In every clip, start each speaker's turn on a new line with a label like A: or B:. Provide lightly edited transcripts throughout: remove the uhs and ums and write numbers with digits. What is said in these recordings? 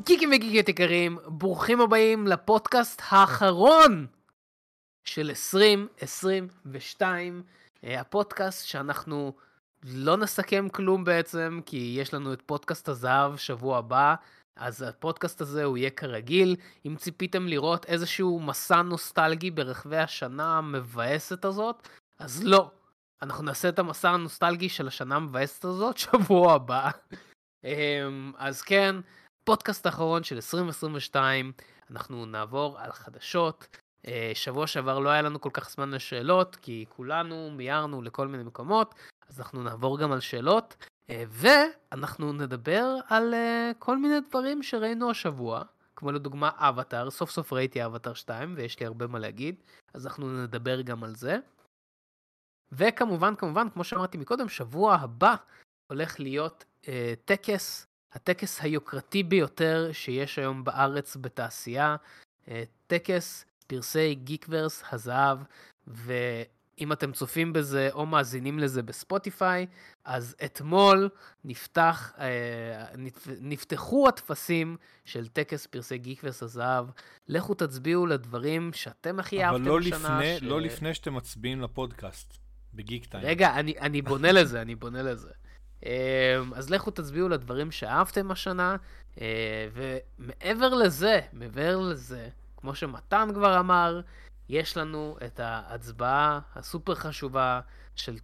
A: גיקים וגיקיות יקרים, ברוכים הבאים לפודקאסט האחרון של 2022, הפודקאסט שאנחנו לא נסכם כלום בעצם, כי יש לנו את פודקאסט הזהב שבוע הבא, אז הפודקאסט הזה הוא יהיה כרגיל. אם ציפיתם לראות איזשהו מסע נוסטלגי ברחבי השנה המבאסת הזאת, אז לא. אנחנו נעשה את המסע הנוסטלגי של השנה המבאסת הזאת שבוע הבא. אז כן, פודקאסט האחרון של 2022, אנחנו נעבור על חדשות. שבוע שעבר לא היה לנו כל כך זמן לשאלות, כי כולנו מיירנו לכל מיני מקומות, אז אנחנו נעבור גם על שאלות, ואנחנו נדבר על כל מיני דברים שראינו השבוע, כמו לדוגמה אבטר. סוף סוף ראיתי אבטר 2, ויש לי הרבה מה להגיד, אז אנחנו נדבר גם על זה. וכמובן, כמו שאמרתי מקודם, שבוע הבא הולך להיות הטקס היוקרתי ביותר שיש היום בארץ בתעשייה, טקס פרסי גיקוורס הזהב, ואם אתם צופים בזה או מאזינים לזה בספוטיפיי, אז אתמול נפתחו התפסים של טקס פרסי גיקוורס הזהב. לכו תצביעו לדברים שאתם הכי אהבתם בשנה.
B: אבל לא לפני שאתם מצביעים לפודקאסט, בגיק טיים.
A: רגע, אני בונה לזה. אז לכו תצביעו לדברים שאהבתם השנה, ומעבר לזה, כמו שמתן כבר אמר, יש לנו את ההצבעה הסופר חשובה של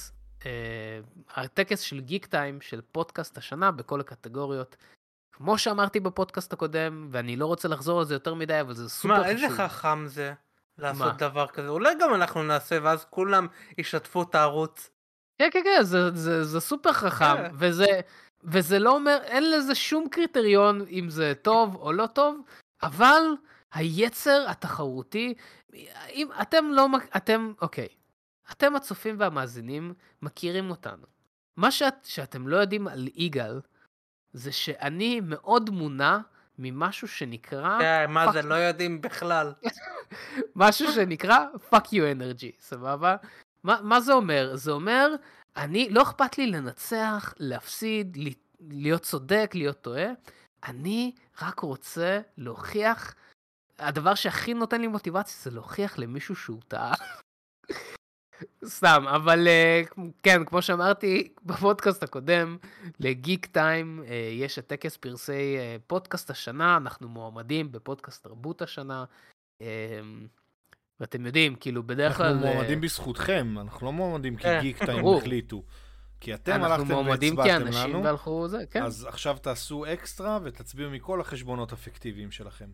A: הטקס של גיק טיים, של פודקאסט השנה בכל הקטגוריות. כמו שאמרתי בפודקאסט הקודם, ואני לא רוצה לחזור על זה יותר מדי, אבל זה סופר חשוב.
C: איזה חכם זה לעשות דבר כזה? אולי גם אנחנו נעשה, ואז כולם ישתפו את הערוץ.
A: כן, זה סופר חכם, וזה לא אומר, אין לזה שום קריטריון אם זה טוב או לא טוב, אבל היצר התחרותי, אם אתם הצופים והמאזינים מכירים אותנו. מה שאתם לא יודעים על יגאל, זה שאני מאוד מונע ממשהו שנקרא...
C: מה זה, לא יודעים בכלל.
A: משהו שנקרא fuck you energy, סבבה? מה זה אומר? זה אומר, לא אכפת לי לנצח, להפסיד, להיות צודק, להיות טועה. אני רק רוצה להוכיח, הדבר שהכי נותן לי מוטיבציה זה להוכיח למישהו שהוא טעה. סתם, אבל כן, כמו שאמרתי בפודקאסט הקודם, לגיק טיים יש את טקס פרסי פודקאסט השנה, אנחנו מועמדים בפודקאסט תרבות השנה, ואתם יודעים, כאילו בדרך כלל...
B: אנחנו מועמדים בזכותכם, אנחנו לא מועמדים כי גיק טיים החליטו. כי אתם הלכתם והצבעתם לנו, אז עכשיו תעשו אקסטרה ותצביעו מכל החשבונות הפיקטיביים שלכם.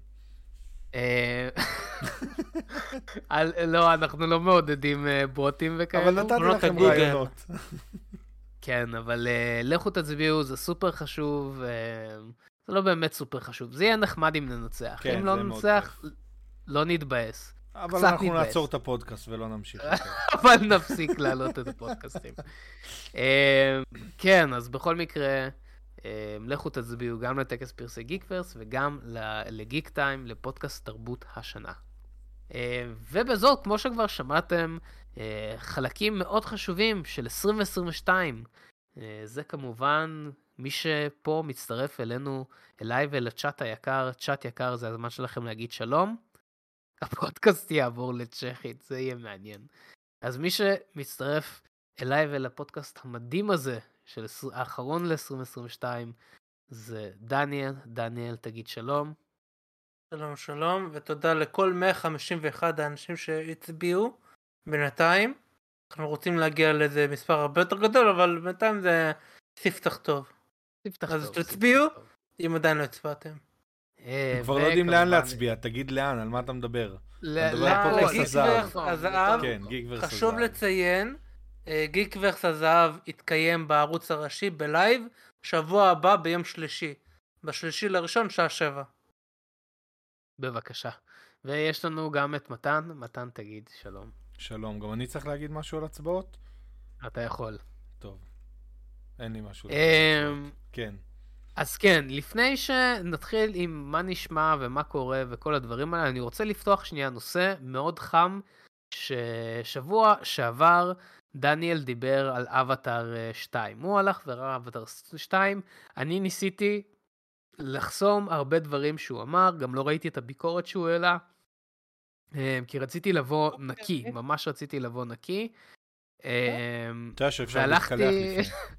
A: לא, אנחנו לא מעודדים בוטים וכאלה.
B: אבל נתתי לכם רעיונות.
A: כן, אבל לכו תצביעו, זה סופר חשוב. זה לא באמת סופר חשוב. זה יהיה נחמד אם ננצח. אם לא ננצח, לא נתבאס.
B: אבל אנחנו נעצור את הפודקאסט ולא נמשיך.
A: אבל נפסיק להעלות את הפודקאסטים. כן, אז בכל מקרה, לכו תצביעו גם לטקס פרסי גיקוורס וגם לגיק טיים, לפודקאסט תרבות השנה. ובזאת, כמו שכבר שמעתם, חלקים מאוד חשובים של 2022. זה כמובן מי שפה מצטרף אליי ולצ'אט היקר. צ'אט יקר, זה הזמן שלכם להגיד שלום. הפודקאסט יעבור לצ'כית, זה יהיה מעניין. אז מי שמצטרף אליי ולפודקאסט המדהים הזה, של האחרון ל-2022, זה דניאל. דניאל, תגיד שלום.
C: שלום, ותודה לכל 151 האנשים שהצביעו בינתיים. אנחנו רוצים להגיע לאיזה מספר הרבה יותר גדול, אבל בינתיים זה ספתח טוב. אז תצביעו, אם עדיין לא הצבעתם.
B: כבר לא יודעים לאן להצביע, תגיד לאן, על מה אתה מדבר?
C: לגיקוורס הזהב. חשוב לציין, גיקוורס הזהב יתקיים בערוץ הראשי בלייב, שבוע הבא ביום שלישי, ב3.1 שעה 7.
A: בבקשה. ויש לנו גם את מתן. מתן, תגיד שלום.
B: שלום, גם אני צריך להגיד משהו על הצבעות?
A: אתה יכול.
B: טוב. אין לי משהו להגיד. כן.
A: אז כן, לפני שנתחיל עם מה נשמע ומה קורה וכל הדברים האלה, אני רוצה לפתוח שנייה נושא מאוד חם, ששבוע שעבר דניאל דיבר על אבטר 2. הוא הלך וראה אבטר 2, אני ניסיתי לחסום הרבה דברים שהוא אמר, גם לא ראיתי את הביקורת שהוא העלה, כי רציתי לבוא נקי, ממש רציתי לבוא נקי.
B: אתה יודע שאפשר להתקלח לפני.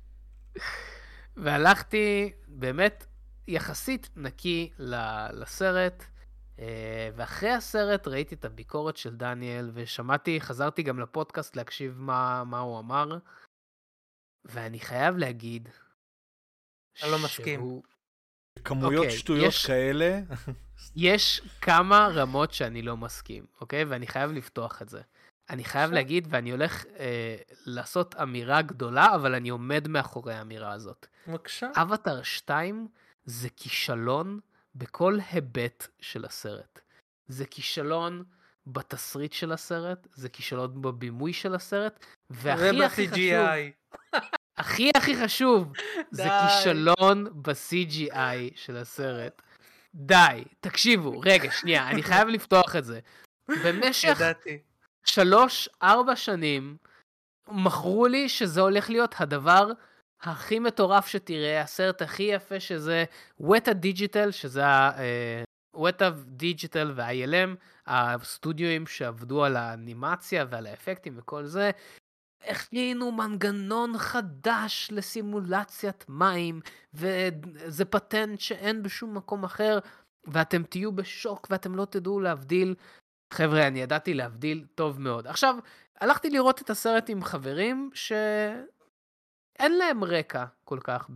A: והלכתי באמת יחסית נקי לסרט, ואחרי הסרט ראיתי את הביקורת של דניאל, ושמעתי, חזרתי גם לפודקאסט להקשיב מה הוא אמר, ואני חייב להגיד,
C: אני לא מסכים.
B: כמויות שטויות כאלה.
A: יש כמה רמות שאני לא מסכים, אוקיי? ואני חייב לפתוח את זה. אני חייב להגיד, ואני הולך לעשות אמירה גדולה, אבל אני עומד מאחורי האמירה הזאת.
C: בבקשה.
A: אבטר 2 זה כישלון בכל היבט של הסרט. זה כישלון בתסריט של הסרט, זה כישלון בבימוי של הסרט, והכי הכי חשוב, הכי חשוב, זה כישלון ב-CGI של הסרט. די, תקשיבו, רגע, שנייה, אני חייב לפתוח את זה. במשך 3-4 שנים, מכרו לי שזה הולך להיות הדבר הכי מטורף שתראה, הסרט הכי יפה שזה Weta Digital, שזה Weta Digital ו-ILM, הסטודיואים שעבדו על האנימציה ועל האפקטים וכל זה, הכינו מנגנון חדש לסימולציית מים, וזה פטנט שאין בשום מקום אחר, ואתם תהיו בשוק ואתם לא תדעו להבדיל. חבר'ה, אני ידעתי להבדיל טוב מאוד. עכשיו, הלכתי לראות את הסרט עם חברים שאין להם רקע כל כך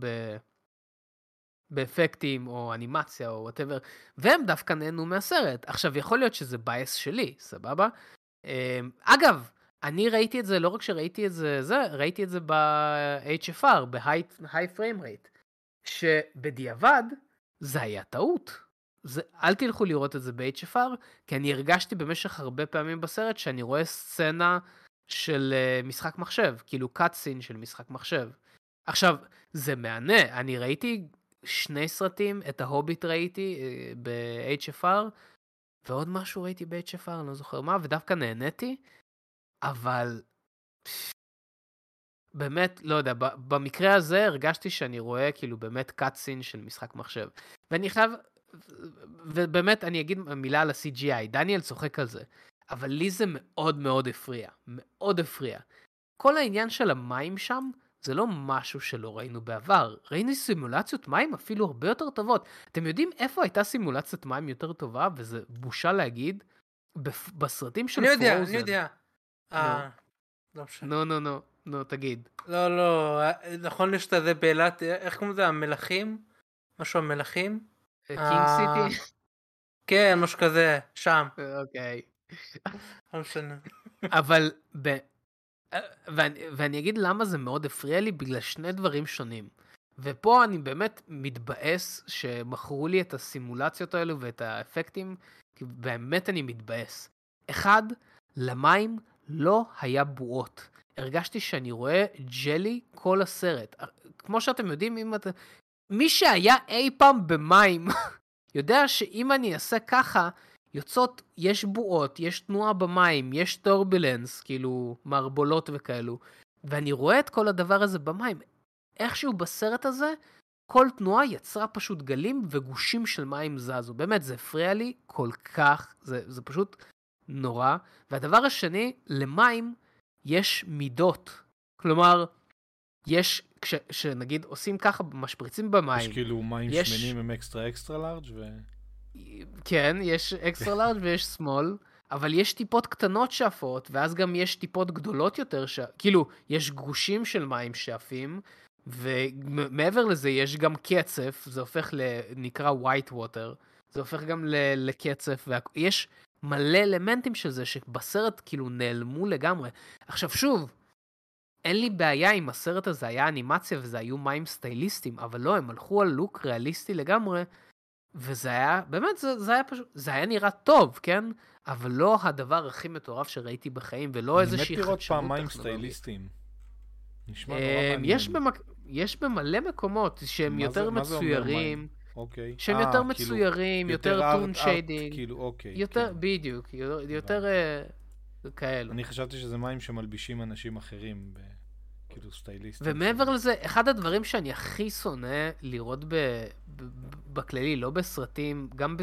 A: באפקטים או אנימציה או whatever, והם דווקא נהנו מהסרט. עכשיו, יכול להיות שזה בייס שלי, סבבה? אגב, אני ראיתי את זה, לא רק שראיתי את זה, ראיתי את זה ב-HFR, ב-High Frame Rate, שבדיעבד זה היה טעות. אל תלכו לראות את זה ב-HFR, כי אני הרגשתי במשך הרבה פעמים בסרט שאני רואה סצנה של משחק מחשב, כאילו קאטסין של משחק מחשב. עכשיו, זה מענה, אני ראיתי 2 סרטים, את ההוביט ראיתי ב-HFR, ועוד משהו ראיתי ב-HFR, אני לא זוכר מה, ודווקא נהניתי, אבל באמת, לא יודע, במקרה הזה הרגשתי שאני רואה כאילו באמת קאטסין של משחק מחשב. ואני חייב, ובאמת אני אגיד מילה על ה-CGI, דניאל צוחק על זה, אבל לי זה מאוד מאוד הפריע, מאוד הפריע. כל העניין של המים שם, זה לא משהו שלא ראינו בעבר. ראינו סימולציות מים אפילו הרבה יותר טובות. אתם יודעים איפה הייתה סימולציית מים יותר טובה, וזה בושה להגיד, בסרטים של פרוזן.
C: אני יודע. לא משנה.
A: נו, תגיד.
C: לא, נכון שאתה זה באילת, איך קוראים לזה, המלכים? משהו המלכים?
A: קינג סיטי?
C: כן, משהו כזה, שם.
A: אוקיי.
C: לא משנה.
A: אבל, ואני אגיד למה זה מאוד הפריע לי, בגלל 2 דברים שונים. ופה אני באמת מתבאס שמכרו לי את הסימולציות האלו ואת האפקטים, כי באמת אני מתבאס. 1, למים לא היה בועות. הרגשתי שאני רואה ג'לי כל הסרט. כמו שאתם יודעים, מי שהיה אי פעם במים, יודע שאם אני אעשה ככה, יוצאות, יש בועות, יש תנועה במים, יש טורבולנס, כאילו מערבולות וכאלו, ואני רואה את כל הדבר הזה במים. איכשהו בסרט הזה, כל תנועה יצרה פשוט גלים וגושים של מים זזו. באמת, זה הפריע לי כל כך, זה פשוט נורא. והדבר השני, למים יש מידות. כלומר, יש, כשנגיד עושים ככה, משפריצים במים.
B: יש כאילו מים שמנים עם אקסטרה לארג'
A: כן, יש אקסטרה לארג' ויש סמול, אבל יש טיפות קטנות שאפות, ואז גם יש טיפות גדולות יותר, כאילו, יש גושים של מים שאפים, ומעבר לזה יש גם קצף, זה הופך נקרא white water, זה הופך גם לקצף, ויש מלא אלמנטים של זה, שבסרט כאילו נעלמו לגמרי. עכשיו שוב, אין לי בעיה אם הסרט הזה היה אנימציה, וזה היו מים סטייליסטים, אבל לא, הם הלכו על לוק ריאליסטי לגמרי, וזה היה, באמת, זה היה פשוט, זה היה נראה טוב, כן? אבל לא הדבר הכי מטורף שראיתי בחיים, ולא איזושהי חדשנות טכנולוגית.
B: אני מת לראות פעם מים סטייליסטיים. נשמע נורא מעניין.
A: יש במלא מקומות שהם יותר מצוירים,
B: אוקיי.
A: שהם יותר מצוירים, יותר טון שיידינג.
B: כאילו, אוקיי.
A: יותר, בדיוק, יותר כאלו.
B: אני חשבתי שזה מים שמלבישים אנשים אחרים, כאילו סטייליסטים.
A: ומעבר לזה, אחד הדברים שאני הכי שונא לראות בכללי, לא בסרטים, גם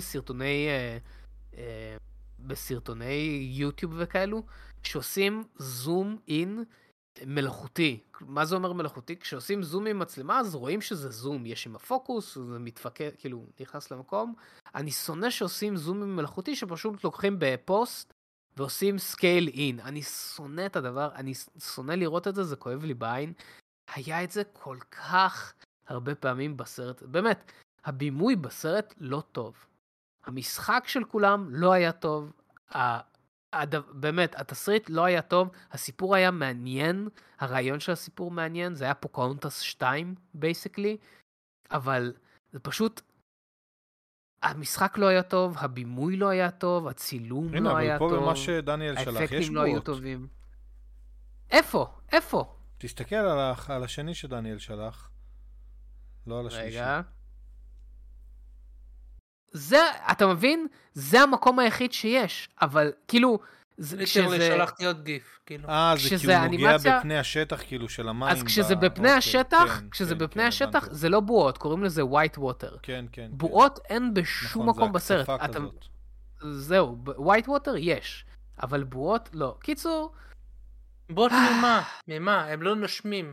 A: בסרטוני יוטיוב וכאלו, שעושים זום אין מלאכותי. מה זה אומר מלאכותי? כשעושים זום עם מצלמה, אז רואים שזה זום. יש עם הפוקוס, זה מתפקד, כאילו, נכנס למקום. אני שונא שעושים זום עם מלאכותי, שפשוט לוקחים בפוסט, ועושים סקייל אין. אני שונא את הדבר, אני שונא לראות את זה, זה כואב לי בעין. היה את זה כל כך הרבה פעמים בסרט. באמת, הבימוי בסרט לא טוב. המשחק של כולם לא היה טוב. באמת, התסריט לא היה טוב, הסיפור היה מעניין, הרעיון של הסיפור מעניין, זה היה פוקהונטס 2, basically, אבל זה פשוט, המשחק לא היה טוב, הבימוי לא היה טוב, הצילום לא היה טוב,
B: הנה, אבל פה במה שדניאל שלח, יש
A: האפקטים לא היו טובים. איפה?
B: תסתכל על השני שדניאל שלח, לא על השלישי. רגע.
A: אתה מבין? זה המקום היחיד שיש, אבל כאילו,
C: כשזה... שלחתי עוד גיף, כאילו.
B: זה כאילו נוגע בפני השטח, כאילו, של המים.
A: אז כשזה בפני השטח, בפני השטח, זה לא בועות, קוראים לזה white water.
B: כן.
A: בועות אין בשום מקום בסרט.
B: נכון, זה הקצפה כזאת.
A: זהו, white water יש, אבל בועות לא. קיצור...
C: בועות ממה? הם לא נושמים.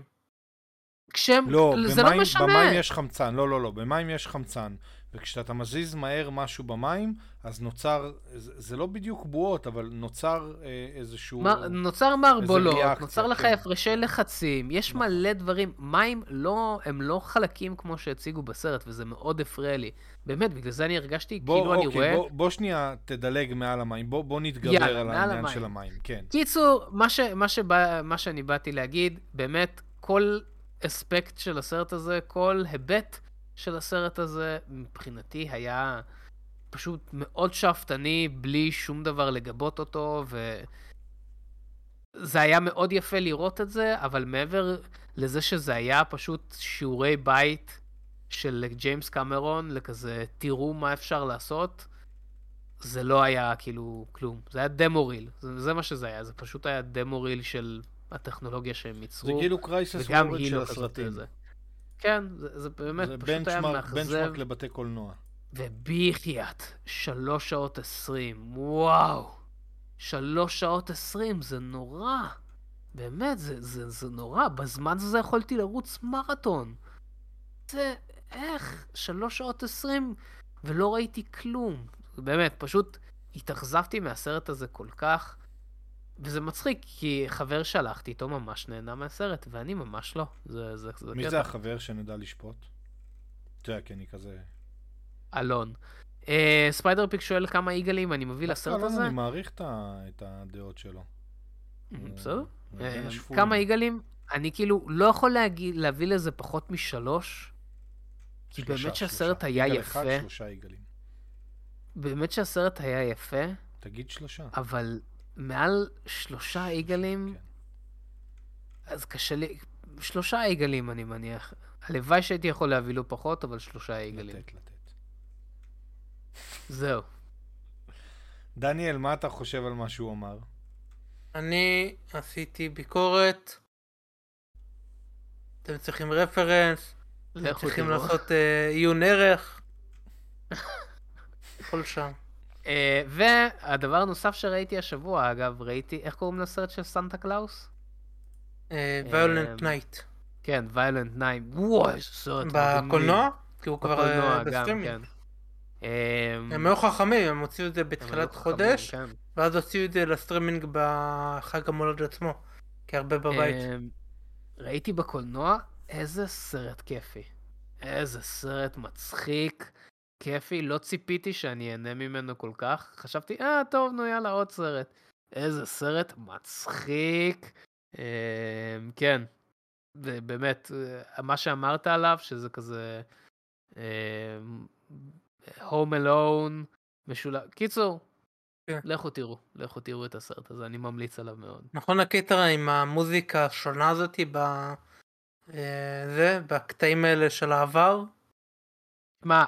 A: זה לא משנה.
B: במים יש חמצן, לא, במים יש חמצן. וכשאתה מזיז מהר משהו במים, אז נוצר, זה לא בדיוק בועות, אבל נוצר איזשהו...
A: נוצר מערבולות, נוצר לך הפרשי לחצים, יש מלא דברים. מים הם לא חלקים כמו שהציגו בסרט, וזה מאוד הפריע לי. באמת, בגלל זה אני הרגשתי כאילו אני רואה...
B: בוא שנייה תדלג מעל המים, בוא נתגבר על העניין של המים, כן.
A: קיצור, מה שאני באתי להגיד, באמת, כל אספקט של הסרט הזה, כל היבט של הסרט הזה, מבחינתי היה פשוט מאוד שאפתני, בלי שום דבר לגבות אותו, וזה היה מאוד יפה לראות את זה, אבל מעבר לזה שזה היה פשוט שיעורי בית של ג'יימס קמרון, לכזה, תראו מה אפשר לעשות, זה לא היה כאילו כלום. זה היה דמוריל, זה מה שזה היה, זה פשוט היה דמוריל של הטכנולוגיה שהם ייצרו.
B: זה כאילו קרייסס וורלד של הסרטים.
A: כן, זה באמת פשוט היה מאכזב.
B: זה בנצ'מרק לבתי קולנוע.
A: ובחייאת, 3 שעות 20, וואו. 3 שעות 20, זה נורא. באמת, זה נורא. בזמן הזה יכולתי לרוץ מרתון. איך? 3 שעות 20, ולא ראיתי כלום. באמת, פשוט התאכזבתי מהסרט הזה כל כך. וזה מצחיק, כי חבר שלחתי איתו ממש נהנה מהסרט, ואני ממש לא.
B: מי זה החבר שנדע לשפוט? תראה, כי אני כזה...
A: אלון. ספיידר פיק שואל כמה איגלים אני מביא לסרט הזה.
B: אני מעריך את הדעות שלו.
A: בסדר. כמה איגלים? אני כאילו לא יכול להביא לזה פחות מ3, כי באמת שהסרט היה יפה.
B: איגל אחד, 3 איגלים.
A: באמת שהסרט היה יפה.
B: תגיד 3.
A: אבל... מעל 3 איגלים, אז קשה לי, 3 איגלים אני מניח. הלוואי שהייתי יכול להביא לו פחות, אבל 3 איגלים.
B: לתת.
A: זהו.
B: דניאל, מה אתה חושב על מה שהוא אמר?
C: אני עשיתי ביקורת. אתם צריכים רפרנס. אתם צריכים לעשות עיון ערך. כל שם.
A: והדבר הנוסף שראיתי השבוע, אגב, ראיתי, איך קוראים לסרט של סנטה קלאוס?
C: ויולנט נייט.
A: כן, ויולנט נייט. וואי, סרט
C: מדהים. בקולנוע? כי הוא כבר בסטרימינג. הם היו חכמים, הם הוציאו את זה בתחילת חודש, ואז הוציאו את זה לסטרימינג בחג המולד עצמו, כי הרבה בבית.
A: ראיתי בקולנוע, איזה סרט כיפי. איזה סרט מצחיק. כיפי, לא ציפיתי שאני אהנה ממנו כל כך. חשבתי, טוב, נו, יאללה, עוד סרט. איזה סרט מצחיק. כן. ובאמת, מה שאמרת עליו, שזה כזה Home Alone, משולב. קיצור, לכו תראו את הסרט הזה, אני ממליץ עליו מאוד.
C: נכון הקטע עם המוזיקה השונה הזאת בקטעים האלה של העבר?
A: מה,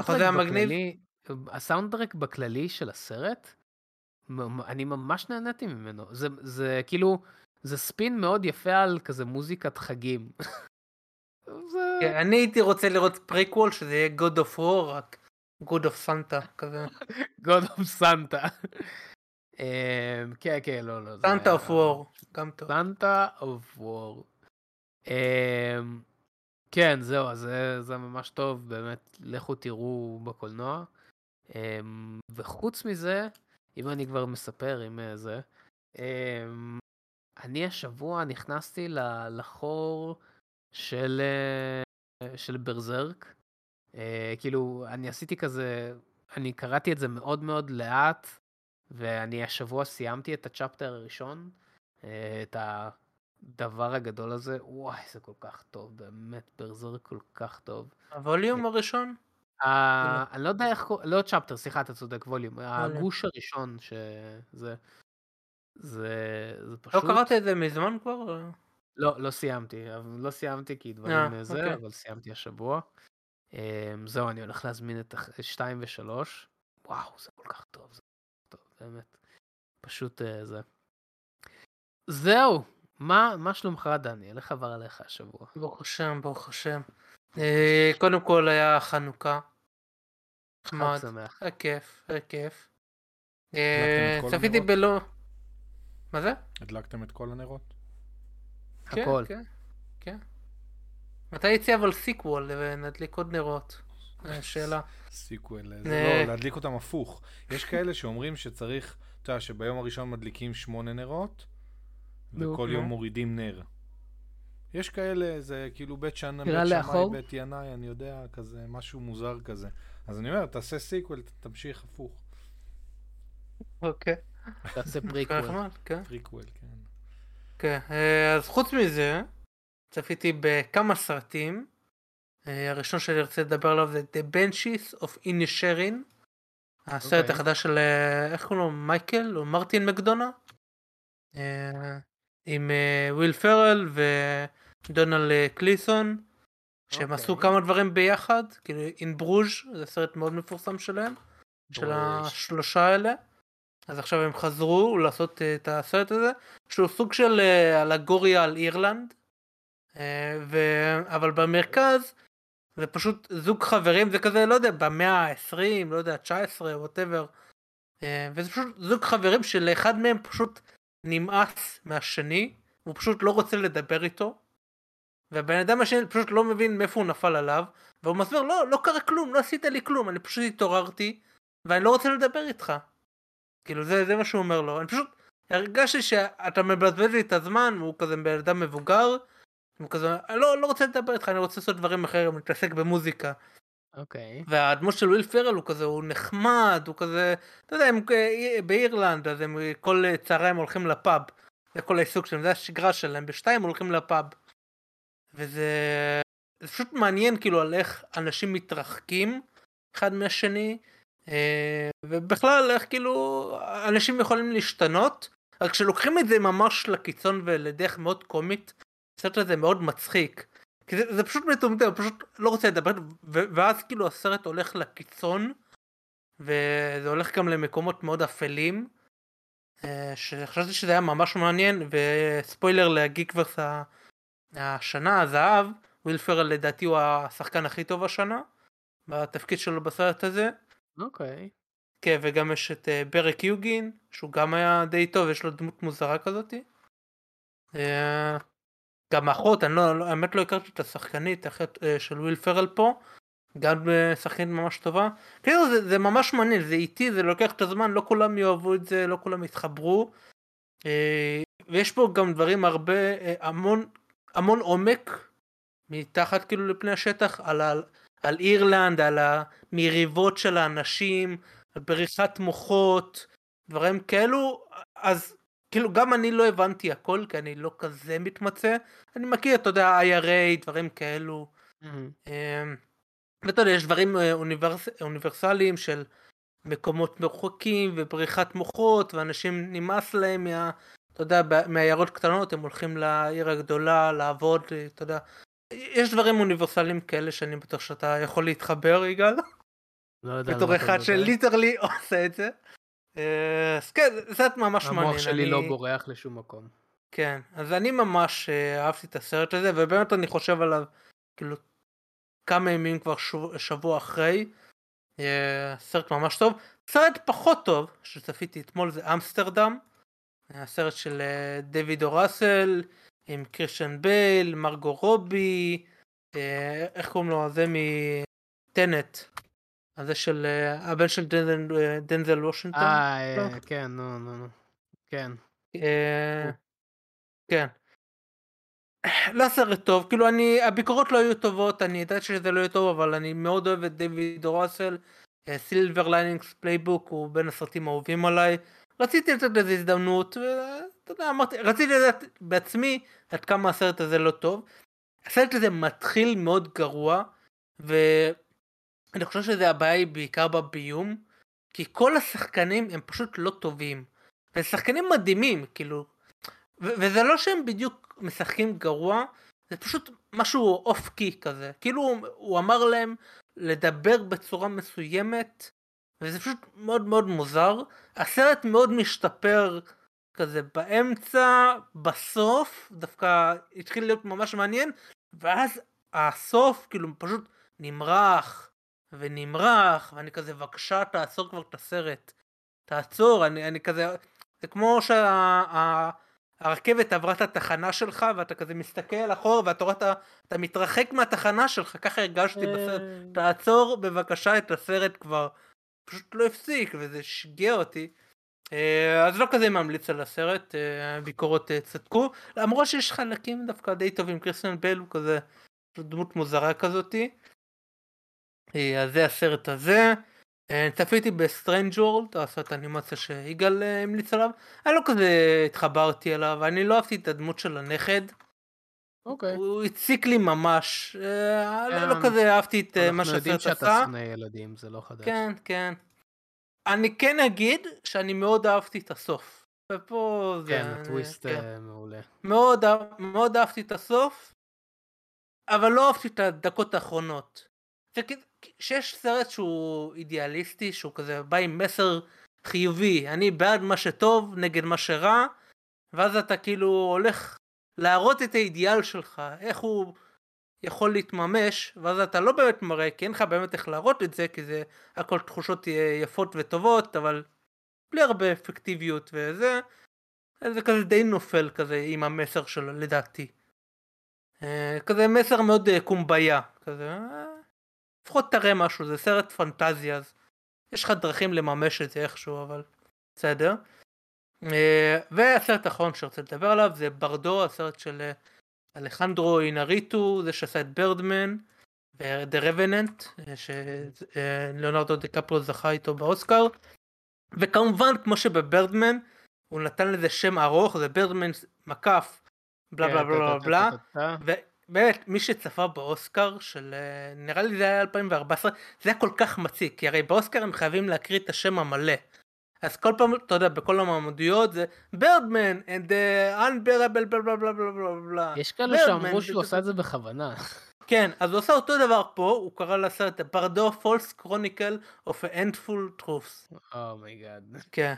A: הסאונדטרק בכללי של הסרט, אני ממש נהניתי ממנו. זה כאילו, זה ספין מאוד יפה על כזה מוזיקת חגים.
C: אני הייתי רוצה לראות פריקוול שזה יהיה God of War, רק God of Santa כזה.
A: God of Santa. כן, לא.
C: Santa of War, גם טוב.
A: Santa of War. כן, זהו, אז זה ממש טוב, באמת, לכו תראו בקולנוע. וחוץ מזה, אם אני כבר מספר עם זה, אני השבוע נכנסתי לחור של ברזרק. כאילו, אני עשיתי כזה, אני קראתי את זה מאוד מאוד לאט, ואני השבוע סיימתי את הצ'פטר הראשון, את הדבר הגדול הזה. וואי, זה כל כך טוב, באמת, ברזרק כל כך טוב.
C: הווליום הראשון?
A: אני לא יודע איך, לא צ'פטר, סליחה, אתה צודק, ווליום. הגוש הראשון שזה, זה פשוט...
C: לא קראת את זה מזמן כבר?
A: לא סיימתי כי דברים זה, אבל סיימתי השבוע. זהו, אני הולך להזמין את 2 ו-3. וואו, זה כל כך טוב, זה טוב, באמת. פשוט זה. זהו, מה שלומך, דני? איך עבר עליך השבוע?
C: ברוך השם. קודם כל היה חנוכה.
A: חג שמח.
C: היה כיף. צפיתי בלא... מה זה?
B: הדלקתם את כל הנרות?
A: הכל.
C: כן. מתי יצא אבל סיקוול ונדליק עוד נרות? שאלה.
B: סיקוול, זה לא, להדליק אותם הפוך. יש כאלה שאומרים שצריך, אתה יודע, שביום הראשון מדליקים 8 נרות, וכל יום מורידים נר. יש כאלה, זה כאילו בית שמאי, בית ינאי, אני יודע, כזה, משהו מוזר כזה. אז אני אומר, תעשה סיקוול, תמשיך הפוך.
C: אוקיי.
A: תעשה פריקוול.
B: פריקוול, כן.
C: כן, אז חוץ מזה, צפיתי בכמה סרטים. הראשון שאני רוצה לדבר עליו זה The Banshees of Inisherin. הסרט החדש של, איך קוראים לו? מייקל או מרטין מקדונה? עם וויל פרל ודונלד קליסון, שהם עשו כמה דברים ביחד, כאילו אין ברוז' זה סרט מאוד מפורסם שלהם, של השלושה האלה. אז עכשיו הם חזרו לעשות את הסרט הזה, שהוא סוג של אלגוריה על אירלנד, אבל במרכז זה פשוט זוג חברים, זה כזה, לא יודע, במאה ה-20, לא יודע, 19, whatever, וזה פשוט זוג חברים שלאחד מהם פשוט נמאס מהשני, הוא פשוט לא רוצה לדבר איתו, והבן אדם השני פשוט לא מבין מאיפה הוא נפל עליו, והוא מסביר, לא קרה כלום, לא עשית לי כלום, אני פשוט התעוררתי, ואני לא רוצה לדבר איתך. כאילו זה מה שהוא אומר לו, אני פשוט הרגשתי שאתה מבזבז לי את הזמן, הוא כזה בן אדם מבוגר, הוא כזה, לא רוצה לדבר איתך, אני רוצה לעשות דברים אחרים, להתעסק במוזיקה.
A: אוקיי.
C: והדמות של וויל פרל הוא כזה, הוא נחמד, הוא כזה, אתה יודע, הם באירלנד, אז הם כל צהריים הולכים לפאב, זה כל העיסוק שלהם, זה השגרה שלהם, בשתיים הולכים לפאב. וזה פשוט מעניין כאילו על איך אנשים מתרחקים אחד מהשני, ובכלל איך כאילו אנשים יכולים להשתנות, רק כשלוקחים את זה ממש לקיצון ולדרך מאוד קומית, הסרט הזה מאוד מצחיק, כי זה פשוט מטומטם, הוא פשוט לא רוצה לדבר, ואז כאילו הסרט הולך לקיצון, וזה הולך גם למקומות מאוד אפלים, שחשבתי שזה היה ממש מעניין, וספוילר לגיקוורס השנה, הזהב, וויל פרל לדעתי הוא השחקן הכי טוב השנה, בתפקיד שלו בסרט הזה.
A: אוקיי.
C: כן, וגם יש את ברק יוגין, שהוא גם היה די טוב, יש לו דמות מוזרה כזאת. גם האחות, אני האמת לא הכרתי את השחקנית של וויל פרל פה, גם שחקנית ממש טובה. כאילו זה ממש מעניין, זה איטי, זה לוקח את הזמן, לא כולם יאהבו את זה, לא כולם יתחברו. ויש פה גם דברים הרבה, המון עומק, מתחת כאילו לפני השטח, על אירלנד, על המריבות של האנשים, על בריחת מוחות, דברים כאלו. אז כאילו גם אני לא הבנתי הכל, כי אני לא כזה מתמצא, אני מכיר, אתה יודע, IRA, דברים כאלו. ואתה יודע, יש דברים אוניברסליים של מקומות מרוחקים ובריחת מוחות, ואנשים נמאס להם אתה יודע, מהעיירות קטנות, הם הולכים לעיר הגדולה, לעבוד, אתה יודע, יש דברים אוניברסליים כאלה שאני בטוח שאתה יכול להתחבר, יגאל.
A: לא יודע.
C: בתור אחד שליטרלי עושה את זה. אז כן, זה ממש מעניין.
A: המוח שלי לא בורח לשום מקום.
C: כן, אז אני ממש אהבתי את הסרט הזה, ובאמת אני חושב עליו, כאילו, כמה ימים כבר שבוע אחרי. סרט ממש טוב. סרט פחות טוב שצפיתי אתמול זה אמסטרדם, הסרט של דויד אורסל עם קריסטיאן בייל, מרגו רובי, איך קוראים לו? זה מטנט, הזה של הבן של דנזל וושינגטון.
A: כן, נו, כן.
C: כן. לא סרט טוב, כאילו הביקורות לא היו טובות, אני יודעת שזה לא יהיה טוב, אבל אני מאוד אוהב את דויד אורסל. סילבר ליינינגס פלייבוק הוא בין הסרטים האהובים עליי. רציתי לתת לזה הזדמנות, רציתי לדעת בעצמי עד כמה הסרט הזה לא טוב. הסרט הזה מתחיל מאוד גרוע, ואני חושב שזה הבעיה היא בעיקר בביום, כי כל השחקנים הם פשוט לא טובים. הם שחקנים מדהימים, כאילו, וזה לא שהם בדיוק משחקים גרוע, זה פשוט משהו אוף-קי כזה. כאילו הוא אמר להם לדבר בצורה מסוימת, וזה פשוט מאוד מאוד מוזר. הסרט מאוד משתפר כזה באמצע, בסוף, דווקא התחיל להיות ממש מעניין, ואז הסוף כאילו פשוט נמרח ונמרח, ואני כזה בבקשה תעצור כבר את הסרט. תעצור, אני כזה, זה כמו הרכבת עברה את התחנה שלך ואתה כזה מסתכל אחורה ואתה רואה אתה מתרחק מהתחנה שלך, ככה הרגשתי בסרט. תעצור בבקשה את הסרט כבר, פשוט לא הפסיק וזה שגע אותי. אז לא כזה ממליץ על הסרט, הביקורות צדקו, למרות שיש חלקים דווקא די טובים. קריסטיאן בייל הוא כזה דמות מוזרה כזאתי. אז זה הסרט הזה. צפיתי בסטרנג' וורלד, הסרט האנימציה שיגאל המליץ עליו. אני לא כזה התחברתי אליו, אני לא אהבתי את הדמות של הנכד.
A: אוקיי.
C: הוא הציק לי ממש, לא כזה אהבתי את מה שהסרט עשה.
A: אנחנו יודעים שאתה שונא ילדים, זה לא חדש.
C: כן, כן. אני כן אגיד שאני מאוד אהבתי את הסוף. ופה זה...
A: כן, הטוויסט מעולה.
C: מאוד אהבתי את הסוף, אבל לא אהבתי את הדקות האחרונות. שיש סרט שהוא אידיאליסטי, שהוא כזה בא עם מסר חיובי, אני בעד מה שטוב נגד מה שרע, ואז אתה כאילו הולך להראות את האידיאל שלך, איך הוא יכול להתממש, ואז אתה לא באמת מראה, כי אין לך באמת איך להראות את זה, כי זה הכל תחושות יפות וטובות, אבל בלי הרבה אפקטיביות וזה, זה כזה די נופל כזה עם המסר שלו לדעתי. כזה מסר מאוד קומביה, כזה, לפחות תראה משהו, זה סרט פנטזיה, אז יש לך דרכים לממש את זה איכשהו, אבל בסדר. והסרט האחרון שרצה לדבר עליו זה ברדו, הסרט של אלחנדרו אינריטו, זה שעשה את ברדמן ו-The Revenant, שלאונרדו דיקפריו זכה איתו באוסקר. וכמובן כמו שבברדמן הוא נתן לזה שם ארוך, זה ברדמן מקף בלה בלה בלה בלה, ובאמת מי שצפה באוסקר של נראה לי זה היה 2014, זה היה כל כך מציק, כי הרי באוסקר הם חייבים להקריא את השם המלא, אז כל פעם אתה יודע בכל המעמדויות זה ברדמן and the unbearable בלה בלה בלה בלה בלה.
A: יש כאלה שאמרו שהוא עושה את זה בכוונה.
C: כן, אז הוא עושה אותו דבר פה, הוא קרא לסרט ברדו False Chronicle of a Handful Truths.
A: אומייגאד.
C: כן.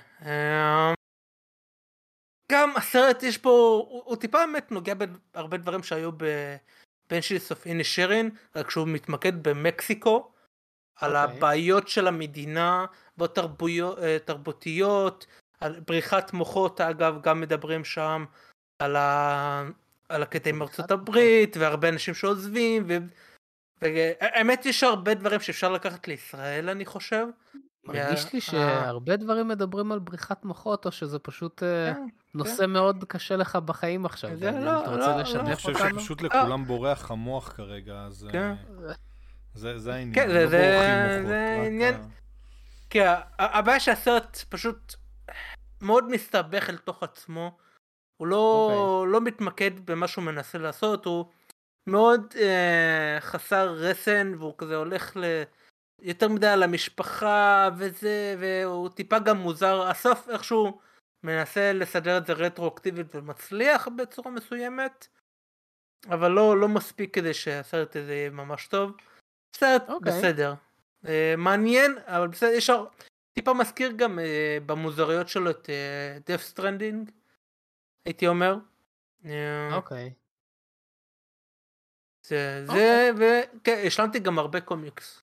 C: גם הסרט יש פה, הוא טיפה באמת נוגע בהרבה דברים שהיו ב-Banshees of Inisherin, רק שהוא מתמקד במקסיקו, על הבעיות של המדינה, תרבותיות, על בריחת מוחות, אגב, גם מדברים שם, על הקטע עם ארצות הברית, והרבה אנשים שעוזבים, והאמת יש הרבה דברים שאפשר לקחת לישראל, אני חושב.
A: מרגיש לי שהרבה דברים מדברים על בריחת מוחות, או שזה פשוט נושא מאוד קשה לך בחיים עכשיו. אתה רוצה לשתף אותנו?
B: אני חושב שפשוט לכולם בורח המוח כרגע, אז זה העניין. לא בורחים מוחות.
C: זה העניין. כי הבעיה שהסרט פשוט מאוד מסתבך אל תוך עצמו. הוא לא מתמקד במה שהוא מנסה לעשות, הוא מאוד חסר רסן, והוא כזה הולך יותר מדי על המשפחה וזה, והוא טיפה גם מוזר. הסוף איכשהו מנסה לסדר את זה רטרואקטיבית ומצליח בצורה מסוימת, אבל לא מספיק כדי שהסרט הזה יהיה ממש טוב. סרט בסדר, מעניין, אבל בסדר, יש טיפה מזכיר גם במוזריות שלו את Death Stranding, הייתי אומר.
A: אוקיי.
C: כן, השלמתי גם הרבה קומיקס.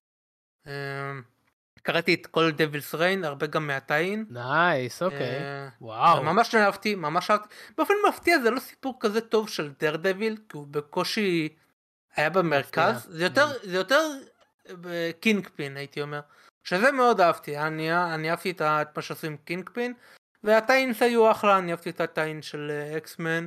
C: קראתי את כל דבילס ריין, הרבה גם מהטיין.
A: נייס, אוקיי. וואו.
C: ממש אהבתי, ממש אהבתי. באופן מפתיע זה לא סיפור כזה טוב של דר דביל, כי הוא בקושי היה במרכז. זה יותר קינג פין, הייתי אומר. שזה מאוד אהבתי. אני אהבתי את מה שעשו עם קינג פין, והטיינס היו אחלה, אני אהבתי את הטיין של אקסמן,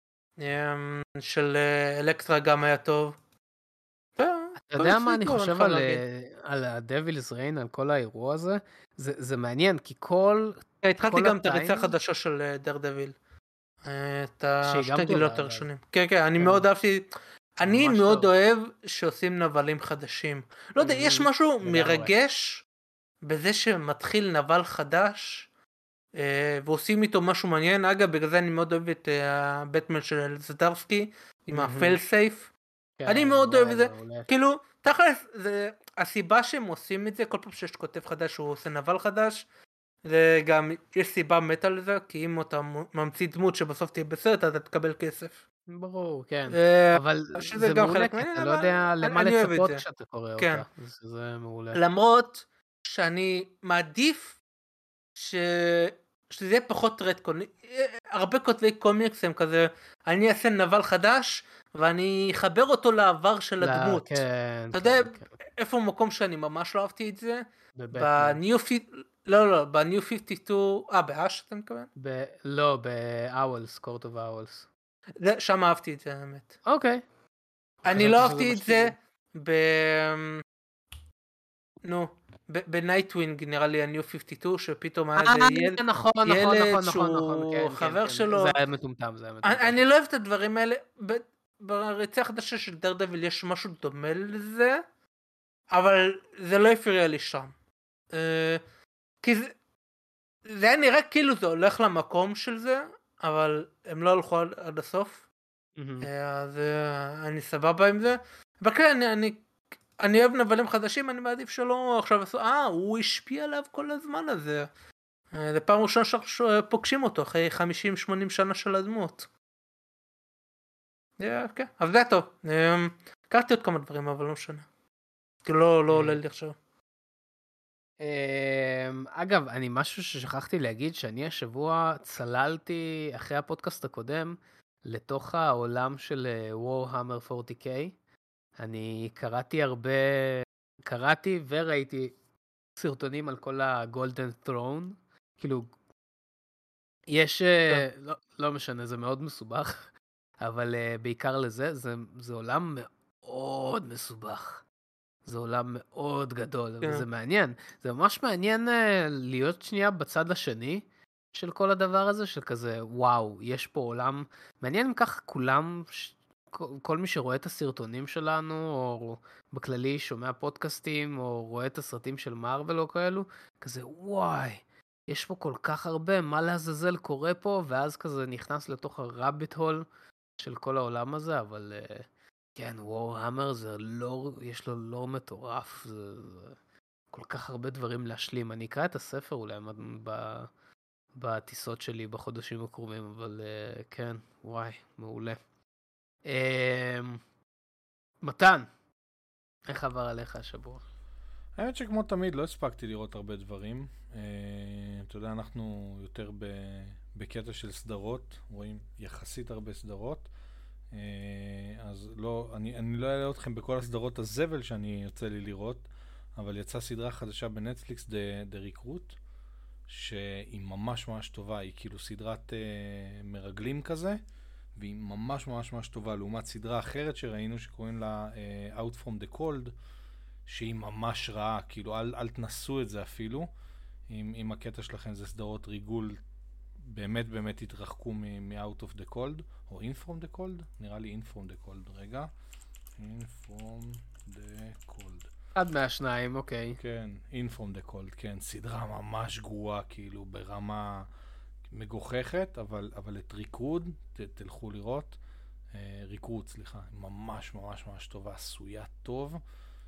C: של אלקטרה גם היה טוב.
A: אתה יודע מה אני חושב על הדבילס ריין, על כל האירוע הזה? זה מעניין, כי
C: התחלתי גם את הריצה החדשה של דר דביל. את השתי גילות הראשונים. כן, כן, אני מאוד אהבתי. אני מאוד אוהב שעושים נבלים חדשים. לא יודע, יש משהו מרגש בזה שמתחיל נבל חדש, ועושים איתו משהו מעניין. אגב, בגלל זה אני מאוד אוהב את הבטמן של זדרסקי, עם הפייל סייף. אני מאוד אוהב את זה. כאילו, תכלס, הסיבה שהם עושים את זה, כל פעם שיש כותב חדש הוא עושה נבל חדש, וגם יש סיבה מתה לזה, כי אם אתה ממציא דמות שבסוף תהיה בסרט, אז אתה תקבל כסף.
A: ברור, כן. אבל זה מעולה, כי אתה לא יודע למה לצפות כשאתה קורא אותה. זה מעולה.
C: למרות שאני מעדיף שזה יהיה פחות רטקון. הרבה כותבי קומיקס הם כזה, אני אעשה נבל חדש, ואני אחבר אותו לעבר של הדמות. אתה יודע איפה מקום שאני ממש לא אהבתי את זה? בניו 52, באש אתה מתכוון?
A: לא, באוולס, קורט אוף אוולס.
C: שם אהבתי את זה האמת.
A: אוקיי.
C: אני לא אהבתי את זה בנייטווינג נראה לי הניו 52 שפתאום היה איזה ילד שהוא חבר שלו.
A: זה היה מטומטם.
C: אני לא אוהב את הדברים האלה. בריצה החדשה של דר דביל יש משהו דומה לזה, אבל זה לא הפריע לי שם. כי זה היה נראה כאילו זה הולך למקום של זה, אבל הם לא הלכו עד הסוף. אז אני סבבה עם זה. וכן, אני אוהב נבלים חדשים, אני מעדיף שלא עכשיו עשו, הוא השפיע עליו כל הזמן הזה. זה פעם ראשונה שאנחנו פוגשים אותו, אחרי 50-80 שנה של הדמות. כן, אז זה טוב. קראתי עוד כמה דברים, אבל לא משנה. כי לא עולה לי עכשיו.
A: אגב, אני משהו ששכחתי להגיד, שאני השבוע צללתי אחרי הפודקאסט הקודם, לתוך העולם של Warhammer 40K. אני קראתי וראיתי סרטונים על כל הגולדן ת'רון. כאילו, יש, לא משנה, זה מאוד מסובך. אבל בעיקר לזה, זה עולם מאוד מסובך. זה עולם מאוד גדול, וזה מעניין. זה ממש מעניין להיות שנייה בצד השני של כל הדבר הזה, של כזה, וואו, יש פה עולם. מעניין אם ככה כולם, כל מי שרואה את הסרטונים שלנו, או בכללי שומע פודקאסטים, או רואה את הסרטים של מארוול או כאלו, כזה, וואי, יש פה כל כך הרבה, מה לעזאזל קורה פה, ואז כזה נכנס לתוך הרביט הול, של כל העולם הזה, אבל כן, וורהמר זה לא, יש לו לא מטורף, זה כל כך הרבה דברים להשלים. אני אקרא את הספר אולי בטיסות שלי בחודשים הקרובים, אבל כן, וואי, מעולה. מתן, איך עבר עליך השבוע?
B: האמת שכמו תמיד לא הספקתי לראות הרבה דברים. אתה יודע, אנחנו יותר בקטע של סדרות, רואים יחסית הרבה סדרות. אז לא, אני לא אעלה אתכם בכל הסדרות הזבל שאני יוצא לי לראות, אבל יצאה סדרה חדשה בנטפליקס, The Recruit, שהיא ממש ממש טובה, היא כאילו סדרת מרגלים כזה, והיא ממש ממש ממש טובה, לעומת סדרה אחרת שראינו שקוראים לה Out from the Cold, שהיא ממש רעה, כאילו אל תנסו את זה אפילו, אם הקטע שלכם זה סדרות ריגול, באמת באמת התרחקו מ-Out of the Cold, או In from the Cold? נראה לי In from the Cold, רגע. In from the Cold.
A: אחד מהשניים, אוקיי.
B: כן, In from the Cold, כן, סדרה ממש גרועה, כאילו ברמה מגוחכת, אבל את ריקרוד, תלכו לראות, ריקרוד, סליחה, ממש ממש ממש טובה, עשויה טוב.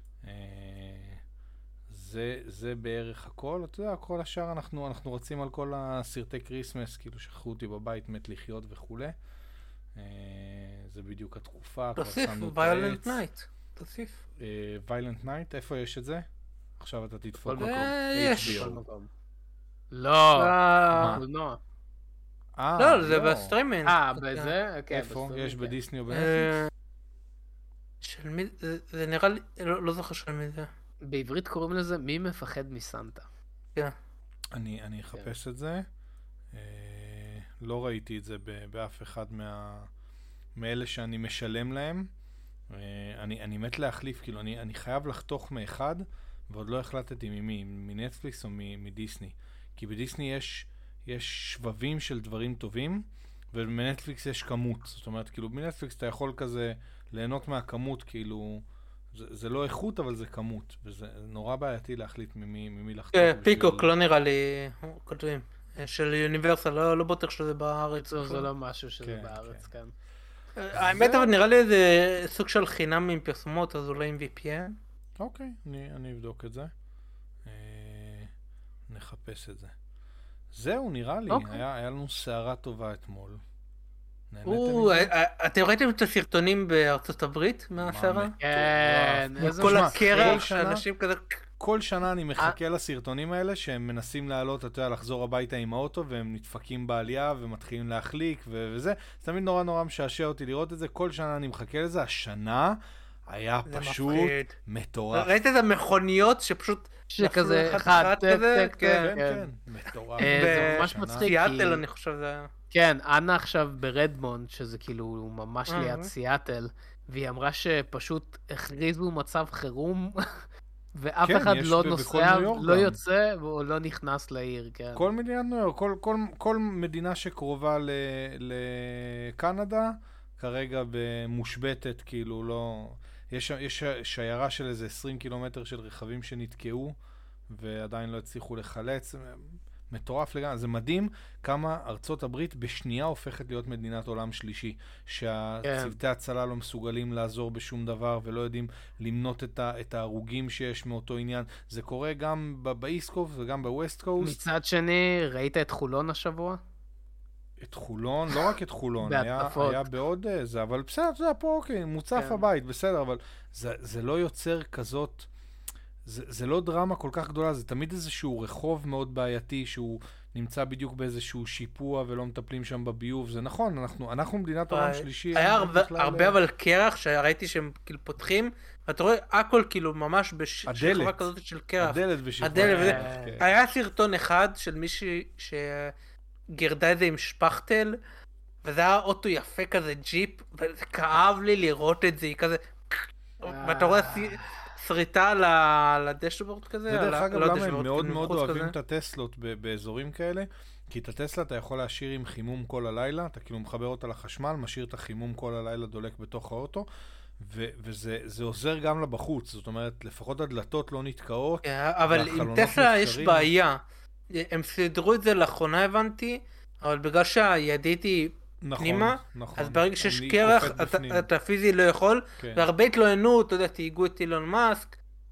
B: זה בערך הכל, אתה יודע, כל השאר אנחנו רצים על כל הסרטי קריסמס, כאילו שכחו אותי בבית, מת לחיות וכו'. זה בדיוק התקופה.
C: תוסיף, ויולנט נייט. תוסיף.
B: ויולנט נייט, איפה יש את זה? עכשיו אתה תדפוק.
C: יש.
A: לא.
C: לא, זה בסטרימינג.
A: בזה?
B: איפה? יש בדיסני או בנטפליקס?
C: של מי? זה נראה לי, לא זוכר של מי זה.
A: בעברית קוראים לזה מי מפחד מסנטה.
C: כן.
B: אני אחפש את זה. לא ראיתי את זה באף אחד מאלה שאני משלם להם. אני מת להחליף, כאילו אני חייב לחתוך מאחד, ועוד לא החלטתי ממי, מנטפליקס או מדיסני. כי בדיסני יש שבבים של דברים טובים, ובנטפליקס יש כמות. זאת אומרת, כאילו בנטפליקס אתה יכול כזה ליהנות מהכמות, כאילו זה לא איכות, אבל זה כמות. וזה נורא בעייתי להחליט ממי לחתוך.
C: פיקוק לא נראה לי, כותבים. של יוניברסל, לא בטוח שזה בארץ.
A: זה לא משהו שזה בארץ, כן.
C: האמת, אבל נראה לי זה סוג של חינם עם פרסומות, אז אולי עם VPN.
B: אוקיי, אני אבדוק את זה. נחפש את זה. זהו, נראה לי. היה לנו שערה טובה אתמול.
C: אתם ראיתם את הסרטונים בארצות הברית מהשערה?
A: כן.
C: כל הקרח, אנשים כזה...
B: כל שנה אני מחכה לסרטונים האלה שהם מנסים לעלות, אתה יודע, לחזור הביתה עם האוטו, והם נדפקים בעלייה ומתחילים להחליק וזה. זה תמיד נורא נורא משעשע אותי לראות את זה. כל שנה אני מחכה לזה. השנה היה פשוט מטורף.
C: ראית את המכוניות שפשוט...
A: שכזה אחד,
B: כן, מטורף.
A: זה ממש מצחיק.
C: סיאטל, אני חושב זה היה.
A: כן, אנה עכשיו ברדמונד, שזה כאילו ממש ליד סיאטל, והיא אמרה שפשוט הכריזו מצב חירום, ואף אחד לא נוסע, לא יוצא, או לא נכנס לעיר, כן.
B: כל מדינת ניו יורק, כל מדינה שקרובה לקנדה, כרגע מושבתת, כאילו לא... יש שיירה של איזה 20 קילומטר של רכבים שנתקעו, ועדיין לא הצליחו לחלץ. מטורף לגמרי. זה מדהים כמה ארצות הברית בשנייה הופכת להיות מדינת עולם שלישי. שהצוותי הצלה לא מסוגלים לעזור בשום דבר, ולא יודעים למנות את ההרוגים שיש מאותו עניין. זה קורה גם באיסט קוסט וגם בווסט קוסט.
A: מצד שני, ראית את חולון השבוע?
B: את חולון, לא רק את חולון, היה בעוד זה, אבל בסדר, זה היה פה, אוקיי, מוצף הבית, בסדר, אבל זה לא יוצר כזאת, זה לא דרמה כל כך גדולה, זה תמיד איזשהו רחוב מאוד בעייתי, שהוא נמצא בדיוק באיזשהו שיפוע, ולא מטפלים שם בביוב, זה נכון, אנחנו מדינת עולם שלישי.
C: היה הרבה אבל קרח, שראיתי שהם כאילו פותחים, ואתה רואה הכל כאילו ממש בשכבה כזאת של קרח.
B: הדלת בשכבה.
C: היה סרטון אחד של מישהי גרדה את זה עם שפכטל, וזה היה אוטו יפה כזה, ג'יפ, וזה כאב לי לראות את זה, היא כזה, ואתה רואה שריטה על הדשבורד כזה.
B: זה דרך אגב למה הם מאוד מאוד אוהבים את הטסלות באזורים כאלה, כי את הטסלה אתה יכול להשאיר עם חימום כל הלילה, אתה כאילו מחבר אותה לחשמל, משאיר את החימום כל הלילה דולק בתוך האוטו, וזה עוזר גם לבחוץ, זאת אומרת, לפחות הדלתות לא נתקעות.
C: אבל עם טסלה יש בעיה. הם סדרו את זה לאחרונה הבנתי, אבל בגלל שהידית היא פנימה, אז ברגע שיש קרח אתה פיזי לא יכול, והרבה התלוננו, אתה יודע, תהיגו את אילון מאסק,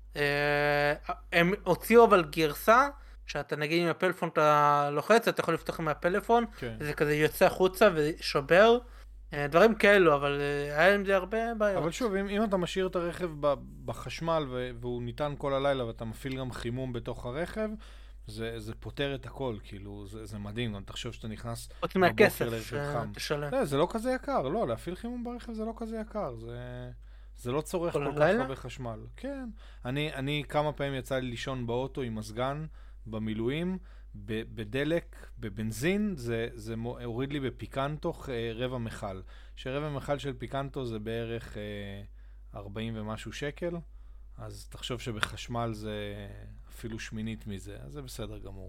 C: הם הוציאו אבל גרסה, שאתה נגיד עם הפלאפון אתה לוחץ, אתה יכול לפתוח מהפלאפון, וזה כזה יוצא החוצה ושובר, דברים כאלו, אבל היה עם זה הרבה בעיות.
B: אבל שוב, אם אתה משאיר את הרכב בחשמל, והוא ניתן כל הלילה, ואתה מפעיל גם חימום בתוך הרכב, זה פותר את הכל, כאילו, זה מדהים, אתה חושב שאתה נכנס
C: בבוקר לרכב חם.
B: לא, זה לא כזה יקר, לא, להפעיל חימום ברכב זה לא כזה יקר, זה לא צורך כל כך הרבה חשמל. כן, אני כמה פעמים יצא לי לישון באוטו עם מזגן, במילואים, בדלק, בבנזין, זה הוריד לי בפיקנטו רבע מחל. שרבע מחל של פיקנטו זה בערך 40 ומשהו שקל, אז תחשוב שבחשמל זה אפילו שמינית מזה, אז זה בסדר גמור.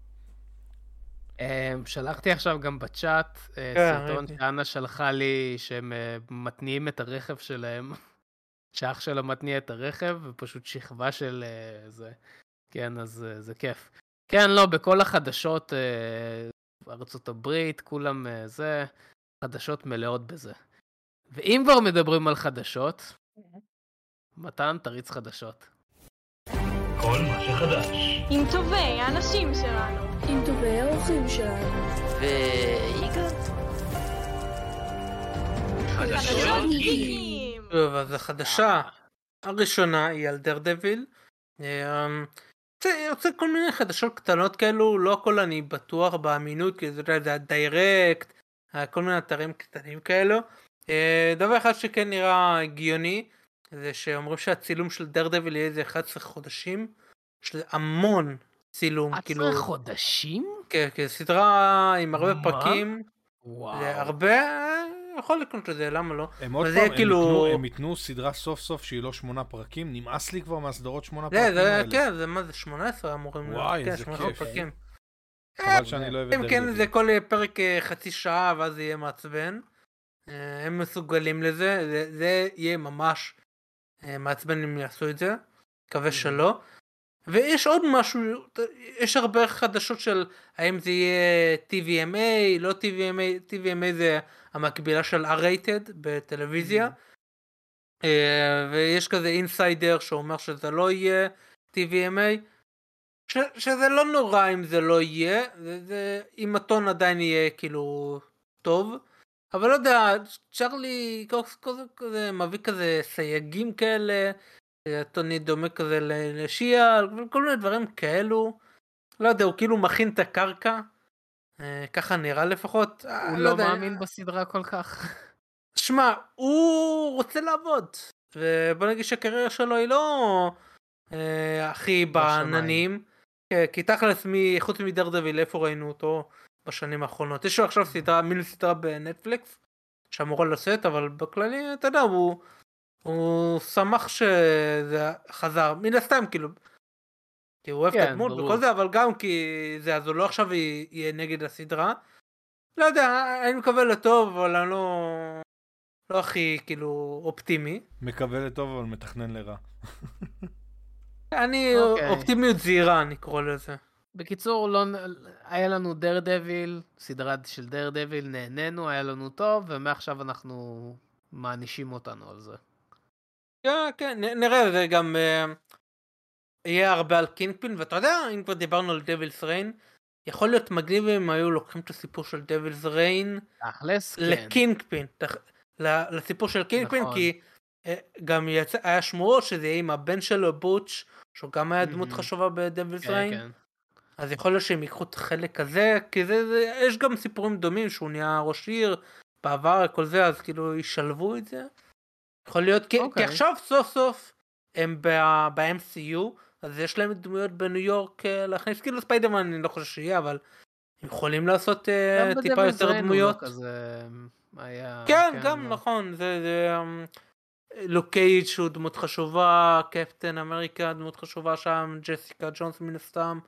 A: שלחתי עכשיו גם בצ'אט סרטון שאנה שלחה לי שהם מתניעים את הרכב שלהם, שאח שלו מתניע את הרכב ופשוט שכבה של זה. כן, אז זה כיף. כן, לא, בכל החדשות ארצות הברית, כולם זה, חדשות מלאות בזה. ואם כבר מדברים על חדשות, מתן תריץ חדשות.
D: כל מה שחדש.
E: עם טובי האנשים שלנו.
F: עם טובי האורחים שלנו.
D: ויגאל.
E: חדשות גיקים!
C: טוב, אז החדשה הראשונה היא על דרדביל. יוצא כל מיני חדשות קטנות כאלו, לא הכל אני בטוח באמינות, כי זה הדיירקט, כל מיני אתרים קטנים כאלו. דבר אחד שכן נראה הגיוני, זה שאומרים שהצילום של דרדביל יהיה איזה 11 חודשים, שזה המון צילום.
A: 11 חודשים?
C: כן, סדרה עם הרבה פרקים,
A: וואו.
C: זה הרבה, יכול לקנות לזה, למה לא?
B: הם עוד פעם, הם ייתנו סדרה סוף סוף שהיא לא 8 פרקים, נמאס לי כבר מהסדרות 8 פרקים האלה.
C: כן, זה מה זה 18 אמורים להיות,
B: וואי,
C: כן,
B: איזה
C: 18
B: כיף.
C: פרקים.
B: חבל שאני לא אוהב את
C: אם כן,
B: דרדביל.
C: זה כל פרק חצי שעה ואז זה יהיה מעצבן. הם מסוגלים לזה, זה יהיה ממש מעצבן אם יעשו את זה, מקווה שלא. ויש עוד משהו, יש הרבה חדשות של האם זה יהיה TVMA, לא TVMA, TVMA זה המקבילה של R-rated בטלוויזיה, ויש כזה אינסיידר שאומר שזה לא יהיה TVMA, שזה לא נורא אם זה לא יהיה, אם הטון עדיין יהיה כאילו טוב, אבל לא יודע, צ'רלי כזה מביא כזה סייגים כאלה, הטוני דומה כזה לשיעה, כל מיני דברים כאלו, לא יודע, הוא כאילו מכין את הקרקע, ככה נראה לפחות.
A: הוא לא מאמין בסדרה כל כך.
C: שמע, הוא רוצה לעבוד, ובוא נגיד שהקריירה שלו היא לא הכי בעננים, כי תכלס חוץ מדרדביל, איפה ראינו אותו בשנים האחרונות? יש לו עכשיו סדרה, מיני סדרה בנטפליקס, שאמורה לצאת, אבל בכללי, אתה יודע, הוא שמח שזה חזר, מן הסתם כאילו, כי הוא אוהב את הדמות וכל זה, אבל גם כי זה, אז הוא לא עכשיו יהיה נגד הסדרה. לא יודע, אני מקווה לטוב, אבל אני לא הכי כאילו אופטימי.
B: מקווה לטוב, אבל מתכנן לרע.
C: אני אופטימיות זהירה, אני קורא לזה.
A: בקיצור, היה לנו דרדביל, סדרה של דרדביל, נהנינו, היה לנו טוב, ומעכשיו אנחנו מענישים אותנו על זה.
C: כן, נראה, זה גם יהיה הרבה על קינגפין, ואתה יודע, אם כבר דיברנו על דבילס ריין, יכול להיות מגניב אם היו לוקחים את הסיפור של דבילס ריין לקינגפין, לסיפור של קינגפין, כי גם היה שמועות שזה יהיה עם הבן שלו בוטש, שהוא גם היה דמות חשובה בדבילס ריין, אז יכול להיות שהם ייקחו את החלק הזה, כי יש גם סיפורים דומים שהוא נהיה ראש עיר בעבר וכל זה, אז כאילו ישלבו את זה. יכול להיות, כי עכשיו סוף סוף הם ב-MCU, אז יש להם דמויות בניו יורק להכניס, כאילו ספיידרמן אני לא חושב שיהיה, אבל הם יכולים לעשות טיפה יותר דמויות. כן, גם נכון, זה לוק קייג' שהוא דמות חשובה, קפטן אמריקה דמות חשובה שם, ג'סיקה ג'ונס מן הסתם.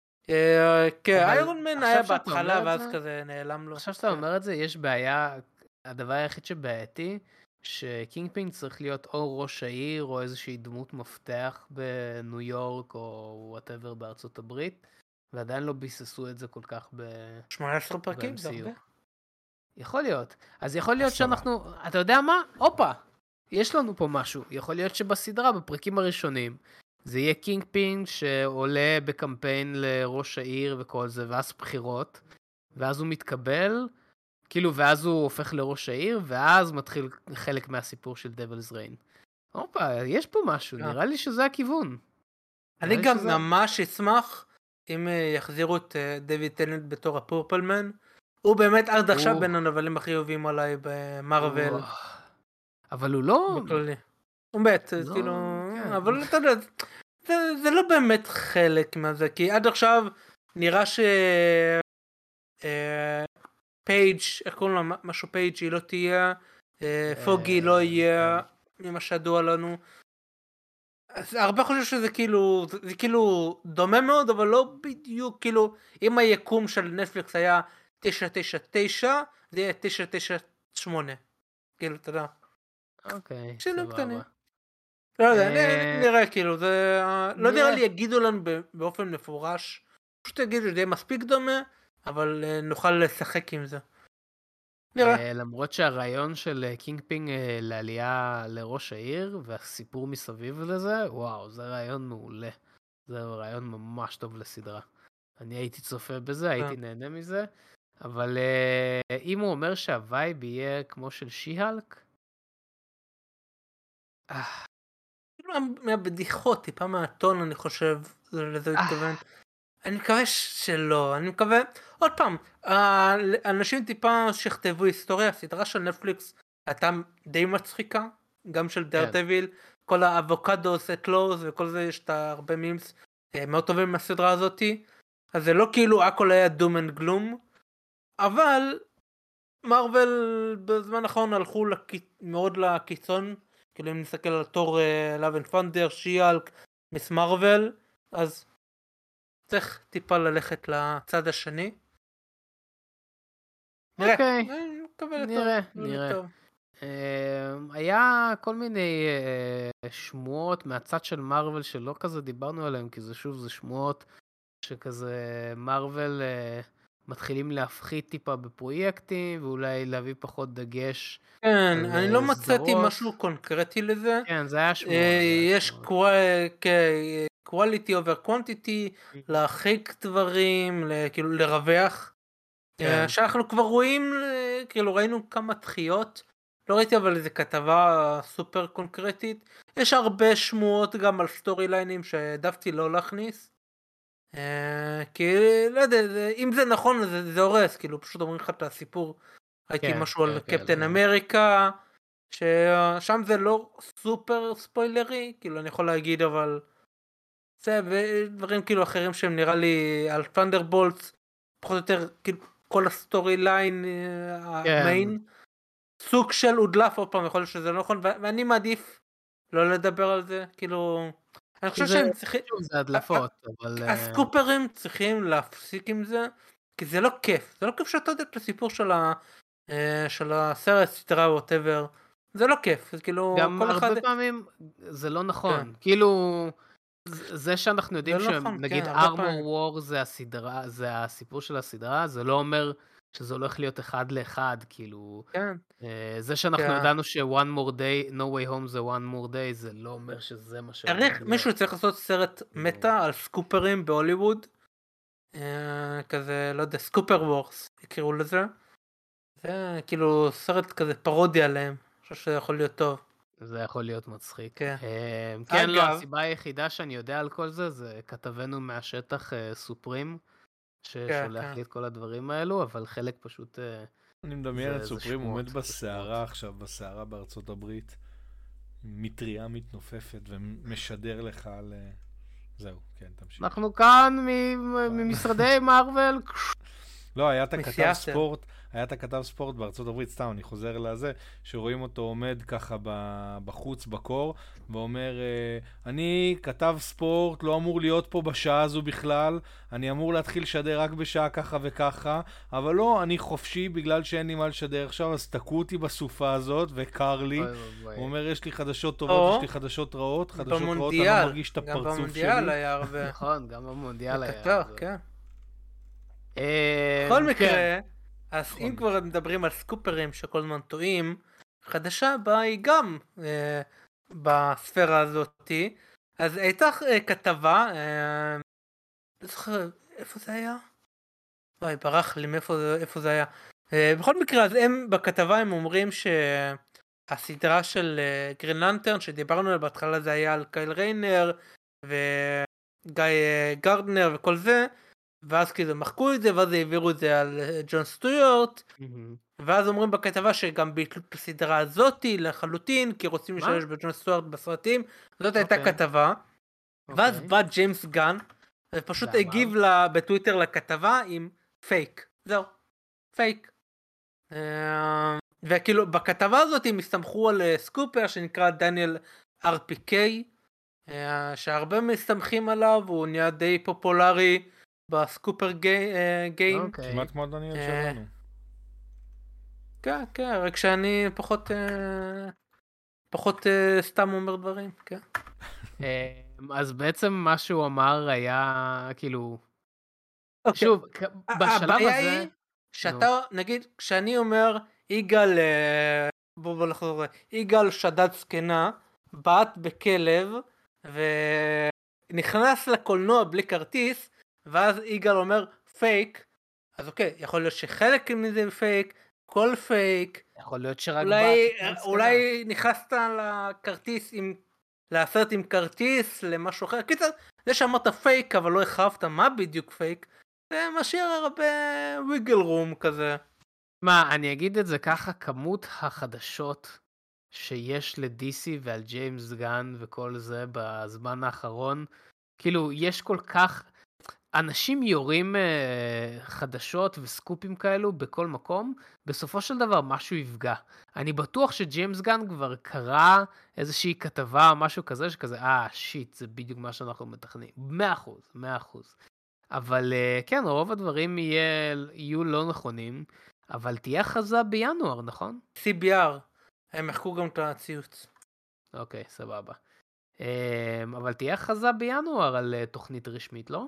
C: כן, איירון מן היה בהתחלה ואז כזה נעלם לו.
A: עכשיו שאתה אומר את זה, יש בעיה, הדבר היחיד שבעייתי, שקינגפין צריך להיות או ראש העיר או איזושהי דמות מפתח בניו יורק או whatever בארצות הברית, ועדיין לא ביססו את זה כל כך
C: 18 פרקים, זה הרבה.
A: יכול להיות. אז יכול להיות שאנחנו, אתה יודע מה? הופה, יש לנו פה משהו. יכול להיות שבסדרה, בפרקים הראשונים, זה יהיה קינגפין שעולה בקמפיין לראש העיר וכל זה, ואז בחירות, ואז הוא מתקבל, כאילו, ואז הוא הופך לראש העיר, ואז מתחיל חלק מהסיפור של דבילס ריין. הופה, יש פה משהו, נראה לי שזה הכיוון.
C: אני גם ממש אשמח אם יחזירו את דויד טננט בתור הפורפלמן. הוא באמת עד עכשיו בין הנבלים הכי אוהבים עליי במרוול.
A: אבל הוא לא...
C: בכללי. הוא מת, כאילו... אבל אתה יודע, זה לא באמת חלק מזה, כי עד עכשיו נראה ש... פייג', איך קוראים לה? משהו פייג' היא לא תהיה, פוגי לא יהיה, ממה שידוע לנו. אז הרבה חושב שזה כאילו, זה כאילו דומה מאוד, אבל לא בדיוק, כאילו, אם היקום של נטפליקס היה 999, זה יהיה 998. כאילו, אתה יודע.
A: אוקיי,
C: סבבה. לא יודע, נראה כאילו, זה... לא נראה לי יגידו לנו באופן מפורש, פשוט יגידו שזה יהיה מספיק דומה, אבל נוכל לשחק עם זה. נראה.
A: למרות שהרעיון של קינגפין לעלייה לראש העיר, והסיפור מסביב לזה, וואו, זה רעיון מעולה. זה רעיון ממש טוב לסדרה. אני הייתי צופה בזה, הייתי נהנה מזה, אבל אם הוא אומר שהווייב יהיה כמו של שי-הלק?
C: כאילו מהבדיחות, טיפה מהטון אני חושב, לזה התכוון. אני מקווה שלא, אני מקווה, עוד פעם, האנשים טיפה שכתבו היסטוריה, הסדרה של נטפליקס הייתה די מצחיקה, גם של דרדוויל, כל האבוקדו עושה קלוז וכל זה, יש את הרבה מימס מאוד טובים מהסדרה הזאתי, אז זה לא כאילו הכל היה דום אנד גלום, אבל מארוול בזמן האחרון הלכו מאוד לקיצון, כאילו אם נסתכל על תור לאב אנד פנדר, שי-הלק, מיס מארוול, אז צריך טיפה ללכת לצד השני.
A: אוקיי,
C: נראה.
A: היה כל מיני שמועות מהצד של מארוול שלא כזה דיברנו עליהם, כי זה שוב, זה שמועות שכזה מארוול מתחילים להפחית טיפה בפרויקטים, ואולי להביא פחות דגש.
C: כן, אני לא מצאתי משהו קונקרטי לזה.
A: כן, זה היה שמועות.
C: יש quality over quantity, להרחיק דברים, כאילו לרווח. שאנחנו כבר רואים, כאילו ראינו כמה דחיות, לא ראיתי אבל איזה כתבה סופר קונקרטית. יש הרבה שמועות גם על סטורי ליינים שהעדפתי לא להכניס. כי לא יודע, אם זה נכון זה הורס, כאילו פשוט אומרים לך את הסיפור. ראיתי משהו על קפטן אמריקה, ששם זה לא סופר ספוילרי, כאילו אני יכול להגיד, אבל זה ודברים כאילו אחרים שהם נראה לי על ת'נדרבולטס, פחות או יותר כאילו כל הסטורי ליין המיין, סוג של הודלף, עוד פעם יכול להיות שזה לא נכון, ואני מעדיף לא לדבר על זה, כאילו אני חושב שהם צריכים,
A: זה הדלפות, אבל
C: הסקופרים צריכים להפסיק עם זה, כי זה לא כיף, זה לא כיף שאתה יודע את הסיפור של הסרט, סדרה או whatever, זה לא כיף, זה כאילו
A: גם הרבה פעמים זה לא נכון, כאילו זה שאנחנו יודעים שנגיד ארמור וור זה הסדרה, זה הסיפור של הסדרה, זה לא אומר שזה הולך להיות אחד לאחד, כאילו זה שאנחנו ידענו ש-One More Day, No Way Home זה One More Day, זה לא אומר שזה מה ש...
C: מישהו צריך לעשות סרט מטה על סקופרים בהוליווד, כזה, לא יודע, סקופר וורס, יקראו לזה, זה כאילו סרט כזה פרודיה עליהם, אני חושב שזה יכול להיות טוב.
A: זה יכול להיות מצחיק. כן, לא, הסיבה היחידה שאני יודע על כל זה, זה כתבנו מהשטח סופרים, ששולח לי את כל הדברים האלו, אבל חלק פשוט...
B: אני מדמיין את סופרים עומד בסערה עכשיו, בסערה בארצות הברית, מטריה מתנופפת ומשדר לך על... זהו, כן, תמשיך.
A: אנחנו כאן ממשרדי מארוול.
B: לא, היה את הכתב ספורט בארצות הברית, סתם, אני חוזר לזה, שרואים אותו עומד ככה בחוץ, בקור, ואומר, אני כתב ספורט, לא אמור להיות פה בשעה הזו בכלל, אני אמור להתחיל לשדר רק בשעה ככה וככה, אבל לא, אני חופשי בגלל שאין לי מה לשדר עכשיו, אז תקעו אותי בסופה הזאת, וקר לי. הוא אומר, יש לי חדשות טובות, יש לי חדשות רעות, חדשות רעות, אני לא מרגיש את הפרצוף שלי.
C: גם במונדיאל היה הרבה.
A: נכון, גם במונדיאל היה.
C: כן. בכל מקרה, אז אם כבר מדברים על סקופרים שכל הזמן טועים, חדשה הבאה היא גם בספירה הזאת, אז הייתה כתבה, לא זוכר איפה זה היה? וואי, ברח לי מאיפה זה היה. בכל מקרה, אז הם בכתבה הם אומרים שהסדרה של גרין לנטרן שדיברנו עליה בהתחלה, זה היה על קייל ריינר וגיא גרדנר וכל זה, ואז כאילו מחקו את זה, ואז העבירו את זה על ג'ון סטיוארט, ואז אומרים בכתבה שגם ביטלו את הסדרה הזאתי לחלוטין, כי רוצים לשלש בג'ון סטיוארט בסרטים, זאת הייתה כתבה, ואז בא ג'יימס גן, ופשוט הגיב בטוויטר לכתבה עם פייק, זהו, פייק. וכאילו בכתבה הזאת הם הסתמכו על סקופר שנקרא דניאל RPK, שהרבה מסתמכים עליו, הוא נהיה די פופולרי, בסקופר גיים.
B: כמעט כמו דניאל שלנו.
C: כן, כן, רק שאני פחות סתם אומר דברים, כן.
A: אז בעצם מה שהוא אמר היה כאילו, שוב, בשלב הזה,
C: שאתה, נגיד, כשאני אומר יגאל, בוא נחזור, יגאל שדד זקנה, בעט בכלב, ונכנס לקולנוע בלי כרטיס, ואז יגאל אומר פייק, אז אוקיי, יכול להיות שחלק מזה פייק, כל פייק,
A: יכול להיות שרק
C: אולי נכנסת לכרטיס לסרט עם כרטיס למשהו אחר. קיצר, זה שאמרת פייק אבל לא החרבת מה בדיוק פייק, זה משאיר הרבה ויגל רום כזה.
A: מה, אני אגיד את זה ככה, כמות החדשות שיש ל-DC ועל ג'יימס גן וכל זה בזמן האחרון, כאילו יש כל כך, אנשים יורים חדשות וסקופים כאלו בכל מקום, בסופו של דבר משהו יפגע. אני בטוח שג'יימס גן כבר קרא איזושהי כתבה או משהו כזה, שכזה, שיט, זה בדיוק מה שאנחנו מתכננים. 100%. אבל כן, רוב הדברים יהיו לא נכונים, אבל תהיה הכרזה בינואר, נכון?
C: CBR, הם מחקו גם את הציוץ.
A: אוקיי, סבבה. אבל תהיה הכרזה בינואר על תוכנית רשמית, לא?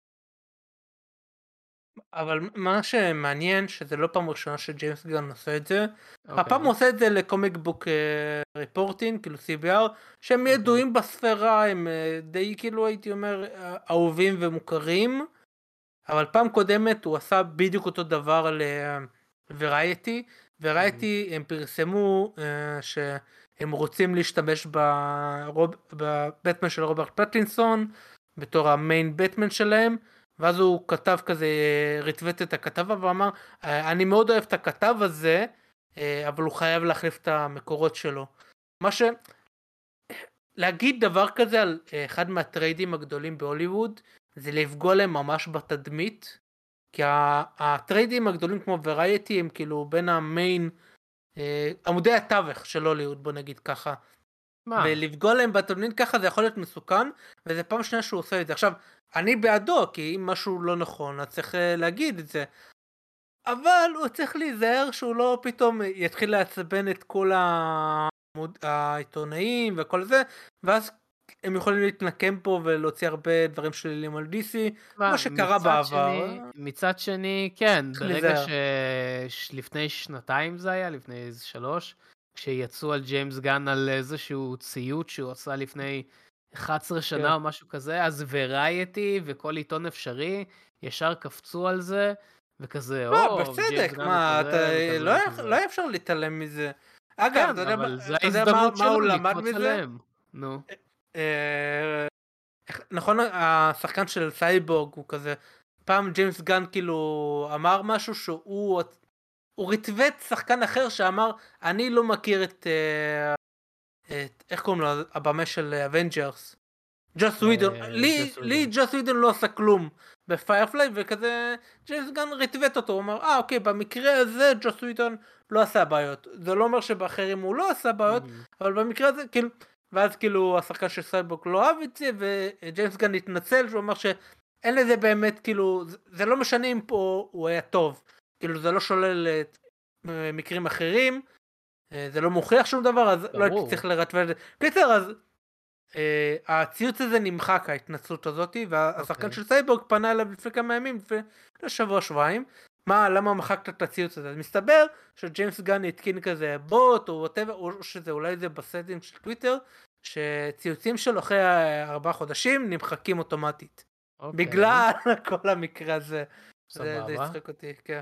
C: אבל מה שמעניין שזה לא פעם ראשונה שג'יימס גן עושה את זה.
A: אוקיי.
C: הפעם הוא עושה את זה לקומיק בוק ריפורטינג, כאילו CBR, שהם ידועים בספירה, הם די כאילו הייתי אומר אהובים ומוכרים, אבל פעם קודמת הוא עשה בדיוק אותו דבר על ורייטי. ורייטי הם פרסמו שהם רוצים להשתמש בבטמן של רוברט פטינסון בתור המיין בטמן שלהם, ואז הוא כתב כזה, ריטווט את הכתבה ואמר, אני מאוד אוהב את הכתב הזה, אבל הוא חייב להחליף את המקורות שלו. מה ש... להגיד דבר כזה על אחד מהטריידים הגדולים בהוליווד, זה לפגוע להם ממש בתדמית, כי הטריידים הגדולים כמו ורייטי הם כאילו בין המיין, עמודי התווך של הוליווד, בוא נגיד ככה.
A: מה?
C: ולפגוע להם בתדמית ככה זה יכול להיות מסוכן, וזה פעם שנייה שהוא עושה את זה. עכשיו, אני בעדו, כי אם משהו לא נכון, אז צריך להגיד את זה. אבל הוא צריך להיזהר שהוא לא פתאום יתחיל לעצבן את כל העיתונאים וכל זה, ואז הם יכולים להתנקם פה ולהוציא הרבה דברים שלילים על DC, כמו שקרה בעבר.
A: מצד שני, כן, ברגע
C: להיזהר.
A: שלפני שנתיים זה היה, לפני 3, כשיצאו על ג'יימס גן על איזשהו ציוט שהוא עשה לפני 11 שנה או משהו כזה, אז ורייטי וכל עיתון אפשרי ישר קפצו על זה, וכזה,
C: לא, בצדק, מה, לא היה אפשר להתעלם מזה. אגב, אתה יודע מה הוא למד מזה?
A: נו.
C: נכון, השחקן של סייבורג הוא כזה, פעם ג'יימס גן כאילו אמר משהו שהוא ריטווט שחקן אחר שאמר, אני לא מכיר את איך קוראים לו, הבמה של אבנג'רס. ג'וס ווידון, לי ג'וס ווידון לא עשה כלום בפיירפליי, וכזה ג'יימס גן ריטווט אותו, הוא אמר, אוקיי, במקרה הזה ג'וס ווידון לא עשה בעיות. זה לא אומר שבאחרים הוא לא עשה בעיות, אבל במקרה הזה, כאילו, ואז כאילו השחקן של סייבורג לא אהב את זה, וג'יימס גן התנצל, והוא אמר שאין לזה באמת, כאילו, זה לא משנה אם פה הוא היה טוב, כאילו זה לא שולל את מקרים אחרים, זה לא מוכיח שום דבר, אז לא הייתי צריך לרטווט את זה. קיצר, אז הציוץ הזה נמחק, ההתנצלות הזאת, והשחקן של סייבורג פנה אליו לפני כמה ימים, לשבוע שבועיים, למה מחקת את הציוץ הזה? אז מסתבר שג'יימס גן התקין כזה בוט, או שזה אולי זה בסטינג של טוויטר, שציוצים שלו אחרי 4 חודשים נמחקים אוטומטית. בגלל כל המקרה הזה. זה יצחק אותי, כן.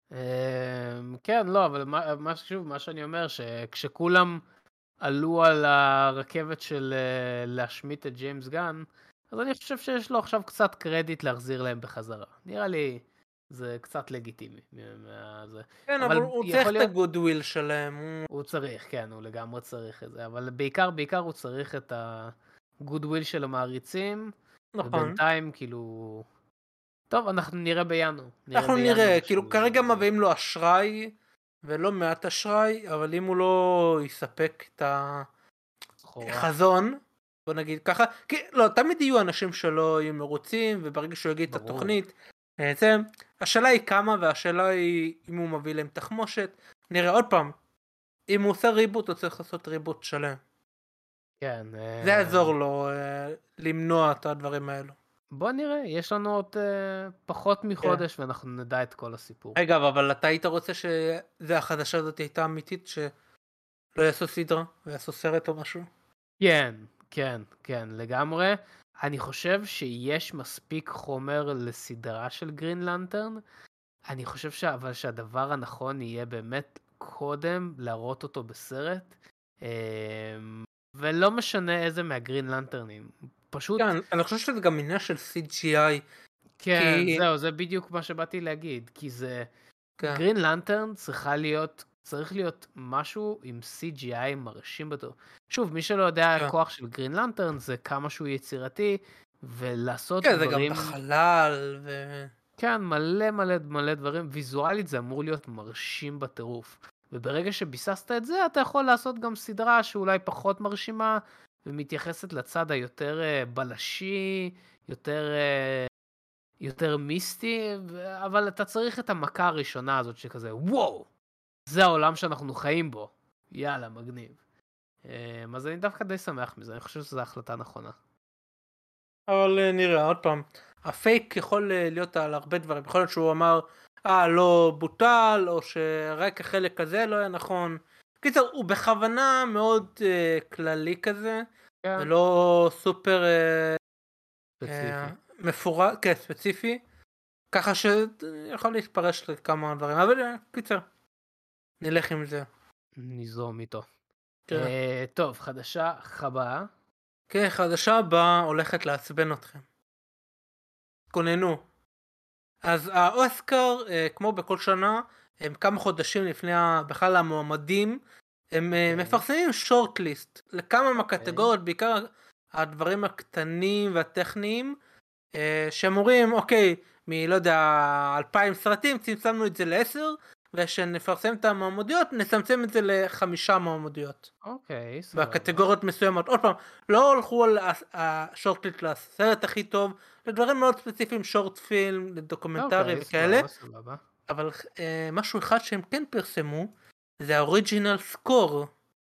A: כן, לא, אבל מה שאני אומר, שכשכולם עלו על הרכבת של להשמיט את ג'יימס גן, אז אני חושב שיש לו עכשיו קצת קרדיט להחזיר להם בחזרה. נראה לי זה קצת לגיטימי.
C: כן, אבל הוא צריך את הגודוויל שלהם.
A: הוא צריך, כן, הוא לגמרי צריך את זה, אבל בעיקר הוא צריך את הגודוויל של המעריצים.
C: נכון.
A: ובינתיים, כאילו... טוב, אנחנו נראה בינואר.
C: אנחנו נראה, כאילו כרגע מביאים לו אשראי, ולא מעט אשראי, אבל אם הוא לא יספק את החזון, בוא נגיד ככה, כי לא, תמיד יהיו אנשים שלא יהיו מרוצים, וברגע שהוא יגיד את התוכנית, השאלה היא כמה, והשאלה היא אם הוא מביא להם תחמושת. נראה עוד פעם, אם הוא עושה ריבוט, הוא צריך לעשות ריבוט שלם.
A: כן.
C: זה יעזור לו למנוע את הדברים האלו.
A: בוא נראה, יש לנו עוד פחות מחודש ואנחנו נדע את כל הסיפור.
C: רגע, אבל אתה היית רוצה שזה החדשה הזאת הייתה אמיתית, שלא יעשו סדרה ויעשו סרט או משהו?
A: כן, לגמרי. אני חושב שיש מספיק חומר לסדרה של גרין לנטרן, אני חושב אבל שהדבר הנכון יהיה באמת קודם להראות אותו בסרט, ולא משנה איזה מהגרין לנטרנים. פשוט...
C: כן, אני חושב שזה גם עניין של CGI.
A: כן,
C: כי...
A: זהו, זה בדיוק מה שבאתי להגיד, כי זה...
C: כן.
A: גרין לנטרן צריך להיות משהו עם CGI מרשים בטוב. שוב, מי שלא יודע,
C: כן.
A: הכוח של גרין לנטרן זה כמה שהוא יצירתי, ולעשות
C: כן,
A: דברים...
C: זה גם בחלל
A: כן, מלא דברים. ויזואלית זה אמור להיות מרשים בטירוף. וברגע שביססת את זה, אתה יכול לעשות גם סדרה שאולי פחות מרשימה, ומתייחסת לצד היותר בלשי, יותר מיסטי, אבל אתה צריך את המכה הראשונה הזאת שכזה, וואו, זה העולם שאנחנו חיים בו. יאללה, מגניב. אז אני דווקא די שמח מזה, אני חושב שזו החלטה נכונה.
C: אבל נראה, עוד פעם, הפייק יכול להיות על הרבה דברים, יכול להיות שהוא אמר, לא בוטל, או שרק החלק הזה לא היה נכון. קיצר, הוא בכוונה מאוד כללי כזה,
A: כן.
C: ולא סופר
A: ספציפי.
C: מפורט, כן, ספציפי, ככה שיכול להתפרש לכמה דברים, אבל קיצר, נלך עם זה.
A: נזרום איתו.
C: כן.
A: טוב, חדשה הבאה.
C: כן, חדשה הבאה הולכת לעצבן אתכם. כוננו. אז האוסקר, כמו בכל שנה, הם כמה חודשים לפני בכלל המועמדים, הם מפרסמים שורטליסט לכמה מהקטגוריות, בעיקר הדברים הקטנים והטכניים, שאמורים, אוקיי, לא יודע, 2,000 סרטים, צמצמנו את זה ל10, ושנפרסם את המועמדויות, נצמצם את זה ל5 מועמדויות.
A: אוקיי, סבבה.
C: בקטגוריות מסוימות. עוד פעם, לא הולכו על השורטליסט לסרט הכי טוב, לדברים מאוד ספציפיים, שורט פילם, לדוקומנטרי וכאלה.
A: סבבה.
C: אבל משהו אחד שהם כן פרסמו, זה האוריג'ינל סקור.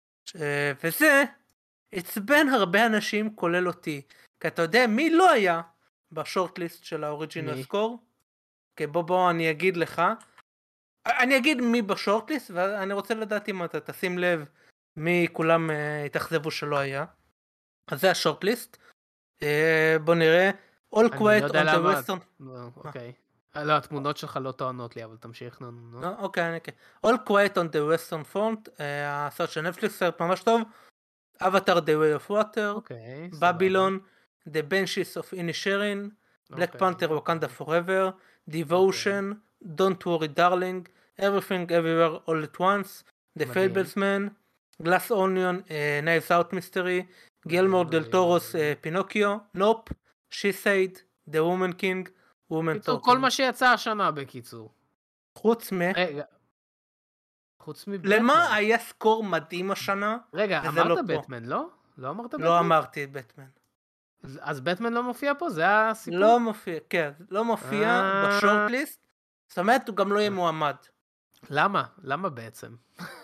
C: וזה עצבן הרבה אנשים כולל אותי. כי אתה יודע מי לא היה בשורטליסט של האוריג'ינל סקור? כי בוא אני אגיד לך. אני אגיד מי בשורטליסט, ואני רוצה לדעת אם אתה תשים לב מי כולם התאכזבו שלא היה. אז זה השורטליסט. בוא נראה. All Quiet on the Western...
A: אוקיי. לא, התמונות שלך לא טוענות לי, אבל תמשיך.
C: אוקיי. All Quiet on the Western Front, הסרט של נטפליקס, סרט ממש טוב. Avatar The Way of Water, Babylon, The Banshees of Inisherin, Black Panther Wakanda Forever, Devotion, Don't Worry Darling, Everything Everywhere All at Once, The Fablesman, Glass Onion, Knives Out Mystery, Guillermo del Toro's Pinocchio, Nope, She Said, The Woman King, Woman Talking.
A: כל מה שיצא השנה בקיצור.
C: חוץ
A: מבטמן.
C: למה היה סקור מדהים השנה?
A: רגע, אמרת בטמן, לא? לא אמרת בטמן?
C: לא אמרתי בטמן.
A: אז בטמן לא מופיע פה? זה הסיפור?
C: לא מופיע, כן. לא מופיע בשורטליסט. זאת אומרת, הוא גם לא יהיה מועמד.
A: למה? למה בעצם?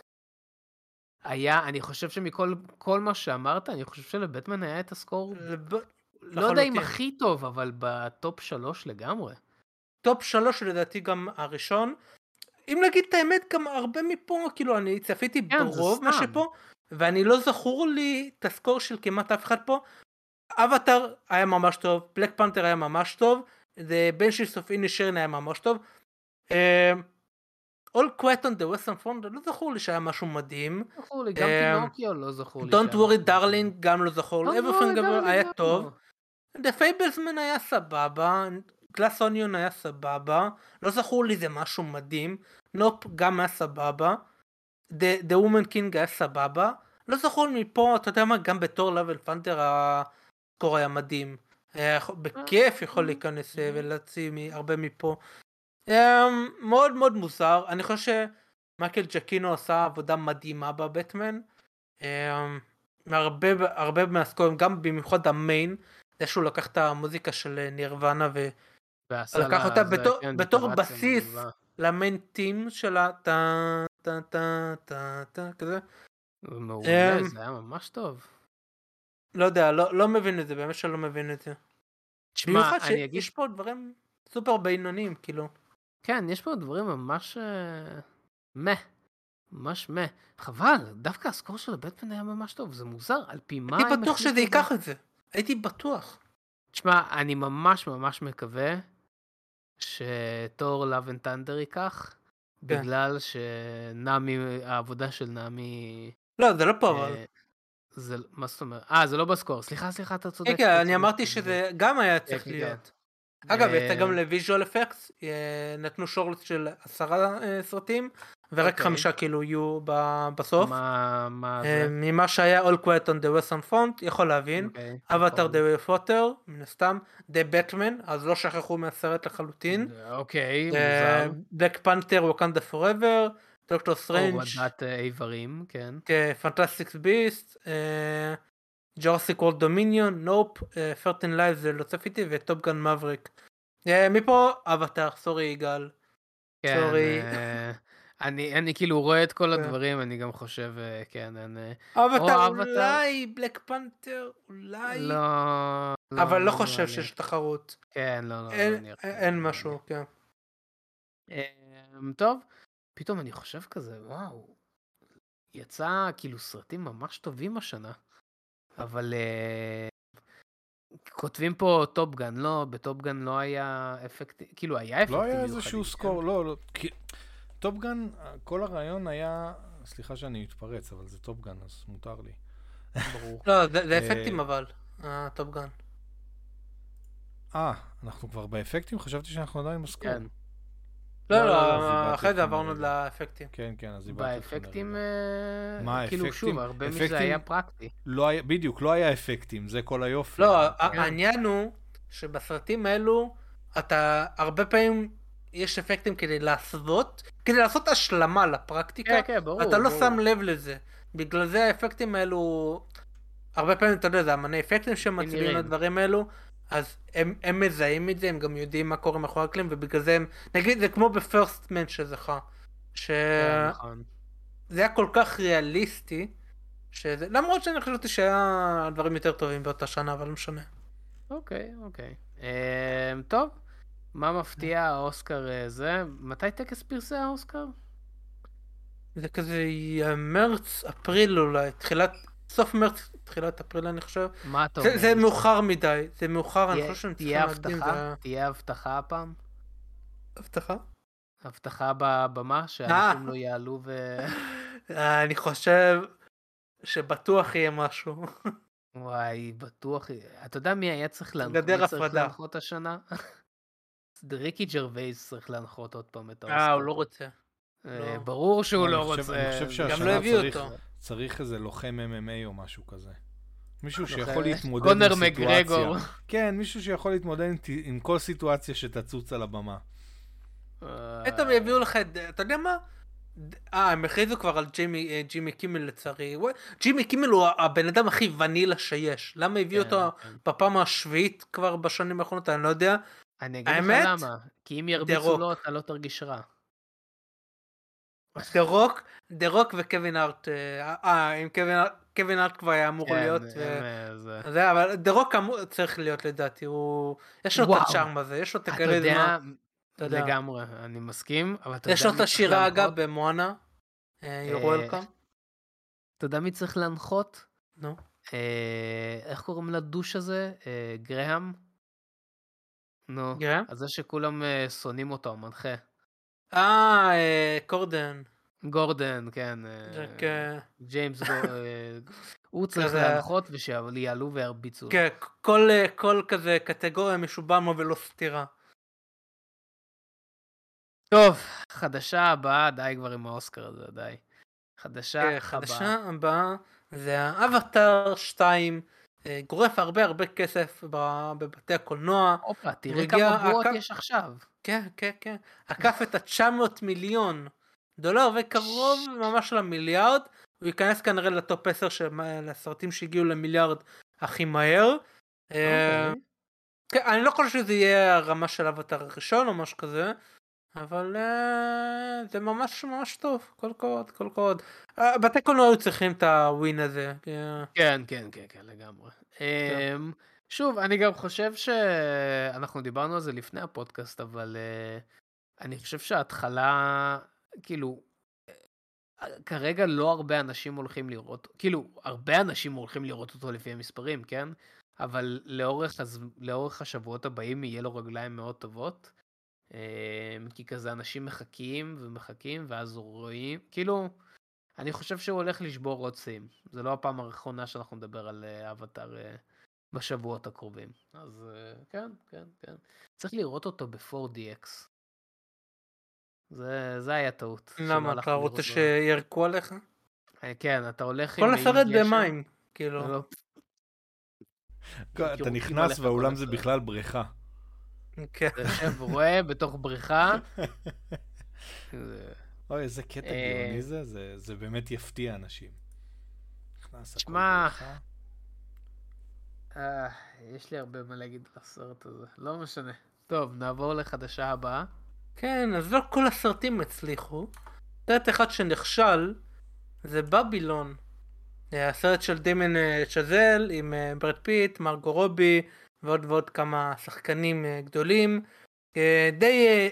A: אני חושב שמכל מה שאמרת, אני חושב שלבטמן היה את הסקור, לא יודע אם הכי טוב, אבל בטופ 3 לגמרי.
C: טופ 3 לדעתי גם הראשון. אם נגיד את האמת, גם הרבה מפה, כאילו אני צפיתי ברוב מה שפה, ואני לא זכור לי את הסקור של כמעט אף אחד פה. אבטר היה ממש טוב, בלק פנתר היה ממש טוב, The Banshees of Inisherin היה ממש טוב. All Quiet on the Western Front, לא זכור לי שהיה משהו מדהים.
A: זכור לי, גם פינוקיו לא זכור לי.
C: Don't Worry Darling גם לא זכור לי. Everything היה טוב. The Fablesman היה סבבה. Glass Onion היה סבבה. לא זכור לי זה משהו מדהים. נופ גם היה סבבה. The Woman King היה סבבה. לא זכור מפה, אתה יודע מה, גם בתור לבל פנתר הסקור היה מדהים. בכיף יכול להיכנס ולהוציא הרבה מפה. מאוד מאוד מוזר. אני חושב שמייקל ג'קינו עשה עבודה מדהימה בבטמן. הרבה מהסקורים, גם במיוחד המיין, זה שהוא לקח את המוזיקה של נירוונה ולקח אותה בתור בסיס למיין טים שלה, כזה.
A: מעולה, זה היה ממש טוב.
C: לא יודע, לא מבין את זה, באמת שלא מבין את זה. במיוחד שיש פה דברים סופר בינוניים, כאילו.
A: כן, יש פה דברים ממש ממש חבל, דווקא הסקור של הבטמן היה ממש טוב, זה מוזר, על פי מה...
C: הייתי בטוח שזה ייקח את זה, הייתי בטוח.
A: תשמע, אני ממש מקווה שתור לאב אנד טנדר ייקח, בגלל שנעמי, העבודה של נעמי...
C: לא, זה לא פה אבל.
A: מה זאת אומרת? זה לא בסקור. סליחה, אתה צודק.
C: כן, אני אמרתי שזה גם היה צריך להיות. אגב, יצא גם לוויז'ואל אפקטס, נתנו שורט של 10 סרטים, ורק 5 כאילו יהיו בסוף.
A: מה זה?
C: ממה שהיה All Quiet on the Western Front, יכול להבין. Avatar The Way of Water, מן הסתם. The Batman, אז לא שכחו מהסרט לחלוטין.
A: אוקיי, מוזר.
C: Black Panther, Wakanda Forever, דוקטור סטרנג'.
A: הורדת איברים, כן.
C: Fantastic Beasts, Jurassic World Dominion, Nope, 13 Lives זה לא צפיתי, וטופ גן מבריק. מפה אבטר, סורי יגאל. סורי.
A: אני כאילו רואה את כל הדברים, אני גם חושב, כן,
C: אבטר אולי, בלק פנתר אולי.
A: לא.
C: אבל לא חושב שיש תחרות.
A: כן, לא.
C: אין משהו, כן.
A: טוב, פתאום אני חושב כזה, וואו, יצא כאילו סרטים ממש טובים השנה, אבל כותבים פה טופגן, לא, בטופגן לא היה אפקט, כאילו היה אפקטים
B: לא
A: מיוחדים.
B: היה איזשהו סקור, לא, טופגן, כל הרעיון היה, סליחה שאני מתפרץ, אבל זה טופגן, אז מותר לי.
A: ברור.
C: לא, זה אפקטים אבל, טופגן.
B: אנחנו כבר באפקטים? חשבתי שאנחנו עדיין בסקור.
A: כן.
C: לא, אחרי זה עברנו לאפקטים.
B: כן, אז איבדתי.
A: באפקטים,
B: מה,
A: כאילו שוב, הרבה מזה היה פרקטי.
B: בדיוק, לא היה אפקטים, זה כל היופי.
C: לא, העניין הוא שבסרטים האלו, אתה הרבה פעמים יש אפקטים כדי לעשות השלמה לפרקטיקה, אתה לא שם לב לזה. בגלל זה האפקטים האלו, הרבה פעמים אתה יודע, זה אמני אפקטים שמצביעים לדברים האלו, אז הם מזהים את זה, הם גם יודעים מה קורה מאחורי הקלעים, ובגלל זה הם, נגיד, זה כמו בפרסט מן שזכה, שזה היה כל כך ריאליסטי, למרות שאני חושבתי שהיה דברים יותר טובים באותה שנה, אבל לא משנה.
A: אוקיי. טוב, מה מפתיע האוסקר זה? מתי טקס פרסי האוסקר?
C: זה כזה מרץ, אפריל אולי, סוף מרץ, תחילת אפריל אני חושב.
A: מה אתה אומר?
C: זה מאוחר מדי, זה מאוחר, אני חושב שהם צריכים להקדים.
A: תהיה הבטחה הפעם?
C: הבטחה?
A: הבטחה בבמה, שאנשים לא יעלו
C: אני חושב שבטוח יהיה משהו.
A: וואי, בטוח. אתה יודע מי היה צריך להנחות השנה? ריקי ג'רווייס צריך להנחות עוד פעם את האוסקר.
C: הוא לא רוצה.
A: ברור שהוא לא רוצה.
B: אני חושב שהשנה צריך איזה לוחם MMA או משהו כזה. מישהו שיכול להתמודד עם סיטואציה. קונר מגרגור. כן, מישהו שיכול להתמודד עם כל סיטואציה שתצוץ על הבמה.
C: פתאום יביאו לך, אתה יודע מה? הם הכריזו כבר על ג'ימי קימל לצערי. ג'ימי קימל הוא הבן אדם הכי ונילה שיש. למה הביאו אותו בפעם השביעית כבר בשנים האחרונות? אני לא יודע.
A: אני אגיד לך למה. כי אם ירביצו לו אתה לא תרגיש רע.
C: דה רוק וקווין ארט, אם קווין ארט כבר היה אמור להיות, אבל דה רוק צריך להיות לדעתי, יש לו את הצ'ארם הזה, יש לו את הכריזמה.
A: אתה יודע, לגמרי, אני מסכים,
C: יש לו את השירה אגב במואנה, You're welcome.
A: אתה יודע מי צריך להנחות?
C: נו.
A: איך קוראים לדוש הזה? גרהם? נו, אז זה שכולם שונאים אותו, מנחה. גורדן, כן. ג'יימס הוא צריך להנחות ושיעלו וירביצו.
C: כן, כל כזה קטגוריה משובע לו ולא סתירה.
A: טוב, חדשה הבאה, די כבר עם האוסקר הזה, די. חדשה
C: הבאה זה האבטר 2, גורף הרבה כסף בבתי הקולנוע.
A: אופה, תראה כמה בועות יש עכשיו.
C: כן. עקף את $900 מיליון, וקרוב ממש למיליארד, הוא ייכנס כנראה לטופ 10 של הסרטים שהגיעו למיליארד הכי מהר. אני לא חושב שזה יהיה הרמה של האבטר הראשון או משהו כזה, אבל זה ממש טוב, כל כבוד. בתי קולנוע היו צריכים את הווין הזה.
A: כן, לגמרי. שוב, אני גם חושב שאנחנו דיברנו על זה לפני הפודקאסט, אבל אני חושב שההתחלה, כאילו, כרגע לא הרבה אנשים הולכים לראות, כאילו, הרבה אנשים הולכים לראות אותו לפי המספרים, כן? אבל לאורך השבועות הבאים יהיה לו רגליים מאוד טובות. כי כזה אנשים מחכים ומחכים, ואז רואים, כאילו, אני חושב שהוא הולך לשבור עוד שיאים. זה לא הפעם האחרונה שאנחנו נדבר על אבטאר בשבועות הקרובים. אז כן, כן, כן. צריך לראות אותו ב-4DX. זה היה טעות.
C: למה, אתה רוצה שירקו עליך?
A: כן, אתה הולך
C: כל
A: עם
C: הסרט
A: גשם.
C: במים, כאילו.
A: לא.
B: אתה נכנס והאולם זה בכלל בריכה.
C: כן.
A: אתה יושב רואה בתוך בריכה.
B: אוי, איזה קטע גאוני זה באמת יפתיע אנשים. נכנס הכל
A: שמע,
B: בריכה.
A: יש לי הרבה מה להגיד על הסרט הזה, לא משנה. טוב, נעבור לחדשה הבאה.
C: כן, אז לא כל הסרטים הצליחו. סרט אחד שנכשל זה בבילון. הסרט של דיימן צ'זל עם ברד פיט, מרגו רובי ועוד ועוד כמה שחקנים גדולים. די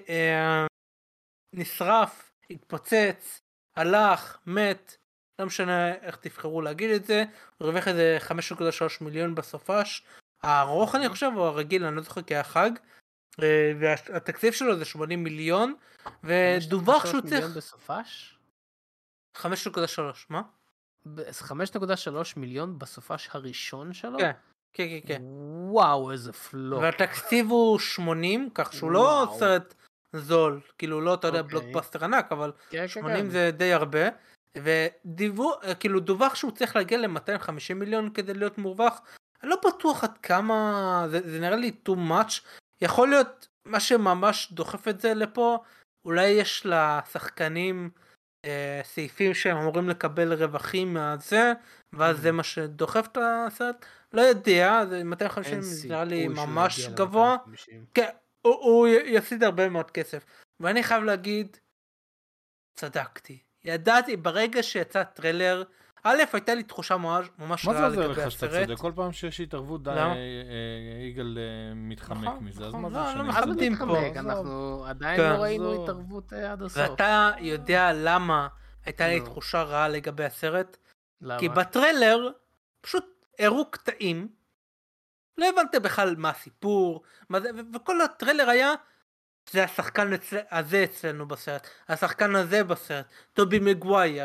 C: נשרף, התפוצץ, הלך, מת, לא משנה איך תבחרו להגיד את זה. הוא הרוויח איזה 5.3 מיליון בסופש. הארוך אני חושב, או הרגיל, אני לא זוכר כהחג. והתקציב שלו זה 80 מיליון, ודווח שהוא צריך...
A: 5.3 בסופש?
C: 5.3, מה?
A: 5.3 מיליון בסופש הראשון שלו?
C: כן, כן, כן, כן.
A: וואו, איזה פלופ.
C: והתקציב הוא 80, כך שהוא לא סרט זול, כאילו לא, אתה יודע, בלוקבאסטר ענק, אבל 80 זה די הרבה. וכאילו דווח שהוא צריך להגיע ל-250 מיליון כדי להיות מורווח. אני לא בטוח עד כמה, זה נראה לי too much. יכול להיות מה שממש דוחף את זה לפה, אולי יש לשחקנים סעיפים שהם אמורים לקבל רווחים מהזה, ואז זה מה שדוחף את הסרט. לא יודע, זה 250 נראה לי ממש גבוה. כן, הוא יפסיד הרבה מאוד כסף. ואני חייב להגיד, צדקתי. ידעתי, ברגע שיצא טריילר, א', הייתה לי תחושה ממש רעה לגבי הסרט.
B: מה זה עוזר לך שאתה צודק? כל פעם שיש התערבות יגאל מתחמק מזה, אז מה זה משנה?
A: מה זה מתחמק? אנחנו עדיין לא ראינו התערבות עד הסוף.
C: ואתה יודע למה הייתה לי תחושה רעה לגבי הסרט?
A: למה?
C: כי בטריילר פשוט הראו קטעים, לא הבנתם בכלל מה הסיפור, וכל הטריילר היה, זה השחקן הזה אצלנו בסרט, השחקן הזה בסרט, טובי מגווייר,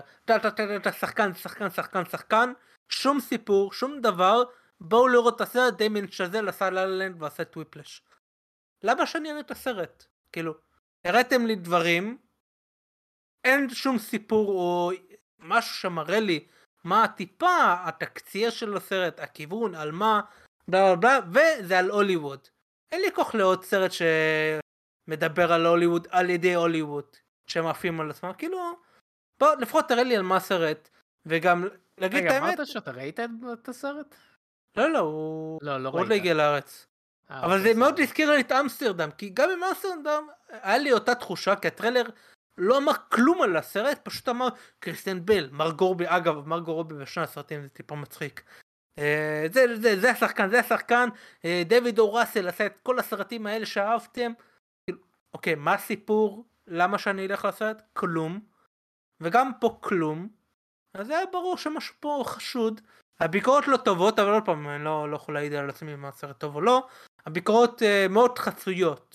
C: שחקן, שום סיפור, שום דבר. בואו לראות את הסרט, דיימן צ'זל עשה ללנד ועשה טוויפלש. למה שאני אראה את הסרט? כאילו, הראיתם לי דברים, אין שום סיפור או משהו שמראה לי מה הטיפה, התקציר של הסרט, הכיוון, על מה, בלה בלה, וזה על הוליווד. אין לי כוח לעוד סרט שמדבר על הוליווד, על ידי הוליווד, שהם עפים על עצמם, כאילו, בוא, לפחות תראה לי על מה הסרט, וגם להגיד את האמת.
A: רגע, אמרת שאתה ראית את הסרט?
C: לא, הוא
A: לא
C: עוד לא הגיע לארץ. אבל זה מאוד הזכיר לי את אמסטרדם, כי גם עם אמסטרדם היה לי אותה תחושה, כי הטריילר לא אמר כלום על הסרט, פשוט אמר קריסטיאן בל, מרגו רובי, אגב, מרגו רובי בשני הסרטים זה טיפה מצחיק. זה השחקן, דיוויד או ראסל עשה את כל הסרטים האלה שאהבתם. אוקיי, מה הסיפור? למה שאני אלך לסרט? כלום. וגם פה כלום. אז זה היה ברור שמשהו פה חשוד. הביקורות לא טובות, אבל עוד פעם, אני לא יכול להעיד על עצמי מה הסרט טוב או לא. הביקורות מאוד חצויות.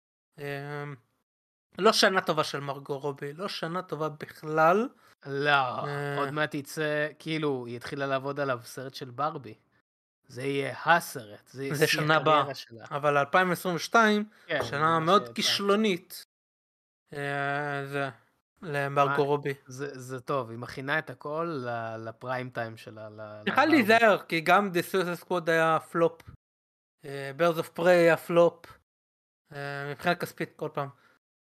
C: לא שנה טובה של מרגו רובי, לא שנה טובה בכלל.
A: לא, עוד מעט יצא, כאילו, היא התחילה לעבוד עליו סרט של ברבי. זה יהיה הסרט.
C: זה שנה הבאה. אבל 2022, שנה מאוד כישלונית. זה... למרגו רובי.
A: זה טוב, היא מכינה את הכל לפריים טיים שלה.
C: צריכה להיזהר, כי גם The Suicide Squad היה פלופ. Birds of Prey היה פלופ. מבחינת כספית כל פעם.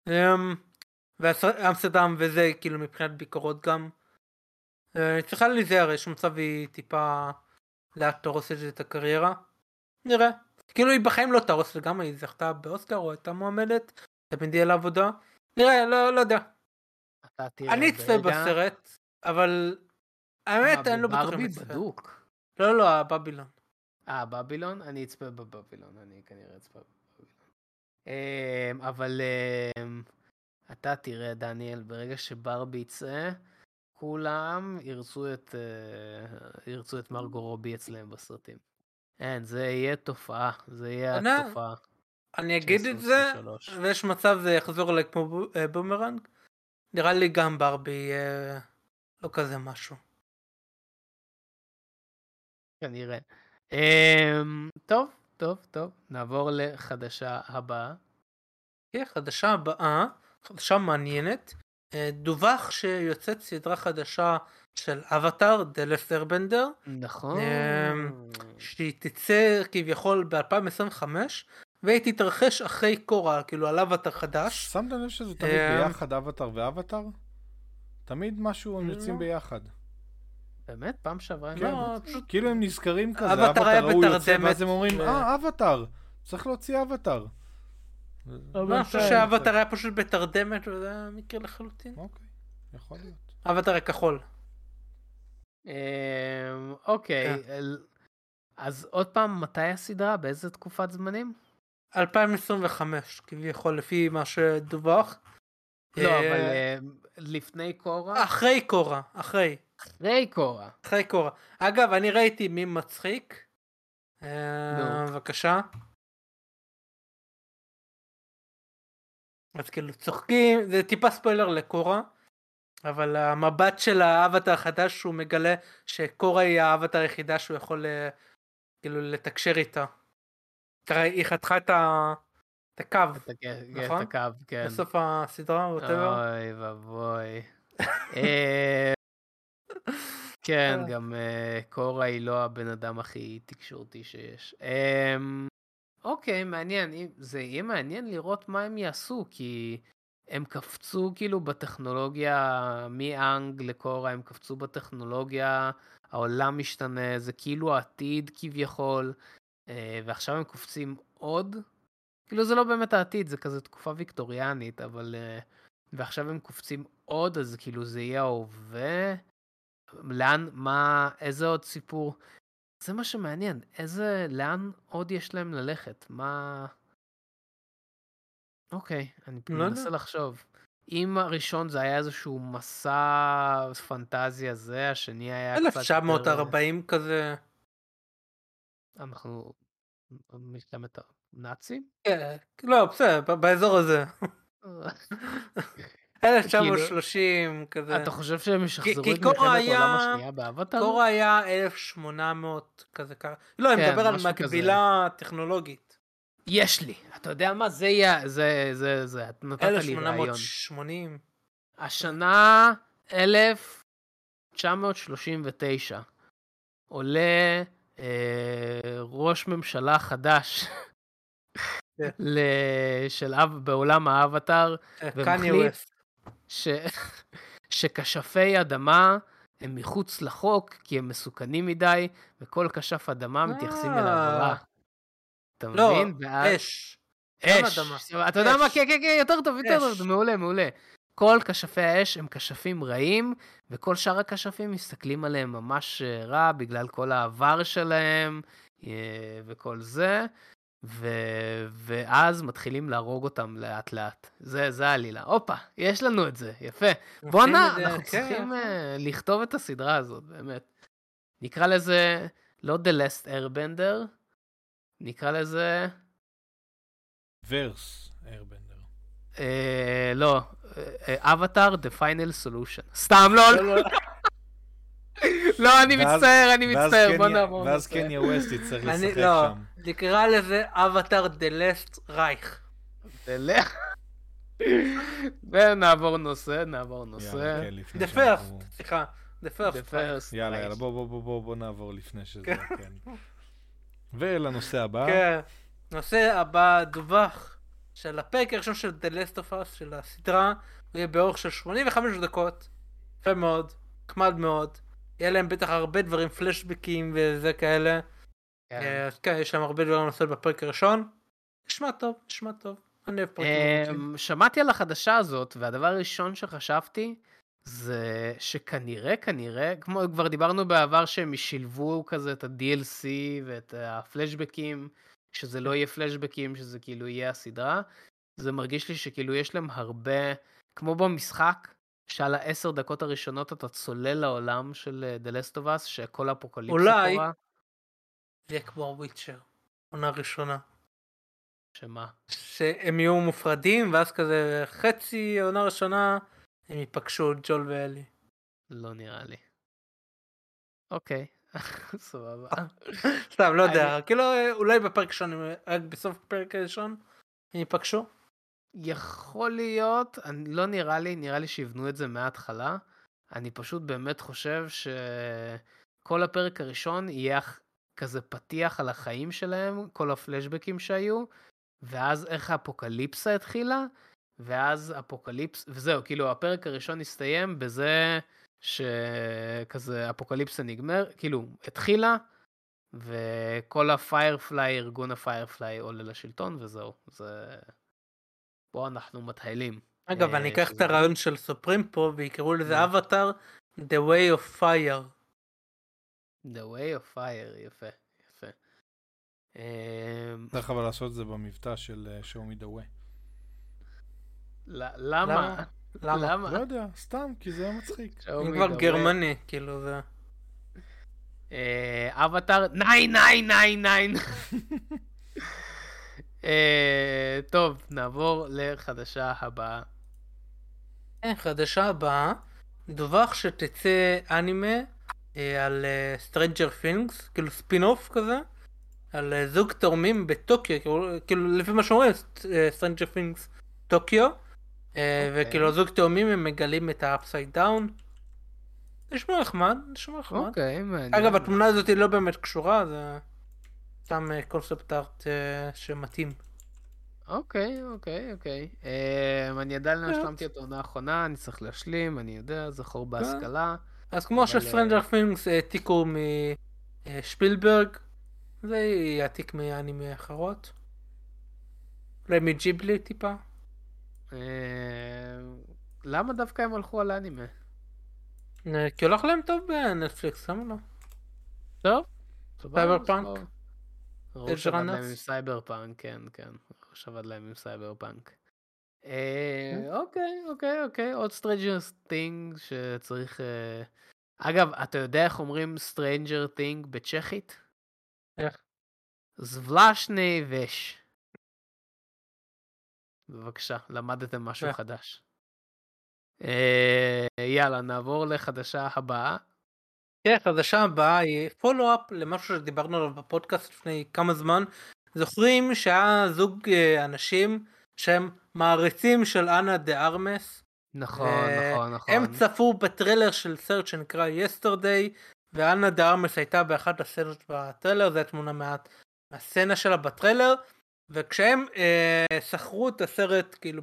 C: ואמסטרדם וזה כאילו מבחינת ביקורות גם. צריכה להיזהר, יש מצב היא טיפה לאט תורסת את הקריירה. נראה. כאילו היא בחיים לא תרוס, וגם היא זכתה באוסקר או הייתה מועמדת. תמיד יהיה לעבודה. נראה, לא יודע. אני אצפה בסרט, אבל האמת אני לא בטוח אם אצפה.
A: בדוק.
C: לא, הבבילון.
A: בבילון? אני אצפה בבבילון, אני כנראה אצפה בבבילון. אבל אתה תראה, דניאל, ברגע שברבי יצא, כולם ירצו את מרגו רובי אצלם בסרטים. אין, זה יהיה תופעה, זה יהיה התופעה.
C: אני אגיד את זה,
A: 2023.
C: ויש מצב זה יחזור אליי כמו בומרנג. נראה לי גם ברבי לא כזה משהו.
A: כנראה. טוב, נעבור לחדשה הבאה.
C: כן, חדשה הבאה, חדשה מעניינת. דווח שיוצאת סדרה חדשה של אבטאר, The Last Airbender,
A: נכון.
C: שהיא תצא כביכול ב-2025, והיא תתרחש אחרי קורה, כאילו על אבטאר חדש.
B: שמת לב שזה תמיד ביחד אבטאר ואבטאר? תמיד משהו הם יוצאים ביחד.
A: באמת? פעם שעברה?
B: כאילו הם נזכרים כזה,
C: אבטאר היה
B: הוא יוצא,
C: בתרדמת.
B: ואז הם אומרים, אבטאר, צריך להוציא אבטאר.
C: אני חושב שהאבטאר היה פשוט בתרדמת, וזה היה מקרה לחלוטין.
B: אוקיי, יכול להיות.
C: אבטאר הכחול.
A: אוקיי, אז עוד פעם, מתי הסדרה? באיזה תקופת זמנים?
C: 2025, כביכול, לפי מה שדווח.
A: לא, אבל לפני קורה?
C: אחרי קורה, אחרי קורה. אגב, אני ראיתי מי מצחיק. בבקשה. אז כאילו צוחקים, זה טיפה ספוילר לקורה, אבל המבט של האבטר החדש הוא מגלה שקורה היא האבטר היחידה שהוא יכול כאילו לתקשר איתה. תראה, היא חתכה את הקו, נכון?
A: את הקו, כן.
C: בסוף הסדרה,
A: אוי ובוי. כן, גם קורה היא לא הבן אדם הכי תקשורתי שיש. אוקיי, מעניין. זה יהיה מעניין לראות מה הם יעשו, כי הם קפצו כאילו בטכנולוגיה, מאנג לקורה, הם קפצו בטכנולוגיה, העולם משתנה, זה כאילו העתיד כביכול, ועכשיו הם קופצים עוד. כאילו זה לא באמת העתיד, זה כזה תקופה ויקטוריאנית, אבל... ועכשיו הם קופצים עוד, אז כאילו זה יהיה ההווה. לאן, מה, איזה עוד סיפור? זה מה שמעניין, לאן עוד יש להם ללכת? מה... אוקיי, אני מנסה לחשוב. אם הראשון זה היה איזשהו מסע פנטזיה זה, השני היה קצת...
C: 1940 כזה.
A: אנחנו... מלחמת הנאצים?
C: כן, לא, בסדר, באזור הזה. 1930 כזה.
A: אתה חושב שהם ישחזרו את מלחמת העולם השנייה באבטאר?
C: קורה היה 1800 כזה ככה. לא, אני מדבר על מקבילה טכנולוגית.
A: יש לי, אתה יודע מה? זה יהיה, זה, נתת לי רעיון.
C: 1880.
A: השנה 1939. עולה ראש ממשלה חדש בעולם האבטאר, ומחליט שכשפי אדמה הם מחוץ לחוק, כי הם מסוכנים מדי, וכל כשף אדמה מתייחסים אליו רע. אתה מבין?
C: אש.
A: אתה יודע מה? כן, יותר טוב, מעולה. כל כשפי האש הם כשפים רעים, וכל שאר הכשפים מסתכלים עליהם ממש רע, בגלל כל העבר שלהם, וכל זה, ואז מתחילים להרוג אותם לאט לאט. זה העלילה. הופה, יש לנו את זה, יפה. בוא אנחנו צריכים לכתוב את הסדרה הזאת, באמת. נקרא לזה, לא The Last Airbender, נקרא לזה...
B: ורס Airbender.
A: לא, Avatar The Final Solution. סתם, לא. לא, אני מצטער, בוא נעבור.
B: ואז קניה ווסט יצטרך לשחק שם.
C: לא, נקרא לזה Avatar The Last Reich.
A: ונעבור נושא.
C: The First, סליחה. The First.
B: יאללה, בוא נעבור לפני שזה, כן. ולנושא הבא.
C: כן, נושא הבא דווח של הפרק הראשון של The Last of Us, של הסדרה, הוא יהיה באורך של 85 דקות, יפה מאוד, נחמד מאוד, יהיה להם בטח הרבה דברים, פלשבקים וזה כאלה, אז כן, יש להם הרבה דברים לעשות בפרק הראשון, נשמע טוב, אני אוהב פרקים.
A: שמעתי על החדשה הזאת, והדבר הראשון שחשבתי, זה שכנראה, כמו כבר דיברנו בעבר שהם ישילבו כזה את ה-DLC ואת הפלשבקים, שזה לא יהיה פלשבקים, שזה כאילו יהיה הסדרה, זה מרגיש לי שכאילו יש להם הרבה, כמו במשחק, שעל 10 דקות הראשונות אתה צולל לעולם של The Last of Us, שכל אפוקליפסה קורה.
C: אולי, זה כמו הוויצ'ר, עונה ראשונה.
A: שמה?
C: שהם יהיו מופרדים, ואז כזה חצי העונה הראשונה, הם ייפגשו ג'ול ואלי.
A: לא נראה לי. אוקיי, סבבה.
C: סתם, לא יודע, כאילו אולי בפרק ראשון, רק בסוף הפרק הראשון, הם ייפגשו.
A: יכול להיות, לא נראה לי שיבנו את זה מההתחלה. אני פשוט באמת חושב שכל הפרק הראשון יהיה כזה פתיח על החיים שלהם, כל הפלשבקים שהיו, ואז איך האפוקליפסה התחילה, ואז וזהו, כאילו הפרק הראשון הסתיים בזה שכזה אפוקליפסה נגמר, כאילו התחילה, וכל הפיירפליי, ארגון הפיירפליי עולה לשלטון, וזהו, זה... פה אנחנו מתחילים.
C: אגב, אני אקח את הרעיון של סופרים פה, ויקראו לזה אבטר, The Way of Fire.
A: The Way of Fire, יפה, יפה.
B: צריך אבל לעשות את זה במבטא של Show me the way.
A: למה? למה?
B: לא יודע, סתם, כי זה מצחיק.
C: זה כבר גרמני, כאילו זה...
A: אבטר 9999. טוב, נעבור לחדשה הבאה.
C: חדשה הבאה, דווח שתצא אנימה על Stranger Things, כאילו ספין-אוף כזה, על זוג תורמים בטוקיו, כאילו לפי מה שאומרים, Stranger Things טוקיו, וכאילו זוג תורמים הם מגלים את ה-upside down. נשמע נחמד, נשמע נחמד.
A: אוקיי, מעניין.
C: אגב, התמונה הזאת היא לא באמת קשורה, זה סתם קונספט ארט שמתאים.
A: אוקיי. אני עדיין לא השלמתי את העונה האחרונה, אני צריך להשלים, אני יודע, זכור בהשכלה.
C: אז כמו שסטרנג'ר פינגס העתיקו משפילברג, זה יעתיק מאנימה אחרות. אולי מג'יבלי טיפה.
A: למה דווקא הם הלכו על אנימה?
C: כי הולך להם טוב בנטפליקס, למה לא?
A: טוב.
C: סייבר פאנק.
A: ראש עבד להם עם סייבר פאנק, כן. ראש עבד להם עם סייבר פאנק. אוקיי. עוד Stranger Thing שצריך... אגב, אתה יודע איך אומרים Stranger Thing בצ'כית?
C: איך?
A: זבלשני וש. בבקשה, למדתם משהו חדש. יאללה, נעבור לחדשה הבאה.
C: כן, החדשה הבאה היא פולו-אפ למשהו שדיברנו עליו בפודקאסט לפני כמה זמן. זוכרים שהיה זוג אנשים שהם מעריצים של אנה דה ארמס.
A: נכון.
C: הם צפו בטריילר של סרט שנקרא Yesterday, ואנה דה ארמס הייתה באחד הסצנות בטריילר, זה תמונה מעט מהסצנה שלה בטריילר, וכשהם שכרו את הסרט כאילו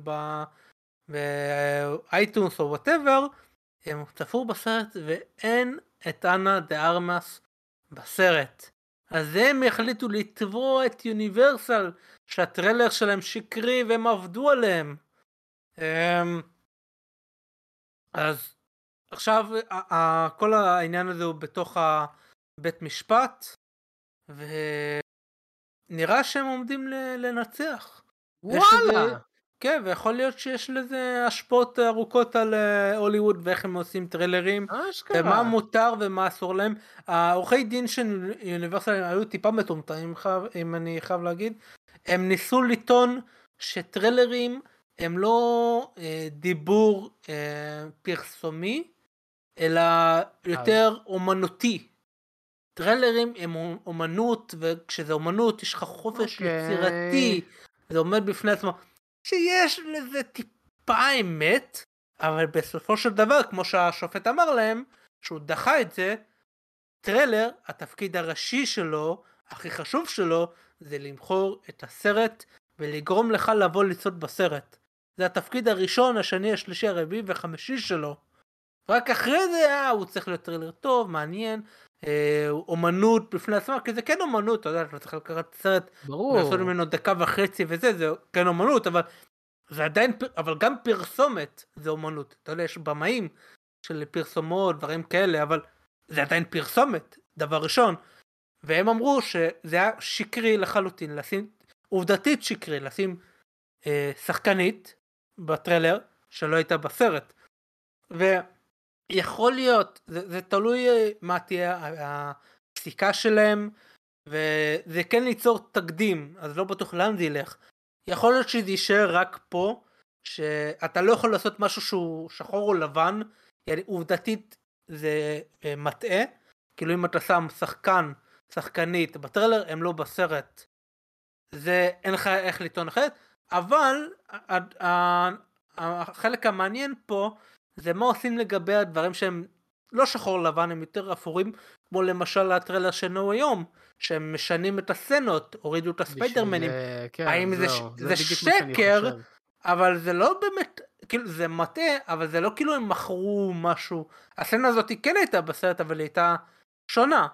C: באייטונס או whatever, הם צפו בסרט ואין את אנה דה ארמס בסרט. אז הם החליטו לתבוע את יוניברסל שהטריילר שלהם שקרי והם עבדו עליהם. אז עכשיו כל העניין הזה הוא בתוך הבית משפט, ונראה שהם עומדים לנצח.
A: וואלה!
C: כן, ויכול להיות שיש לזה השפעות ארוכות על הוליווד ואיך הם עושים טריילרים, ומה מותר ומה אסור להם. העורכי דין של יוניברסל היו טיפה מטומטמים, אם אני חייב להגיד. הם ניסו לטעון שטריילרים הם לא דיבור פרסומי, אלא יותר אומנותי. טריילרים הם אומנות, וכשזה אומנות יש לך חופש יצירתי, זה עומד בפני עצמו. שיש לזה טיפה אמת, אבל בסופו של דבר, כמו שהשופט אמר להם, שהוא דחה את זה, טריילר, התפקיד הראשי שלו, הכי חשוב שלו, זה למכור את הסרט, ולגרום לך לבוא לצוד בסרט. זה התפקיד הראשון, השני, השלישי, הרביעי והחמישי שלו. רק אחרי זה, הוא צריך להיות טריילר טוב, מעניין, אומנות בפני עצמה, כי זה כן אומנות, אתה יודע, אתה צריך לקראת סרט, לעשות ממנו דקה וחצי וזה, זה כן אומנות, אבל זה עדיין, אבל גם פרסומת זה אומנות. אתה יודע, יש במאים של פרסומות, דברים כאלה, אבל זה עדיין פרסומת, דבר ראשון. והם אמרו שזה היה שקרי לחלוטין, לשים, עובדתית שקרי, לשים שחקנית בטריילר שלא הייתה בסרט. ויכול להיות, זה תלוי מה תהיה הפסיקה שלהם, וזה כן ליצור תקדים, אז לא בטוח לאן זה ילך. יכול להיות שזה יישאר רק פה, שאתה לא יכול לעשות משהו שהוא שחור או לבן, עובדתית זה מטעה, כאילו אם אתה שם שחקן, שחקנית בטריילר, הם לא בסרט, זה אין לך איך לטעון אחרת, אבל החלק המעניין פה, זה מה עושים לגבי הדברים שהם לא שחור לבן, הם יותר אפורים, כמו למשל הטריילר שלנו היום, שהם משנים את הסצנות, הורידו את הספיידרמנים, האם זה שקר, אבל זה לא באמת, כאילו זה מטעה, אבל זה לא כאילו הם מכרו משהו, הסצנה הזאת כן הייתה בסרט, אבל היא הייתה שונה.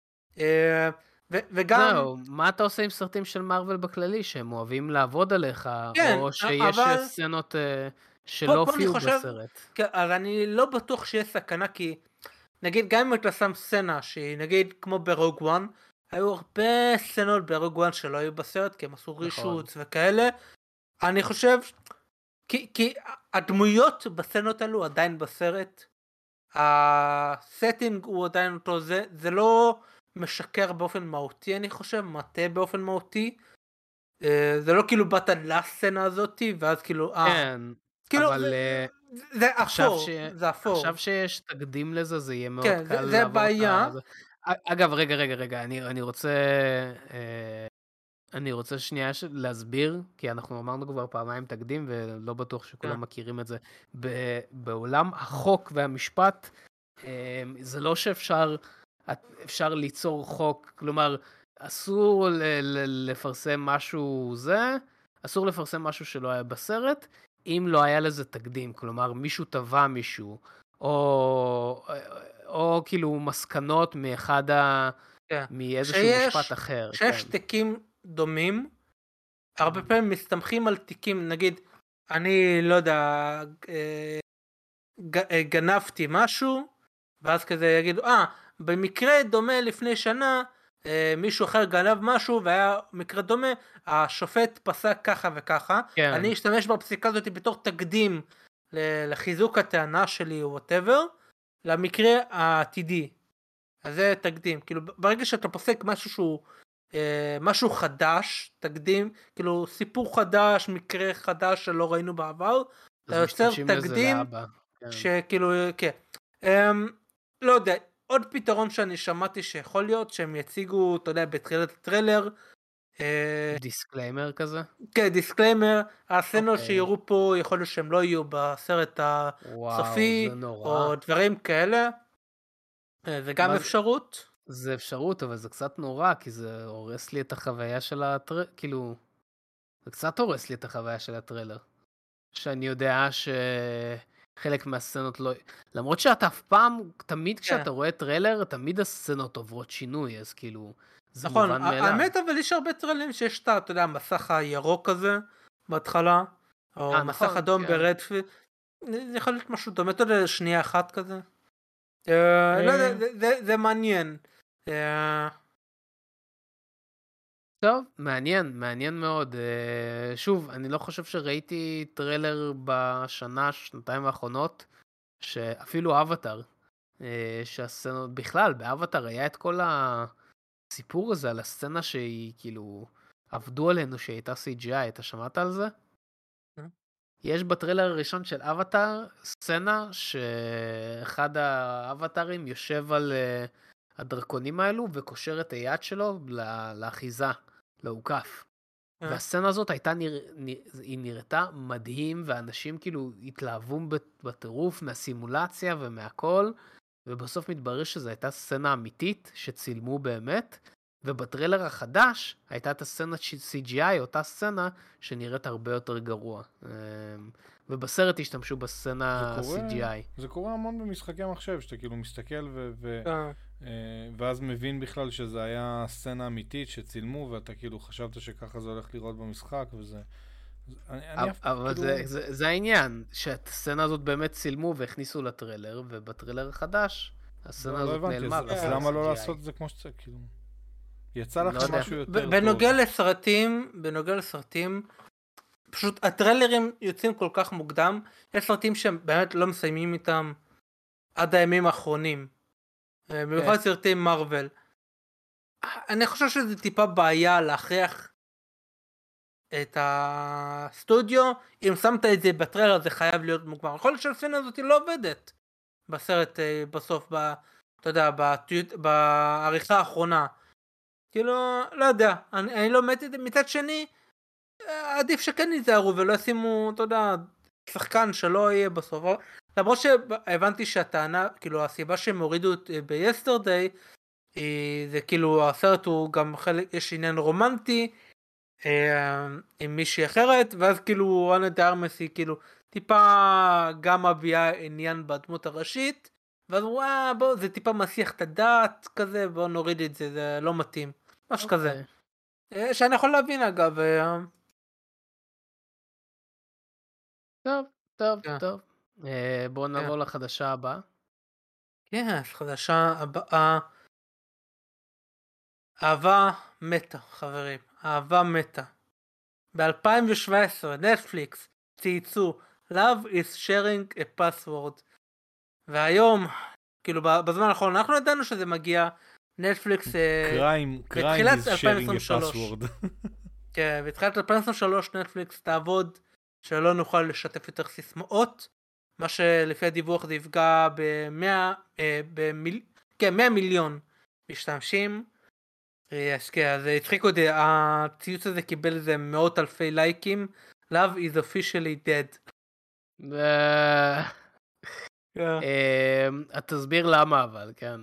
C: וגם...
A: זהו, מה אתה עושה עם סרטים של מארוול בכללי, שהם אוהבים לעבוד עליך,
C: כן,
A: או שיש סצנות שלא הופיעו בסרט?
C: כן, אז אני לא בטוח שיש סכנה, כי נגיד גם אם אתה שם סצנה, שהיא נגיד כמו ברוג וואן, היו הרבה סצנות ברוג וואן שלא היו בסרט, כי הם עשו רישוץ וכאלה, אני חושב, כי הדמויות בסצנות האלו עדיין בסרט, הסטינג הוא עדיין אותו, זה לא משקר באופן מהותי, אני חושב, מטעה באופן מהותי, זה לא כאילו באת לסצנה הזאת, ואז כאילו,
A: כן,
C: כאילו,
A: אבל
C: זה אפור, זה אפור.
A: עכשיו שיש תקדים לזה, זה יהיה מאוד
C: כן,
A: קל
C: זה בעיה.
A: אגב, רגע, אני רוצה שנייה להסביר, כי אנחנו אמרנו כבר פעמיים תקדים, ולא בטוח שכולם מכירים את זה. בעולם החוק והמשפט, זה לא שאפשר ליצור חוק, כלומר, אסור לפרסם משהו אסור לפרסם משהו שלא היה בסרט, אם לא היה לזה תקדים, כלומר, מישהו טבע מישהו, או כאילו מסקנות מאיזשהו משפט אחר.
C: שיש תיקים דומים, הרבה פעמים מסתמכים על תיקים, נגיד, אני לא יודע, גנבתי משהו, ואז כזה יגידו, במקרה דומה לפני שנה, מישהו אחר גנב משהו, והיה מקרה דומה, השופט פסק ככה וככה, כן. אני אשתמש בפסיקה הזאת בתור תקדים, לחיזוק הטענה שלי או whatever, למקרה העתידי. אז זה תקדים, כאילו ברגע שאתה פוסק משהו שהוא משהו חדש, תקדים, כאילו סיפור חדש, מקרה חדש שלא ראינו בעבר, אתה יוצר תקדים שכאילו, כן. לא יודע, עוד פתרון שאני שמעתי שיכול להיות שהם יציגו, אתה יודע, בתחילת הטריילר,
A: דיסקליימר כזה?
C: כן, דיסקליימר, הסצנות שיראו פה יכול להיות שהם לא יהיו בסרט הסופי, או דברים כאלה, זה גם אפשרות.
A: זה אפשרות, אבל זה קצת נורא, כי זה הורס לי את החוויה של הטריילר, כאילו, זה קצת הורס לי את החוויה של הטריילר. שאני יודע שחלק מהסצנות לא... למרות שאתה אף פעם, תמיד כשאתה רואה טריילר, תמיד הסצנות עוברות שינוי, אז כאילו, זה מובן מאליו.
C: האמת, אבל יש הרבה טריילרים שיש את, אתה יודע, המסך הירוק הזה, בהתחלה, או מסך אדום ברדפילד, זה יכול להיות משהו דומה, אתה יודע, שנייה אחת כזה. לא יודע, זה מעניין.
A: טוב, מעניין מאוד. שוב, אני לא חושב שראיתי טריילר שנתיים האחרונות, שאפילו אבטר, שהסצנות בכלל, באבטר היה את כל הסיפור הזה על הסצנה שהיא כאילו, עבדו עלינו שהיא הייתה CGI, אתה שמעת על זה? יש בטריילר הראשון של אבטר סצנה שאחד האבטרים יושב על הדרקונים האלו וקושר את היד שלו לאחיזה, לעוקף. והסצנה הזאת היא נראתה מדהים, ואנשים כאילו התלהבו בטירוף מהסימולציה ומהכל, ובסוף מתברר שזו הייתה סצנה אמיתית שצילמו באמת, ובטריילר החדש הייתה את הסצנת CGI, אותה סצנה שנראית הרבה יותר גרוע. ובסרט השתמשו בסצנה CGI.
B: זה קורה המון במשחקי המחשב, שאתה כאילו מסתכל ואז מבין בכלל שזה היה סצנה אמיתית שצילמו, ואתה כאילו חשבת שככה זה הולך לראות במשחק, וזה...
A: אבל זה העניין, שהסצנה הזאת באמת צילמו והכניסו לטריילר, ובטריילר החדש, הסצנה הזאת נעלמה.
B: אז למה לא לעשות את זה כמו שצריך, כאילו? יצא לך משהו יותר טוב.
C: בנוגע לסרטים, פשוט הטריילרים יוצאים כל כך מוקדם, יש סרטים שהם באמת לא מסיימים איתם עד הימים האחרונים. במיוחד סרטי מארוול. אני חושב שזה טיפה בעיה להכריח את הסטודיו, אם שמת את זה בטריילר זה חייב להיות מוגמר. יכול להיות שהסצנה הזאת לא עובדת בסרט בסוף, אתה יודע, בעריכה האחרונה. כאילו, לא יודע, אני לא מת את זה. מצד שני, עדיף שכן ייזהרו ולא ישימו, אתה יודע, שחקן שלא יהיה בסוף. למרות שהבנתי שהטענה, כאילו הסיבה שהם הורידו ב-Yesterday, זה כאילו הסרט הוא גם חלק, יש עניין רומנטי עם מישהי אחרת, ואז כאילו אנה דה ארמס היא כאילו טיפה גם מביאה עניין בדמות הראשית, ואז בוא, זה טיפה מסיח את הדעת כזה, בוא נוריד את זה, זה לא מתאים, משהו כזה. שאני יכול להבין אגב.
A: טוב. בואו נעבור לחדשה הבאה.
C: כן, חדשה הבאה. אהבה מתה, חברים. אהבה מתה. ב-2017 נטפליקס צייצו Love is sharing a password. והיום, כאילו בזמן האחרון, אנחנו ידענו שזה מגיע. נטפליקס
B: בתחילת 2023.
C: כן, בתחילת 2023 נטפליקס תעבוד שלא נוכל לשתף יותר סיסמאות. מה שלפי הדיווח זה יפגע ב-100 מיליון משתמשים. אז זה הצחיק אותי, הציוץ הזה קיבל איזה מאות אלפי לייקים. Love is officially dead.
A: תסביר למה אבל, כן.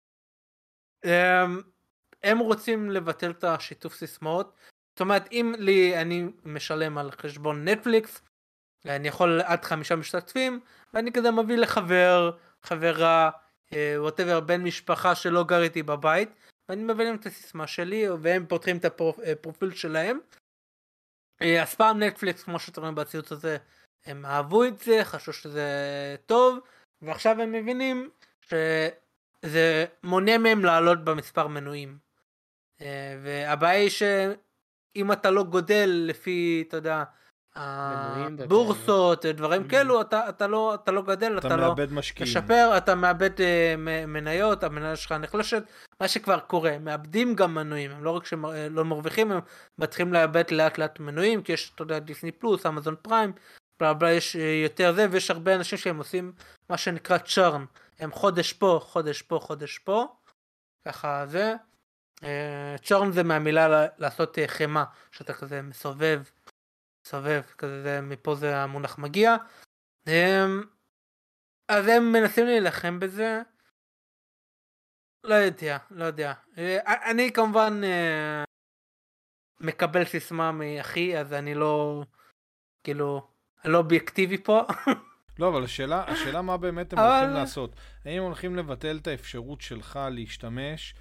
C: הם רוצים לבטל את השיתוף סיסמאות. זאת אומרת, אם אני משלם על חשבון נטפליקס, אני יכול עד 5 משתתפים, ואני כזה מביא לחבר, חברה, whatever, בן משפחה שלא גר איתי בבית, ואני מביא להם את הסיסמה שלי, והם פותחים את הפרופיל שלהם. אז פעם נטפליקס, כמו שאתם רואים בציוץ הזה, הם אהבו את זה, חשבו שזה טוב, ועכשיו הם מבינים שזה מונע מהם לעלות במספר מנויים. והבעיה היא שאם אתה לא גודל לפי, אתה יודע, בורסות, דברים כאלו, אתה לא גדל, אתה לא משפר, אתה מאבד מניות, המניה שלך נחלשת, מה שכבר קורה, מאבדים גם מנויים, הם לא רק שלא מרוויחים, הם מתחילים לאבד לאט לאט מנויים, כי יש, אתה יודע, דיסני פלוס, אמזון פריים, בלה, יש יותר זה, ויש הרבה אנשים שהם עושים מה שנקרא צ'רן, הם חודש פה, חודש פה, ככה זה, צ'רן זה מהמילה לעשות חמה, שאתה כזה מסובב, כזה, מפה זה המונח מגיע. אז הם מנסים להילחם בזה. לא יודע. אני כמובן מקבל סיסמה מאחי, אז אני לא, כאילו, לא אובייקטיבי פה.
B: לא, אבל השאלה מה באמת הם הולכים לעשות. האם הולכים לבטל את האפשרות שלך להשתמש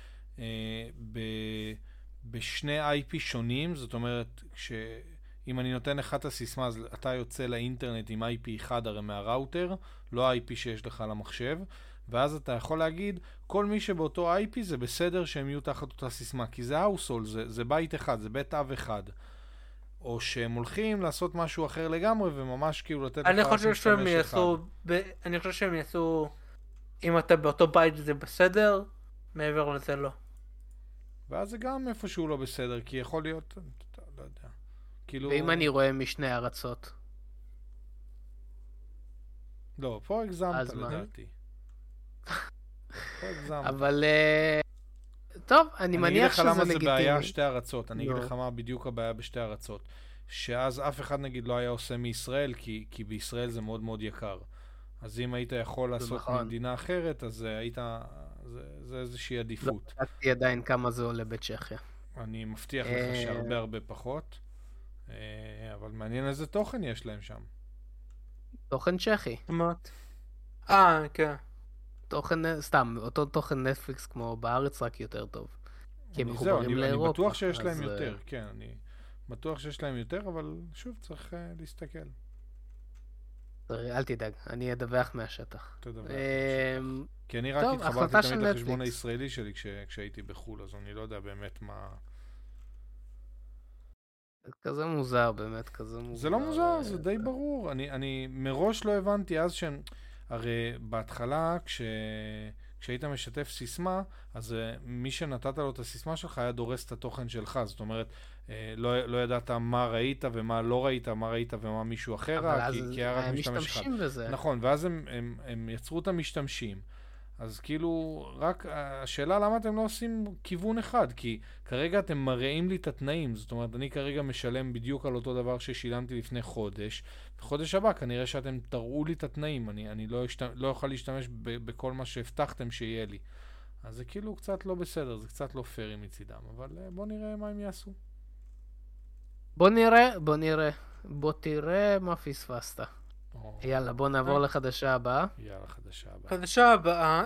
B: בשני IP שונים? זאת אומרת, אם אני נותן לך את הסיסמה, אז אתה יוצא לאינטרנט עם IP אחד הרי מהראוטר, לא IP שיש לך למחשב, ואז אתה יכול להגיד, כל מי שבאותו IP זה בסדר שהם יהיו תחת אותה סיסמה, כי זה האוסול, זה בית אחד, זה בית אב אחד. או שהם הולכים לעשות משהו אחר לגמרי, וממש כאילו לתת לך משתמש אחד.
C: אני חושב שהם יעשו, אם אתה באותו בית זה בסדר, מעבר לזה לא.
B: ואז זה גם איפשהו לא בסדר, כי יכול להיות, לא יודע. כאילו...
A: ואם אני רואה משני ארצות?
B: לא, פה הגזמת לדעתי.
A: אבל... טוב, אני מניח שזה לגיטימי.
B: אני אגיד לך למה זה בעיה שתי ארצות. אני אגיד לך מה בדיוק הבעיה בשתי ארצות. שאז אף אחד נגיד לא היה עושה מישראל, כי בישראל זה מאוד מאוד יקר. אז אם היית יכול לעשות ממדינה אחרת, אז היית... זה איזושהי עדיפות.
A: לא חשבתי עדיין כמה זה עולה בצ'כיה.
B: אני מבטיח לך שהרבה הרבה פחות. אבל מעניין איזה תוכן יש להם שם.
A: תוכן צ'כי.
C: כן.
A: תוכן, סתם, אותו תוכן נטפליקס כמו בארץ, רק יותר טוב. כי הם מחוברים לאירופה.
B: אני בטוח שיש להם יותר, כן, אני בטוח שיש להם יותר, אבל שוב צריך להסתכל.
A: אל תדאג, אני אדווח מהשטח.
B: תדווח מהשטח. כי אני רק התחברתי תמיד לחשבון הישראלי שלי כשהייתי בחול, אז אני לא יודע באמת מה...
A: כזה מוזר, באמת, כזה מוזר.
B: זה לא מוזר, זה די ברור. אני מראש לא הבנתי אז שהם... הרי בהתחלה, כשהיית משתף סיסמה, אז מי שנתת לו את הסיסמה שלך היה דורס את התוכן שלך, זאת אומרת, לא ידעת מה ראית ומה לא ראית, מה ראית ומה מישהו אחר ראה, כי היה רק משתמש אחד.
A: בזה.
B: נכון, ואז הם יצרו את המשתמשים. אז כאילו, רק השאלה למה אתם לא עושים כיוון אחד, כי כרגע אתם מראים לי את התנאים, זאת אומרת, אני כרגע משלם בדיוק על אותו דבר ששילמתי לפני חודש, בחודש הבא כנראה שאתם תראו לי את התנאים, אני לא אוכל להשתמש בכל מה שהבטחתם שיהיה לי. אז זה כאילו קצת לא בסדר, זה קצת לא פיירי מצידם, אבל בוא נראה מה הם יעשו.
A: בוא תראה מה פספסת. יאללה, בוא נעבור לחדשה הבאה.
B: יאללה, חדשה הבאה.
C: חדשה הבאה,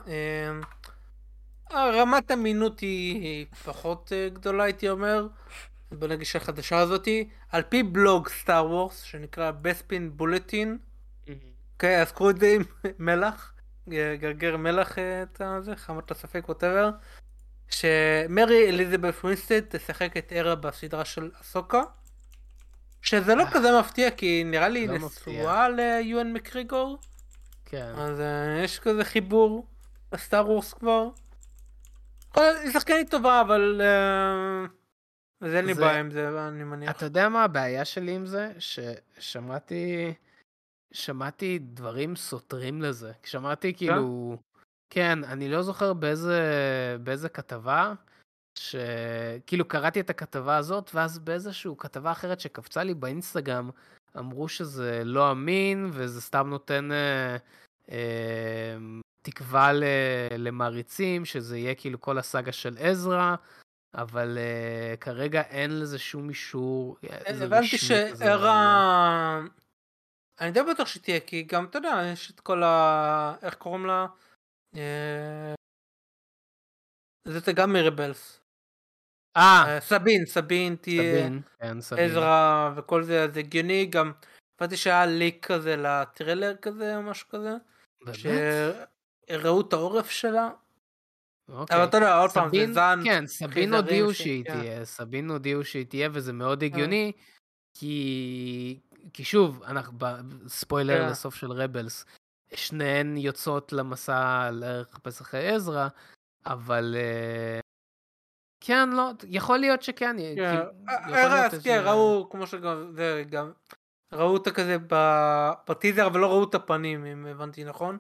C: רמת אמינות היא פחות גדולה, הייתי אומר. בוא נגיד שהחדשה הזאת, על פי בלוג סטאר וורס, שנקרא בספין בולטין, אוקיי, אז קראו את זה עם מלח, גרגר מלח את זה, חמת הספק, whatever, שמרי אליזבת ווינסטד תשחק את ארה בסדרה של אסוקה, שזה לא כזה מפתיע, כי נראה לי נשואה ליואן מקריגור.
A: כן.
C: אז יש כזה חיבור לסטאר וורס כבר. היא שחקנית טובה, אבל אז אין לי בעיה עם זה, אני מניח.
A: אתה יודע מה הבעיה שלי עם זה? ששמעתי דברים סותרים לזה. שמעתי כאילו... כן, אני לא זוכר באיזה כתבה, שכאילו קראתי את הכתבה הזאת, ואז באיזשהו כתבה אחרת שקפצה לי באינסטגרם, אמרו שזה לא אמין, וזה סתם נותן תקווה למעריצים, שזה יהיה כאילו כל הסאגה של עזרא, אבל כרגע אין לזה שום אישור.
C: הבנתי שערה... אני די בטוח שתהיה, כי גם, אתה יודע, יש את כל איך קוראים לה? זה גם מרבלס. סבין תהיה עזרא וכל זה, אז הגיוני. גם הבנתי שהיה ליק כזה לטרילר כזה או משהו כזה. שראו את העורף שלה. אבל אתה יודע, עוד פעם, זה זן.
A: כן, סבין הודיעו שהיא תהיה, וזה מאוד הגיוני, כי שוב, אנחנו בספוילר לסוף של רבלס, שניהן יוצאות למסע לחפש אחרי עזרא, אבל כן, לא, יכול להיות שכן.
C: ראו, כמו שגם, זה גם, ראו אותה כזה בטיזר, אבל לא ראו את הפנים, אם הבנתי נכון.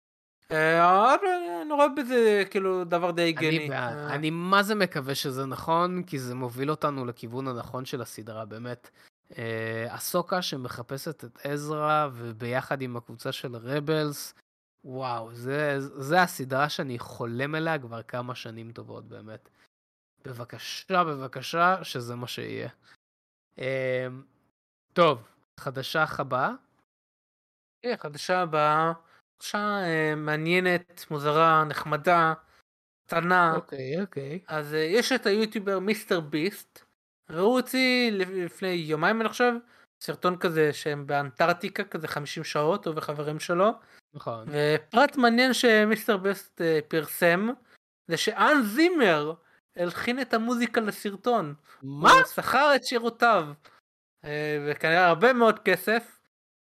C: אני רואה בזה כאילו דבר די הגיוני.
A: אני מה זה מקווה שזה נכון, כי זה מוביל אותנו לכיוון הנכון של הסדרה, באמת. אסוקה שמחפשת את עזרא, וביחד עם הקבוצה של רבלס, וואו, זה הסדרה שאני חולם אליה כבר כמה שנים טובות, באמת. בבקשה, שזה מה שיהיה. טוב, חדשה הבאה?
C: חדשה הבאה, חדשה מעניינת, מוזרה, נחמדה, קטנה.
A: אוקיי.
C: אז יש את היוטיובר מיסטר ביסט, ראו אותי לפני יומיים אני חושב, סרטון כזה שהם באנטארקטיקה, כזה 50 שעות, הוא וחברים שלו.
A: נכון.
C: ופרט מעניין שמיסטר ביסט פרסם, זה שאן זימר הלחין את המוזיקה לסרטון.
A: מה?
C: הוא שכר את שירותיו. וכנראה הרבה מאוד כסף.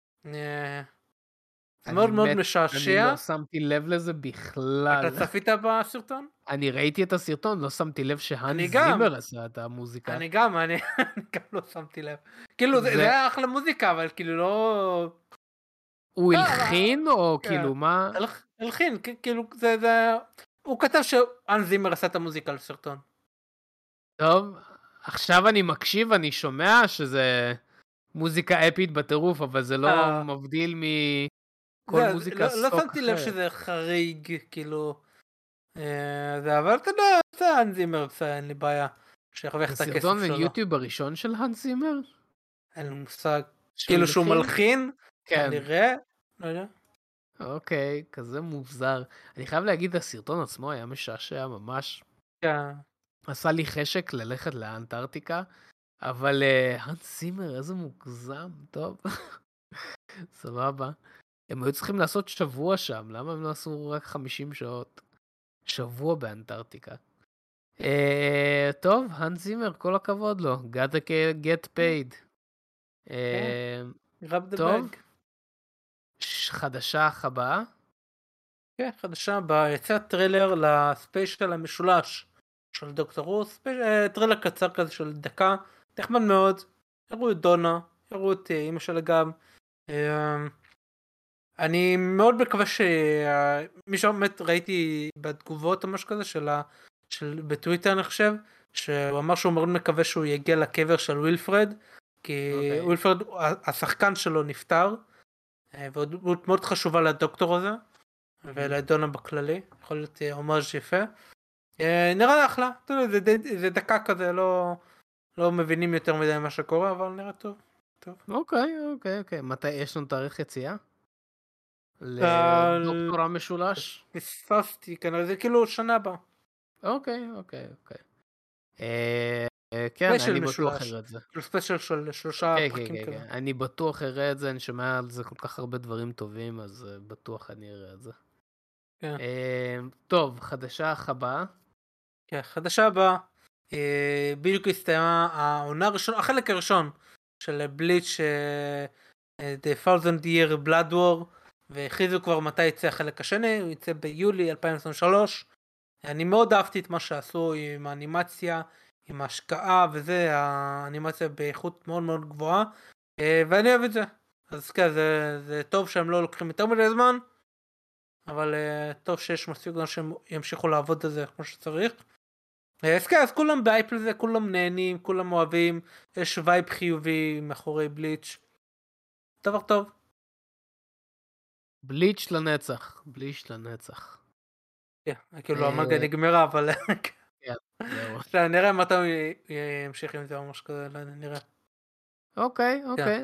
C: מאוד מאוד משעשע.
A: אני לא שמתי לב לזה בכלל.
C: אתה צפית בסרטון?
A: אני ראיתי את הסרטון, לא שמתי לב שהאנס זימר עשה את המוזיקה.
C: אני גם לא שמתי לב. כאילו זה היה אחלה מוזיקה, אבל כאילו לא...
A: הוא הלחין או כאילו מה?
C: הלחין, כאילו זה... הוא כתב שאן זימר עשה את המוזיקה לסרטון.
A: טוב, עכשיו אני מקשיב, אני שומע שזה מוזיקה אפית בטירוף, אבל זה לא מבדיל מכל מוזיקה סוק אחרת.
C: לא שמתי לב שזה חריג, כאילו... אבל אתה יודע, זה אן זימר, אין לי בעיה. שיחווך את הכסף שלו.
A: הסרטון היוטיוב הראשון של האן זימר?
C: אין לי מושג. כאילו שהוא מלחין?
A: כן.
C: נראה? לא יודע.
A: אוקיי, כזה מוזר. אני חייב להגיד, הסרטון עצמו היה משעשע ממש.
C: כן.
A: עשה לי חשק ללכת לאנטארקטיקה, אבל האנס זימר, איזה מוגזם, טוב. סבבה. הם היו צריכים לעשות שבוע שם, למה הם לא עשו רק 50 שעות? שבוע באנטארקטיקה. טוב, האנס זימר, כל הכבוד לו. gotta get paid.
C: grab the
A: טוב.
C: bag.
A: חדשה הבאה?
C: כן, חדשה, יצא טריילר לספיישל המשולש של דוקטור רוס, טריילר קצר כזה של דקה, נחמד מאוד, הראו את דונה, הראו את אמא שלה גם, אני מאוד מקווה שמי שבאמת ראיתי בתגובות או משהו כזה בטוויטר אני חושב, שהוא אמר שהוא מאוד מקווה שהוא יגיע לקבר של ווילפרד, כי ווילפרד השחקן שלו נפטר, והוא מאוד חשובה לדוקטור הזה, ולדונה בכללי, יכול להיות הומאז' יפה. נראה אחלה, זה דקה כזה, לא מבינים יותר מדי מה שקורה, אבל נראה טוב.
A: אוקיי. מתי יש לנו תאריך יציאה? לדוקטור המשולש?
C: פספסתי, כנראה זה כאילו שנה הבאה.
A: אוקיי. כן, אני בטוח אראה את זה.
C: ספיישל של 3 פרקים כזה.
A: אני בטוח אראה את זה, אני שומע על זה כל כך הרבה דברים טובים, אז בטוח אני אראה את זה. טוב, חדשה הבאה.
C: כן, חדשה הבאה. בדיוק הסתיימה העונה הראשונה, החלק הראשון של בליץ' The Thousand Year Blood War, והכריזו כבר מתי יצא החלק השני, הוא יצא ביולי 2023. אני מאוד אהבתי את מה שעשו עם האנימציה, עם ההשקעה וזה, האנימציה באיכות מאוד מאוד גבוהה, ואני אוהב את זה. אז כן, זה טוב שהם לא לוקחים יותר מדי זמן, אבל טוב שיש מספיק גם שהם ימשיכו לעבוד על זה כמו שצריך. אז כן, אז כולם באייפ לזה, כולם נהנים, כולם אוהבים, יש וייב חיובי מאחורי בליץ', דבר טוב.
A: בליץ' לנצח.
C: כן, כאילו המגה נגמרה, אבל נראה מתי הוא ימשיך עם זה או משהו כזה, נראה.
A: אוקיי.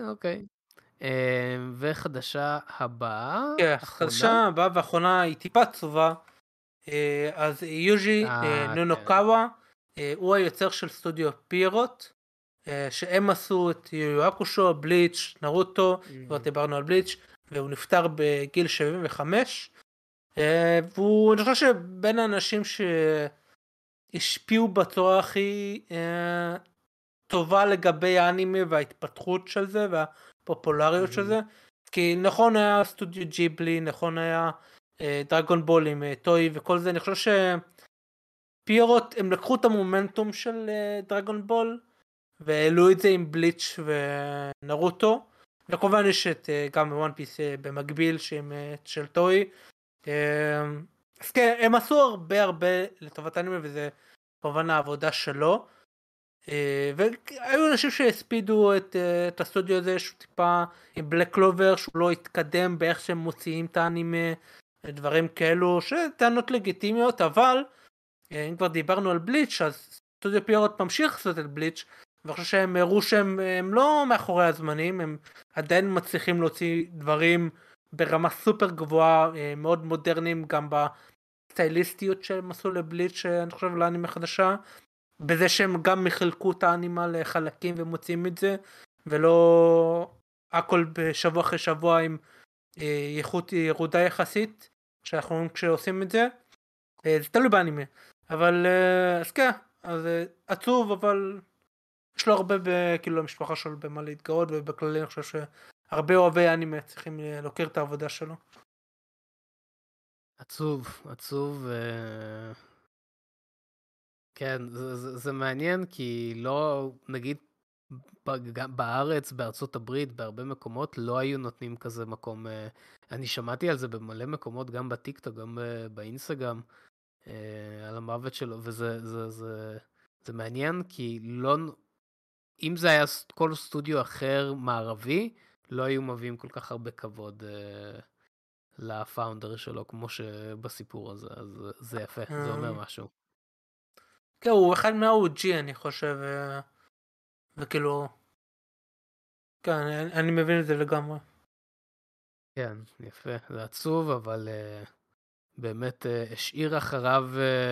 A: וחדשה הבאה?
C: כן, חדשה הבאה והאחרונה היא טיפה עצובה. אז יוז'י נונוקאווה, הוא היוצר של סטודיו פירוט, שהם עשו את יו אקושו, בליץ', נרוטו, כבר דיברנו על בליץ', והוא נפטר בגיל 75, והוא אני חושב שבין האנשים שהשפיעו בצורה הכי טובה לגבי האנימה וההתפתחות של זה והפופולריות של זה, כי נכון היה סטודיו ג'יבלי, נכון היה דרגון בול עם טוי וכל זה, אני חושב שפיורוט הם לקחו את המומנטום של דרגון בול והעלו את זה עם בליץ' ונרוטו, וכמובן יש את גם וואן פיס במקביל של טוי. אז כן, הם עשו הרבה לטובת האנימה, וזה כמובן העבודה שלו, והיו אנשים שהספידו את הסטודיו הזה שהוא טיפה עם בלק קלובר, שהוא לא התקדם באיך שהם מוציאים את האנימה, דברים כאלו שטענות לגיטימיות, אבל אם כבר דיברנו על בליץ', אז סטודיו פיורוט ממשיך לעשות את בליץ', ואני חושב שהם הראו שהם לא מאחורי הזמנים, הם עדיין מצליחים להוציא דברים ברמה סופר גבוהה, מאוד מודרניים, גם בסטייליסטיות שהם עשו לבליץ', אני חושב לאנימה חדשה, בזה שהם גם מחלקו את האנימה לחלקים ומוצאים את זה, ולא הכל בשבוע אחרי שבוע עם איכות ירודה יחסית, שאנחנו רואים כשעושים את זה, זה תלוי באנימה, אבל אז כן, אז עצוב, אבל יש לו הרבה כאילו המשפחה שלו במה להתגאות, ובכללי אני חושב שהרבה אוהבי אנימה צריכים להוקיר את העבודה שלו.
A: עצוב, כן, זה מעניין, כי לא, נגיד, בארץ, בארצות הברית, בהרבה מקומות, לא היו נותנים כזה מקום, אני שמעתי על זה במלא מקומות, גם בטיקטוק, גם באינסטגרם, על המוות שלו, וזה מעניין, כי לא, אם זה היה כל סטודיו אחר מערבי, לא היו מביאים כל כך הרבה כבוד לפאונדר שלו, כמו שבסיפור הזה, אז זה יפה, זה אומר משהו.
C: כן, הוא אחד מה-OG אני חושב, וכאילו, כן, אני מבין את זה לגמרי.
A: כן, יפה, זה עצוב, אבל באמת השאיר אחריו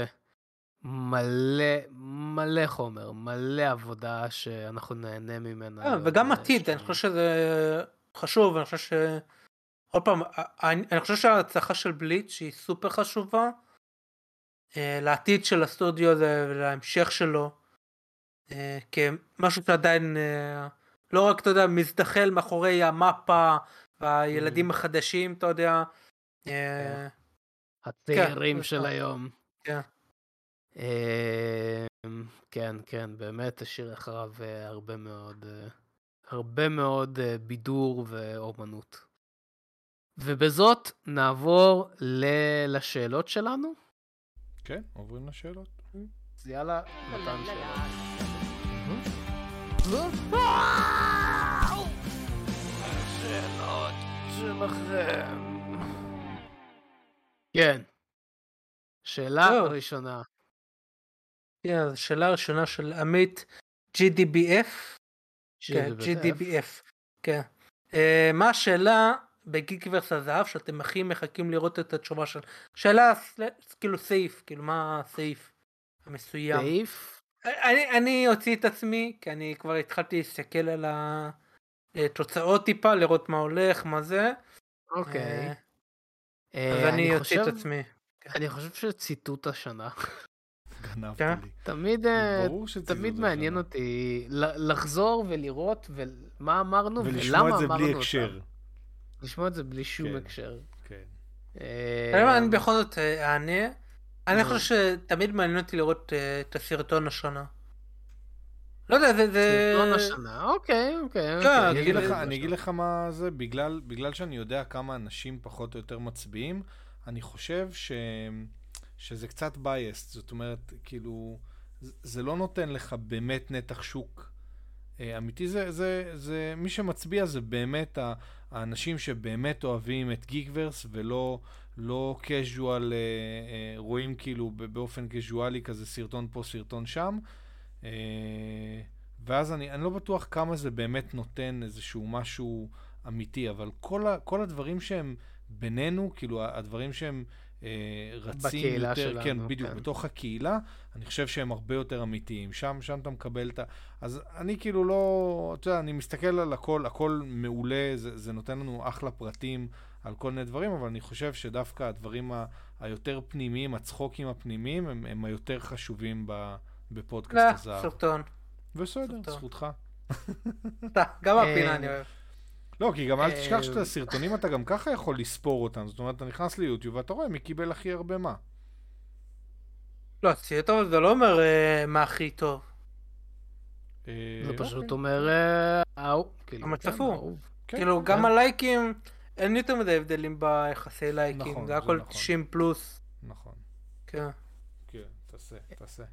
A: מלא חומר, מלא עבודה שאנחנו נהנה ממנה.
C: וגם עתיד, אני חושב שזה חשוב, אני חושב עוד פעם, אני חושב שההצלחה של בליץ' היא סופר חשובה, לעתיד של הסטודיו הזה ולהמשך שלו, כמשהו שעדיין לא רק, אתה יודע, מזדחל מאחורי המפה והילדים החדשים, אתה יודע,
A: הצעירים של היום.
C: כן.
A: כן, כן, באמת השאיר אחריו הרבה מאוד בידור ואומנות. ובזאת נעבור לשאלות שלנו.
B: כן, עוברים לשאלות.
A: אז יאללה, מתן שאלות. השאלות שלכם. כן. שאלה ראשונה.
C: כן, אז השאלה הראשונה של עמית GDBF. כן, GDBF. כן. מה השאלה בגיקוורס הזהב שאתם הכי מחכים לראות את התשובה של... שאלה כאילו סעיף, כאילו מה הסעיף המסוים.
A: סעיף?
C: אני הוציא את עצמי, כי אני כבר התחלתי להסתכל על התוצאות טיפה, לראות מה הולך, מה זה.
A: אוקיי.
C: אז אני הוציא את עצמי.
A: אני חושב שציטוט השנה.
B: גנבת לי.
A: תמיד מעניין אותי לחזור ולראות מה אמרנו
B: ולשמוע
A: ולמה
B: את זה
A: אמרנו
B: בלי
A: אותם.
B: הקשר.
A: לשמוע את זה בלי שום הקשר.
B: כן.
C: אני בכל זאת אענה. אני חושב שתמיד מעניין אותי לראות את הסרטון השנה. לא יודע, זה...
A: סרטון השנה, אוקיי.
B: אני אגיד לך מה זה, בגלל שאני יודע כמה אנשים פחות או יותר מצביעים, אני חושב שזה קצת biased, זאת אומרת, כאילו, זה לא נותן לך באמת נתח שוק אמיתי, זה מי שמצביע זה באמת האנשים שבאמת אוהבים את גיקוורס ולא קז'ואל, רואים כאילו באופן קז'ואלי כזה סרטון פה, סרטון שם, ואז אני לא בטוח כמה זה באמת נותן איזשהו משהו אמיתי, אבל כל הדברים שהם בינינו, כאילו הדברים שהם רצים יותר,
A: שלנו,
B: כן, בדיוק, בתוך הקהילה, אני חושב שהם הרבה יותר אמיתיים. שם אתה מקבל את אז אני כאילו לא, אתה יודע, אני מסתכל על הכל מעולה, זה נותן לנו אחלה פרטים על כל מיני דברים, אבל אני חושב שדווקא הדברים היותר פנימיים, הצחוקים הפנימיים, הם היותר חשובים בפודקאסט הזהב.
C: סרטון.
B: בסדר, זכותך.
C: גם הפינה אני אוהב.
B: לא, כי גם אל תשכח שאת הסרטונים אתה גם ככה יכול לספור אותם, זאת אומרת, אתה נכנס ליוטיוב ואתה רואה מי קיבל הכי הרבה מה.
C: לא, סרטון זה לא אומר מה הכי טוב.
A: זה פשוט אומר,
C: המצפו. כאילו, גם הלייקים, אין יותר מדי הבדלים ביחסי לייקים, זה הכל 90 פלוס.
B: נכון.
C: כן.
B: כן, תעשה.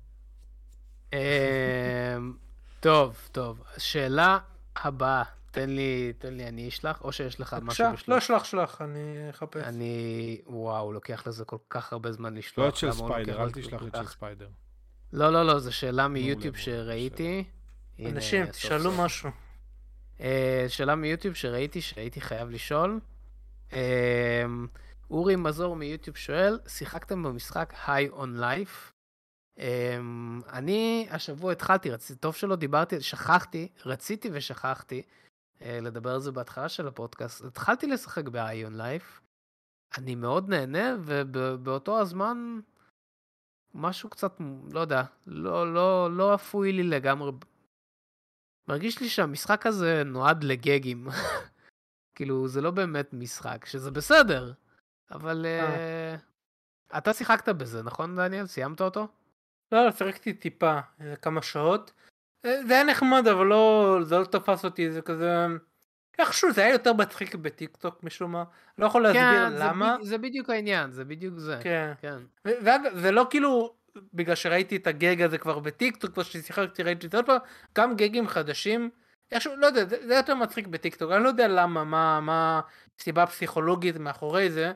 A: טוב, שאלה הבאה. תן לי, אני אשלח, או שיש לך משהו בשלוח?
C: לא, שלח, אני אחפש.
A: וואו, לוקח לזה כל כך הרבה זמן לשלוח.
B: לא את של ספיידר, אל תשלח את של ספיידר.
A: לא, זו שאלה מיוטיוב שראיתי.
C: אנשים, תשאלו משהו.
A: שאלה מיוטיוב שראיתי, שהייתי חייב לשאול. אורי מזור מיוטיוב שואל, שיחקתם במשחק High on Life? אני השבוע התחלתי, טוב שלא דיברתי, רציתי ושכחתי לדבר על זה בהתחלה של הפודקאסט. התחלתי לשחק ב-High on Life, אני מאוד נהנה, ובאותו הזמן משהו קצת, לא יודע, לא אפוי לי לגמרי. מרגיש לי שהמשחק הזה נועד לגגים. כאילו, זה לא באמת משחק, שזה בסדר, אבל אתה שיחקת בזה, נכון דניאל? סיימת אותו?
C: לא, שיחקתי טיפה, כמה שעות. זה היה נחמד, אבל זה לא תפס אותי, זה כזה... איכשהו, זה היה יותר מצחיק בטיקטוק משום מה. לא יכול להסביר למה.
A: זה בדיוק העניין, זה בדיוק זה.
C: כן. זה לא כאילו, בגלל שראיתי את הגג הזה כבר בטיקטוק, כבר ששיחקתי ראיתי את זה עוד פעם, גם גגים חדשים, איכשהו, לא יודע, זה יותר מצחיק בטיקטוק, אני לא יודע למה, מה סיבה פסיכולוגית מאחורי זה.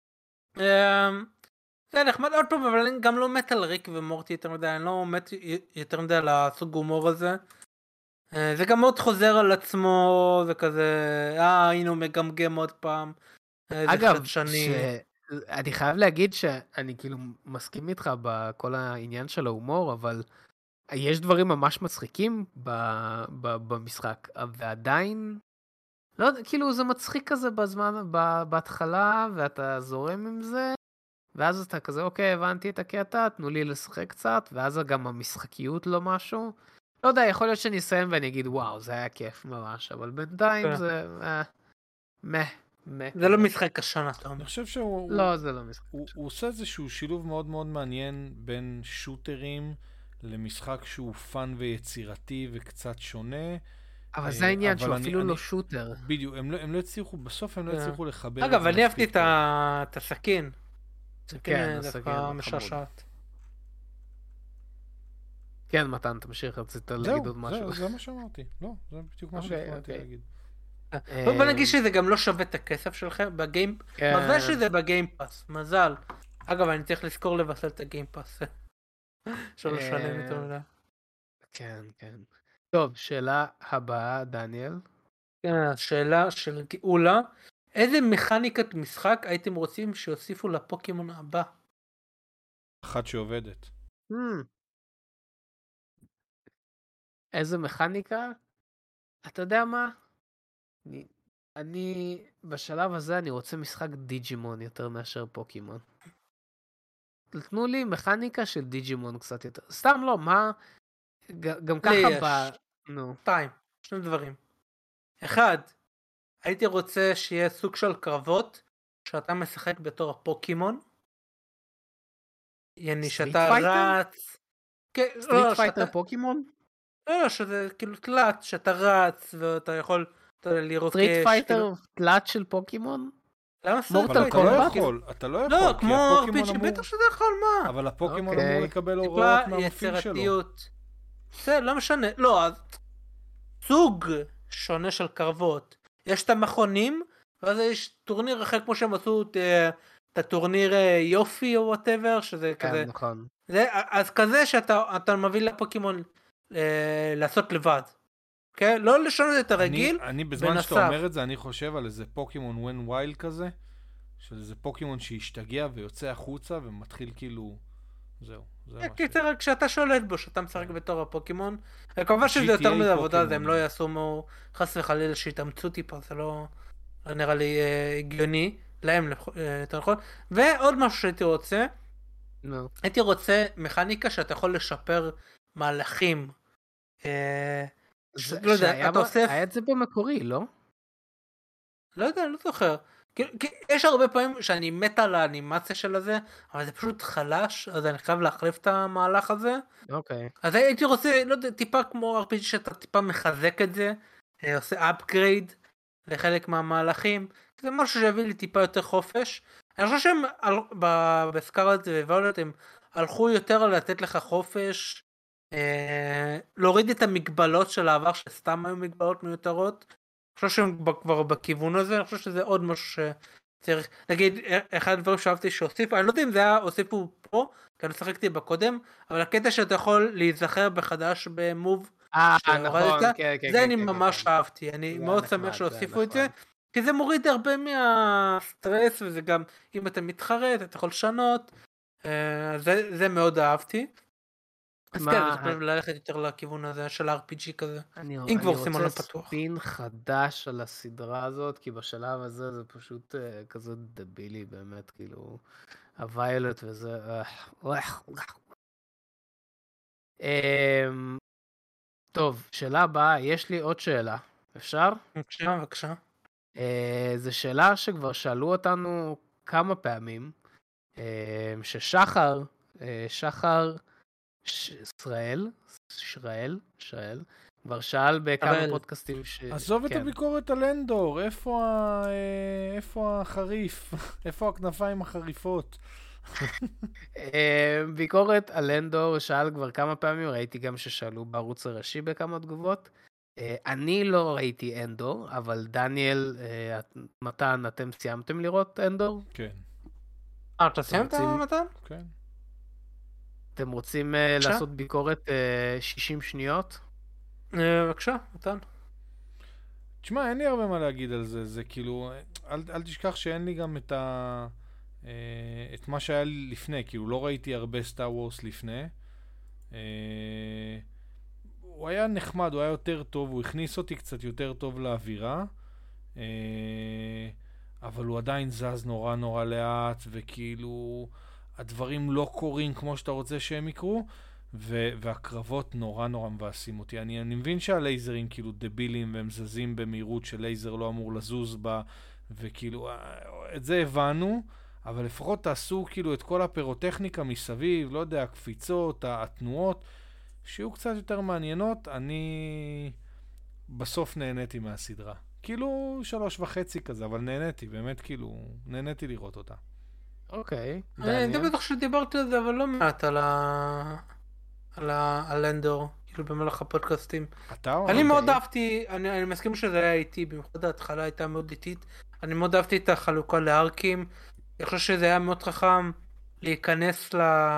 C: זה נחמד עוד פעם, אבל אני גם לא מת על ריק ומורטי יותר מדי, אני לא מת יותר מדי על הסוג הומור הזה. זה גם מאוד חוזר על עצמו, זה כזה, הנה הוא מגמגם עוד פעם.
A: אגב, אני חייב להגיד שאני כאילו מסכים איתך בכל העניין של ההומור, אבל יש דברים ממש מצחיקים במשחק, ועדיין, לא יודע, כאילו זה מצחיק כזה בהתחלה, ואתה זורם עם זה, ואז אתה כזה, אוקיי, הבנתי את הקטע, תנו לי לשחק קצת, ואז גם המשחקיות לא משהו. לא יודע, יכול להיות שאני אסיים ואני אגיד, וואו, זה היה כיף ממש, אבל בינתיים זה
C: זה לא משחק השנה, אתה אומר.
B: אני חושב שהוא...
A: לא, זה לא משחק.
B: הוא עושה איזשהו שילוב מאוד מאוד מעניין בין שוטרים למשחק שהוא פן ויצירתי וקצת שונה.
A: אבל זה העניין שהוא אפילו לא שוטר.
B: בדיוק, הם לא הצליחו, בסוף הם לא הצליחו לחבר את זה.
C: אגב, אני אהבתי את הסכין.
A: כן,
C: דווקא משעשעת.
A: כן, מתן, תמשיך, רצית להגיד עוד משהו.
B: זה מה שאמרתי. לא, זה בדיוק מה שהתכוונתי להגיד.
C: בוא נגיד שזה גם לא שווה את הכסף שלכם בגיים. מזל שזה בגיימפאס, מזל. אגב, אני צריך לזכור לבסל את הגיימפאס. שלא לשלם יותר מדי.
A: כן, כן. טוב, שאלה הבאה, דניאל.
C: שאלה של גאולה. איזה מכניקת משחק הייתם רוצים שיוסיפו לפוקימון הבא?
B: אחת שעובדת.
A: איזה מכניקה? אתה יודע מה? אני בשלב הזה אני רוצה משחק דיג'ימון יותר מאשר פוקימון. תנו לי מכניקה של דיג'ימון קצת יותר. סתם לא, מה? גם ככה נו.
C: שני דברים. אחד, הייתי רוצה שיהיה סוג של קרבות שאתה משחק בתור הפוקימון. יעני שאתה רץ.
A: סטריט פייטר פוקימון?
C: לא, שזה כאילו תלת, שאתה רץ ואתה יכול לראות
A: סטריט פייטר תלת של פוקימון?
C: למה
B: סטריט פייטר? אתה לא יכול.
C: לא, כמו RPG, בטח שזה יכול, מה?
B: אבל הפוקימון אמור לקבל הוראות מהמפעיל שלו.
C: זה לא משנה, לא, אז סוג שונה של קרבות. יש את המכונים, ואז יש טורניר אחר כמו שהם עשו את הטורניר יופי או whatever, שזה כזה.
A: כן, נכון.
C: אז כזה שאתה מביא לפוקימון לעשות לבד. כן? לא לשנות את הרגיל.
B: אני בזמן שאתה אומר את זה, אני חושב על איזה פוקימון ון ווילד כזה, של איזה פוקימון שהשתגע ויוצא החוצה ומתחיל כאילו, זהו.
C: קיצר, כשאתה שולט בו, שאתה משחק בתור הפוקימון, כמובן שזה יותר מדי עבודה, אז הם לא יעשו חס וחלילה שיתאמצו טיפה, זה לא נראה לי הגיוני, להם יותר נכון. ועוד משהו שהייתי רוצה, הייתי רוצה מכניקה שאתה יכול לשפר מהלכים.
A: לא יודע, אתה אוסף... היה את זה במקורי, לא?
C: לא יודע, אני לא זוכר. יש הרבה פעמים שאני מת על האנימציה של הזה, אבל זה פשוט חלש, אז אני חייב להחליף את המהלך הזה.
A: אוקיי.
C: אז הייתי רוצה, לא יודע, טיפה כמו RPG שאתה טיפה מחזק את זה, עושה upgrade לחלק מהמהלכים, זה משהו שיביא לי טיפה יותר חופש. אני חושב שהם בסקארלט וויולט הם הלכו יותר על לתת לך חופש, להוריד את המגבלות של העבר שסתם היו מגבלות מיותרות. אני חושב שהם כבר בכיוון הזה, אני חושב שזה עוד משהו שצריך, נגיד, אחד הדברים שאהבתי שהוסיפו, אני לא יודע אם זה היה הוסיפו פה, כי אני שחקתי בקודם, אבל הקטע שאתה יכול להיזכר בחדש במוב,
A: נכון,
C: זה אני ממש אהבתי, אני מאוד שמח שהוסיפו את זה, כי זה מוריד הרבה מהסטרס, וזה גם, אם אתה מתחרט, אתה יכול לשנות, זה מאוד אהבתי. אז כן, אני חושב ללכת יותר לכיוון הזה של RPG כזה.
A: אני רוצה ספין חדש על הסדרה הזאת, כי בשלב הזה זה פשוט כזה דבילי באמת, כאילו, הוויולט וזה... טוב, שאלה הבאה, יש לי עוד שאלה, אפשר?
C: בבקשה.
A: זו שאלה שכבר שאלו אותנו כמה פעמים, ששחר ישראל, כבר שאל בכמה פודקאסטים
B: עזוב את הביקורת על אנדור, איפה החריף? איפה הכנפיים החריפות?
A: ביקורת על אנדור שאל כבר כמה פעמים, ראיתי גם ששאלו בערוץ הראשי בכמה תגובות. אני לא ראיתי אנדור, אבל דניאל, מתן, אתם סיימתם לראות אנדור?
B: כן.
C: אתה סיימת מתן?
B: כן.
A: אתם רוצים לעשות ביקורת 60 שניות?
C: בבקשה, מתן.
B: תשמע, אין לי הרבה מה להגיד על זה, זה כאילו, אל תשכח שאין לי גם את מה שהיה לי לפני, כאילו לא ראיתי הרבה סטאר וורס לפני. הוא היה נחמד, הוא היה יותר טוב, הוא הכניס אותי קצת יותר טוב לאווירה, אבל הוא עדיין זז נורא נורא לאט, וכאילו הדברים לא קורים כמו שאתה רוצה שהם יקרו, והקרבות נורא נורא מבאסים אותי. אני מבין שהלייזרים כאילו דבילים והם זזים במהירות שלייזר לא אמור לזוז בה, וכאילו, את זה הבנו, אבל לפחות תעשו כאילו את כל הפירוטכניקה מסביב, לא יודע, הקפיצות, התנועות, שיהיו קצת יותר מעניינות. אני בסוף נהניתי מהסדרה. כאילו 3.5 כזה, אבל נהניתי, באמת כאילו, נהניתי לראות אותה.
A: אוקיי,
C: אני די בטוח שדיברתי על זה, אבל לא מעט על אנדור, כאילו במהלך הפודקאסטים. אני מאוד אהבתי, אני מסכים שזה היה איטי, במיוחד ההתחלה הייתה מאוד איטית. אני מאוד אהבתי את החלוקה לארקים. אני חושב שזה היה מאוד חכם להיכנס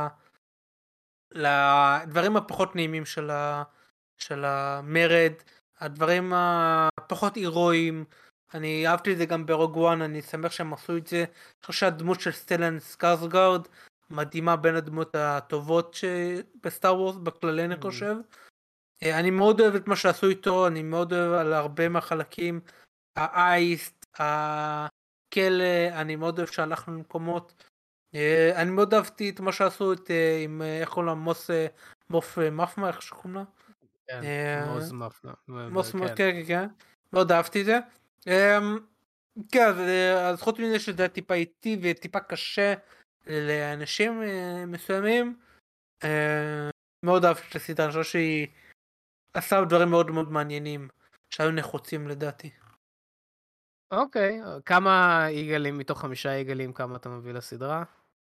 C: לדברים הפחות נעימים של המרד, הדברים הפחות הירואיים. אני אהבתי את זה גם ברוג וואן, אני שמח שהם עשו את זה. אני חושב שהדמות של סטלן סקארסגארד מדהימה, בין הדמות הטובות בסטאר וורס בכללי, אני חושב. אני מאוד אוהב את מה שעשו איתו, אני מאוד אוהב על הרבה מהחלקים, האייסט, הכלא, אני מאוד אוהב שהלכנו למקומות. אני מאוד אהבתי את מה שעשו עם, איך קוראים לה, מוף מפמה, איך שקוראים לה?
A: כן, מוס מפנה.
C: מוס מפנה, כן. מאוד אהבתי את זה. כן, אז חוץ מזה שזה טיפה איטי וטיפה קשה לאנשים מסוימים, מאוד אהבתי את הסדרה, אני חושב שהיא עשה דברים מאוד מאוד מעניינים שהיו נחוצים לדעתי.
A: אוקיי, כמה עיגלים מתוך 5 עיגלים, כמה אתה מביא לסדרה?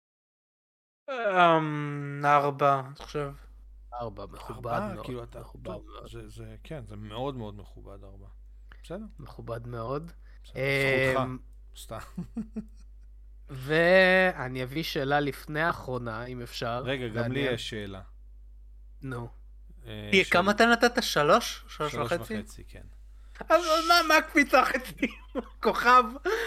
C: 4, אני חושב.
A: 4, מכובד מאוד.
B: כאילו אתה, טוב, כן, זה מאוד מאוד מכובד 4. בסדר.
A: מכובד מאוד.
B: זכותך, סתם.
A: ואני אביא שאלה לפני האחרונה, אם אפשר.
B: רגע, גם לי יש שאלה.
A: נו.
C: כמה אתה נתת? 3? 3.5?
B: 3.5, כן.
C: אז מה הקפיצה חצי? כוכב?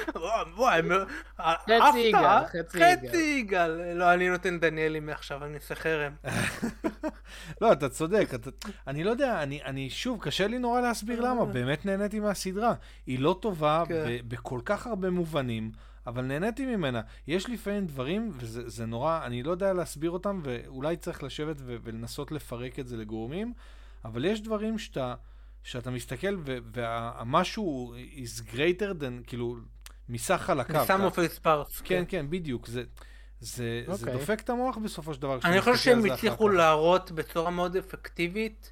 C: חצי יגאל. לא, אני נותן דניאלי מעכשיו, אני אעשה חרם.
B: לא, אתה צודק. אני לא יודע, אני שוב, קשה לי נורא להסביר למה. באמת נהניתי מהסדרה. היא לא טובה בכל כך הרבה מובנים, אבל נהניתי ממנה. יש לפעמים דברים, וזה נורא, אני לא יודע להסביר אותם, ואולי צריך לשבת ולנסות לפרק את זה לגורמים, אבל יש דברים שאתה מסתכל והמשהו is greater than, כאילו, מסך חלקיו.
C: מסם אופי ספארס.
B: כן, כן, בדיוק. זה דופק את המוח בסופו של דבר.
C: אני חושב שהם הצליחו להראות בצורה מאוד אפקטיבית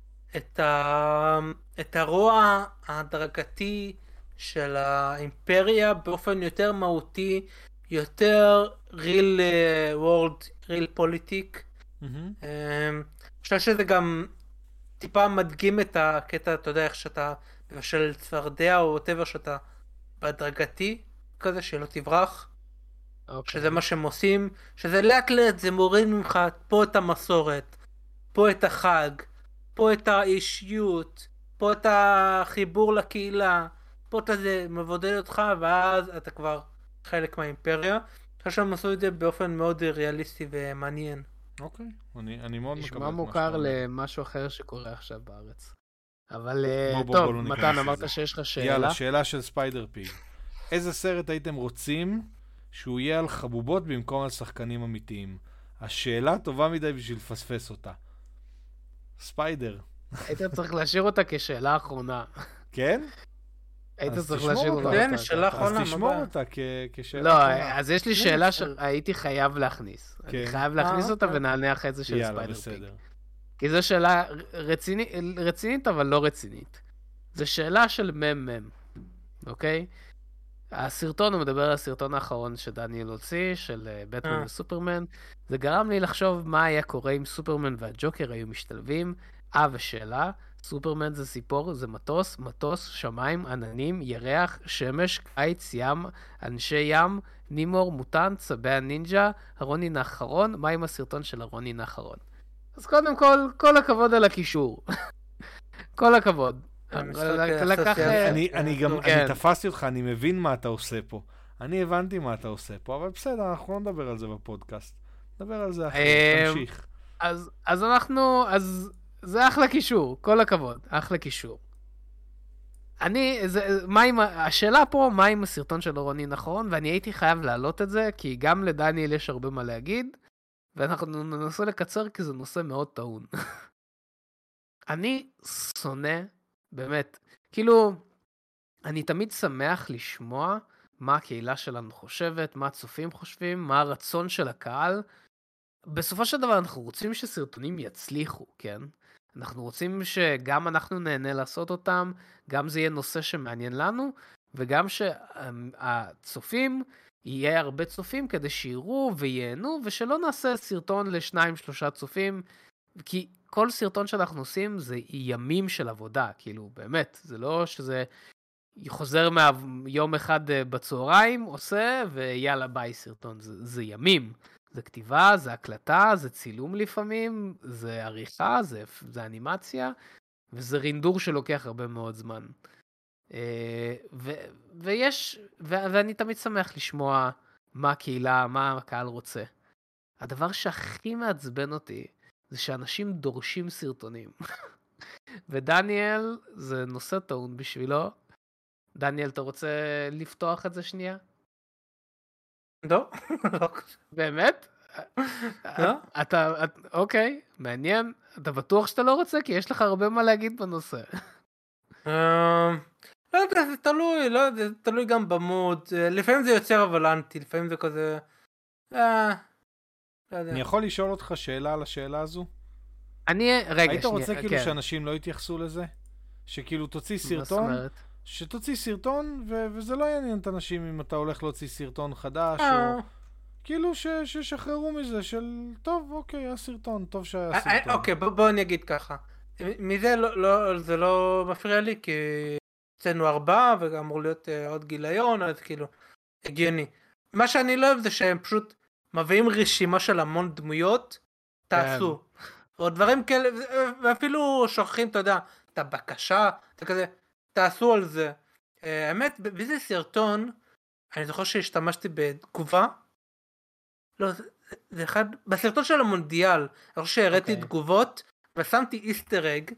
C: את הרוע ההדרגתי של האימפריה באופן יותר מהותי, יותר real world, real politic. אני חושב שזה גם טיפה מדגים את הקטע, אתה יודע, איך שאתה מבשל צפרדע או whatever, שאתה בהדרגתי כזה, שלא תברח. שזה מה שהם עושים, שזה לאט לאט זה מוריד ממך פה את המסורת, פה את החג, פה את האישיות, פה את החיבור לקהילה, פה את זה מבודד אותך, ואז אתה כבר חלק מהאימפריה. אני חושב שהם עשו את זה באופן מאוד ריאליסטי ומעניין.
B: אוקיי, אני מאוד מקבל את
A: נשמע מוכר למשהו אחר שקורה עכשיו בארץ. אבל
B: בוא,
A: טוב,
B: לא
A: מתן, אמרת שיש לך שאלה.
B: יאללה, שאלה של ספיידר פיג. איזה סרט הייתם רוצים שהוא יהיה על חבובות במקום על שחקנים אמיתיים? השאלה טובה מדי בשביל לפספס אותה. ספיידר.
A: היית צריך להשאיר אותה כשאלה אחרונה.
B: כן?
A: היית צריך להשאיר אותה.
C: כן, שאלה אחרונה.
B: אז תשמור אותה כשאלה
A: לא,
B: אחרונה.
A: אז יש לי שאלה שהייתי חייב להכניס. אני חייב להכניס אותה ונענה אחרי זה של ספיידר פיג. כי זו שאלה רצינית, אבל לא רצינית. זו שאלה של מם, אוקיי? הסרטון, הוא מדבר על הסרטון האחרון שדניאל הוציא, של בטמן וסופרמן. זה גרם לי לחשוב מה היה קורה אם סופרמן והג'וקר היו משתלבים. ושאלה, סופרמן זה סיפור, זה מטוס, שמיים, עננים, ירח, שמש, קיץ, ים, אנשי ים, נימור, מוטנט, צבי הנינג'ה, הרונין האחרון. מה עם הסרטון של הרונין האחרון? אז קודם כל הכבוד על הקישור. כל הכבוד.
B: אני תפסתי אותך, אני מבין מה אתה עושה פה. אני הבנתי מה אתה עושה פה, אבל בסדר, אנחנו לא נדבר על זה בפודקאסט. נדבר על זה אחרי, תמשיך.
A: אז זה אחלה קישור, כל הכבוד, אחלה קישור. השאלה פה, מה עם הסרטון של רוני נכון, ואני הייתי חייב להעלות את זה, כי גם לדניאל יש הרבה מה להגיד, ואנחנו ננסה לקצר, כי זה נושא מאוד טעון. אני שונא, באמת, כאילו, אני תמיד שמח לשמוע מה הקהילה שלנו חושבת, מה הצופים חושבים, מה הרצון של הקהל. בסופו של דבר אנחנו רוצים שסרטונים יצליחו, כן? אנחנו רוצים שגם אנחנו נהנה לעשות אותם, גם זה יהיה נושא שמעניין לנו, וגם שהצופים, יהיה הרבה צופים כדי שיראו וייהנו, ושלא נעשה סרטון ל2-3 צופים, כי כל סרטון שאנחנו עושים זה ימים של עבודה, כאילו באמת, זה לא שזה חוזר יום אחד בצהריים, עושה, ויאללה ביי סרטון, זה ימים. זה כתיבה, זה הקלטה, זה צילום לפעמים, זה עריכה, זה אנימציה, וזה רינדור שלוקח הרבה מאוד זמן. ואני תמיד שמח לשמוע מה הקהילה, מה הקהל רוצה. הדבר שהכי מעצבן אותי, זה שאנשים דורשים סרטונים. ודניאל, זה נושא טעון בשבילו. דניאל, אתה רוצה לפתוח את זה שנייה?
C: לא, לא.
A: באמת?
C: לא?
A: אוקיי, מעניין. אתה בטוח שאתה לא רוצה? כי יש לך הרבה מה להגיד בנושא.
C: לא יודע, זה תלוי, לא יודע, זה תלוי גם במוד. לפעמים זה יוצר אבלנטי, לפעמים זה כזה... לא יודע.
B: אני יכול לשאול אותך שאלה על השאלה הזו?
A: רגע,
B: היית רוצה כאילו שאנשים לא יתייחסו לזה? שכאילו תוציא סרטון, שתוציא סרטון וזה לא יעניין את אנשים אם אתה הולך להוציא סרטון חדש או... כאילו ששחררו מזה של טוב אוקיי היה סרטון, טוב שהיה סרטון.
C: אוקיי בוא אני אגיד ככה, מזה זה לא מפריע לי כי אצלנו 4 ואמור להיות עוד גיליון אז כאילו הגיוני. מה שאני לא אוהב זה שהם פשוט מביאים רשימה של המון דמויות, תעשו. או דברים כאלה, ואפילו שוכחים, אתה יודע, את הבקשה, זה כזה, תעשו על זה. האמת, באיזה סרטון, אני זוכר שהשתמשתי בתגובה, לא, זה אחד, בסרטון של המונדיאל, אני חושב שהראיתי תגובות, ושמתי איסטר אג,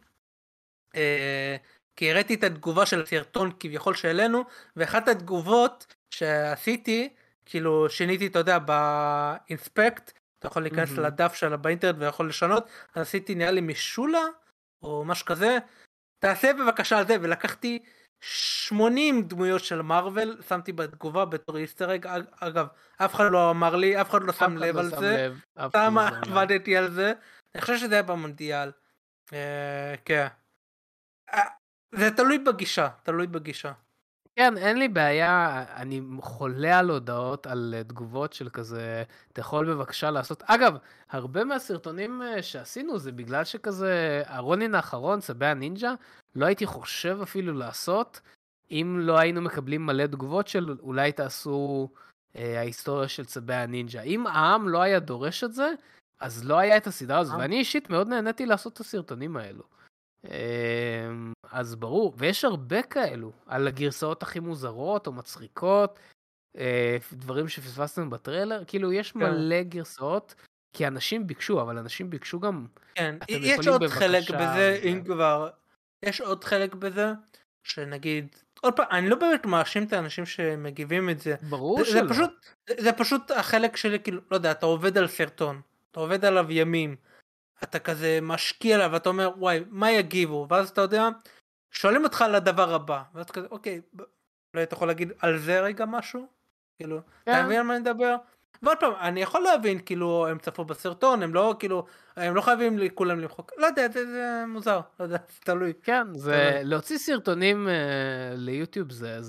C: כי הראיתי את התגובה של הסרטון כביכול שאלינו, ואחת התגובות שעשיתי, כאילו שיניתי, אתה יודע, באינספקט, אתה יכול להיכנס לדף שלה באינטרנט ויכול לשנות, אז עשיתי נראה לי משולה, או משהו כזה, תעשה בבקשה על זה, ולקחתי 80 דמויות של מרוול, שמתי בתגובה בתור איסטר אג, אגב, אף אחד לא אמר לי, אף אחד לא שם לב על זה, סתם עבדתי על זה, אני חושב שזה היה במונדיאל, כן, זה תלוי בגישה.
A: כן, אין לי בעיה, אני חולה על הודעות, על תגובות של כזה, אתה יכול בבקשה לעשות, אגב, הרבה מהסרטונים שעשינו זה בגלל שכזה, הרונין האחרון, צבי הנינג'ה, לא הייתי חושב אפילו לעשות, אם לא היינו מקבלים מלא תגובות של אולי תעשו ההיסטוריה של צבי הנינג'ה. אם העם לא היה דורש את זה, אז לא היה את הסדרה הזו, ואני אישית מאוד נהניתי לעשות את הסרטונים האלו. אז ברור, ויש הרבה כאלו, על הגרסאות הכי מוזרות או מצחיקות, דברים שפספסתם בטריילר, כאילו יש מלא גרסאות, כי אנשים ביקשו, אבל אנשים ביקשו גם,
C: כן, יש עוד חלק בזה, אם כבר, יש עוד חלק בזה, שנגיד, עוד פעם, אני לא באמת מאשים את האנשים שמגיבים את זה,
A: ברור שלא.
C: זה פשוט החלק שלי, כאילו, לא יודע, אתה עובד על סרטון, אתה עובד עליו ימים, אתה כזה משקיע עליו, ואתה אומר, וואי, מה יגיבו? ואז אתה יודע, שואלים אותך על הדבר הבא, ואתה כזה, אוקיי, לא אתה יכול להגיד על זה רגע משהו? כאילו, אתה מבין על מה אני מדבר? ועוד פעם, אני יכול להבין, כאילו, הם צפו בסרטון, הם לא, כאילו, הם לא חייבים כולם למחוק, לא יודע, זה מוזר, לא יודע, זה תלוי.
A: כן, זה, להוציא סרטונים ליוטיוב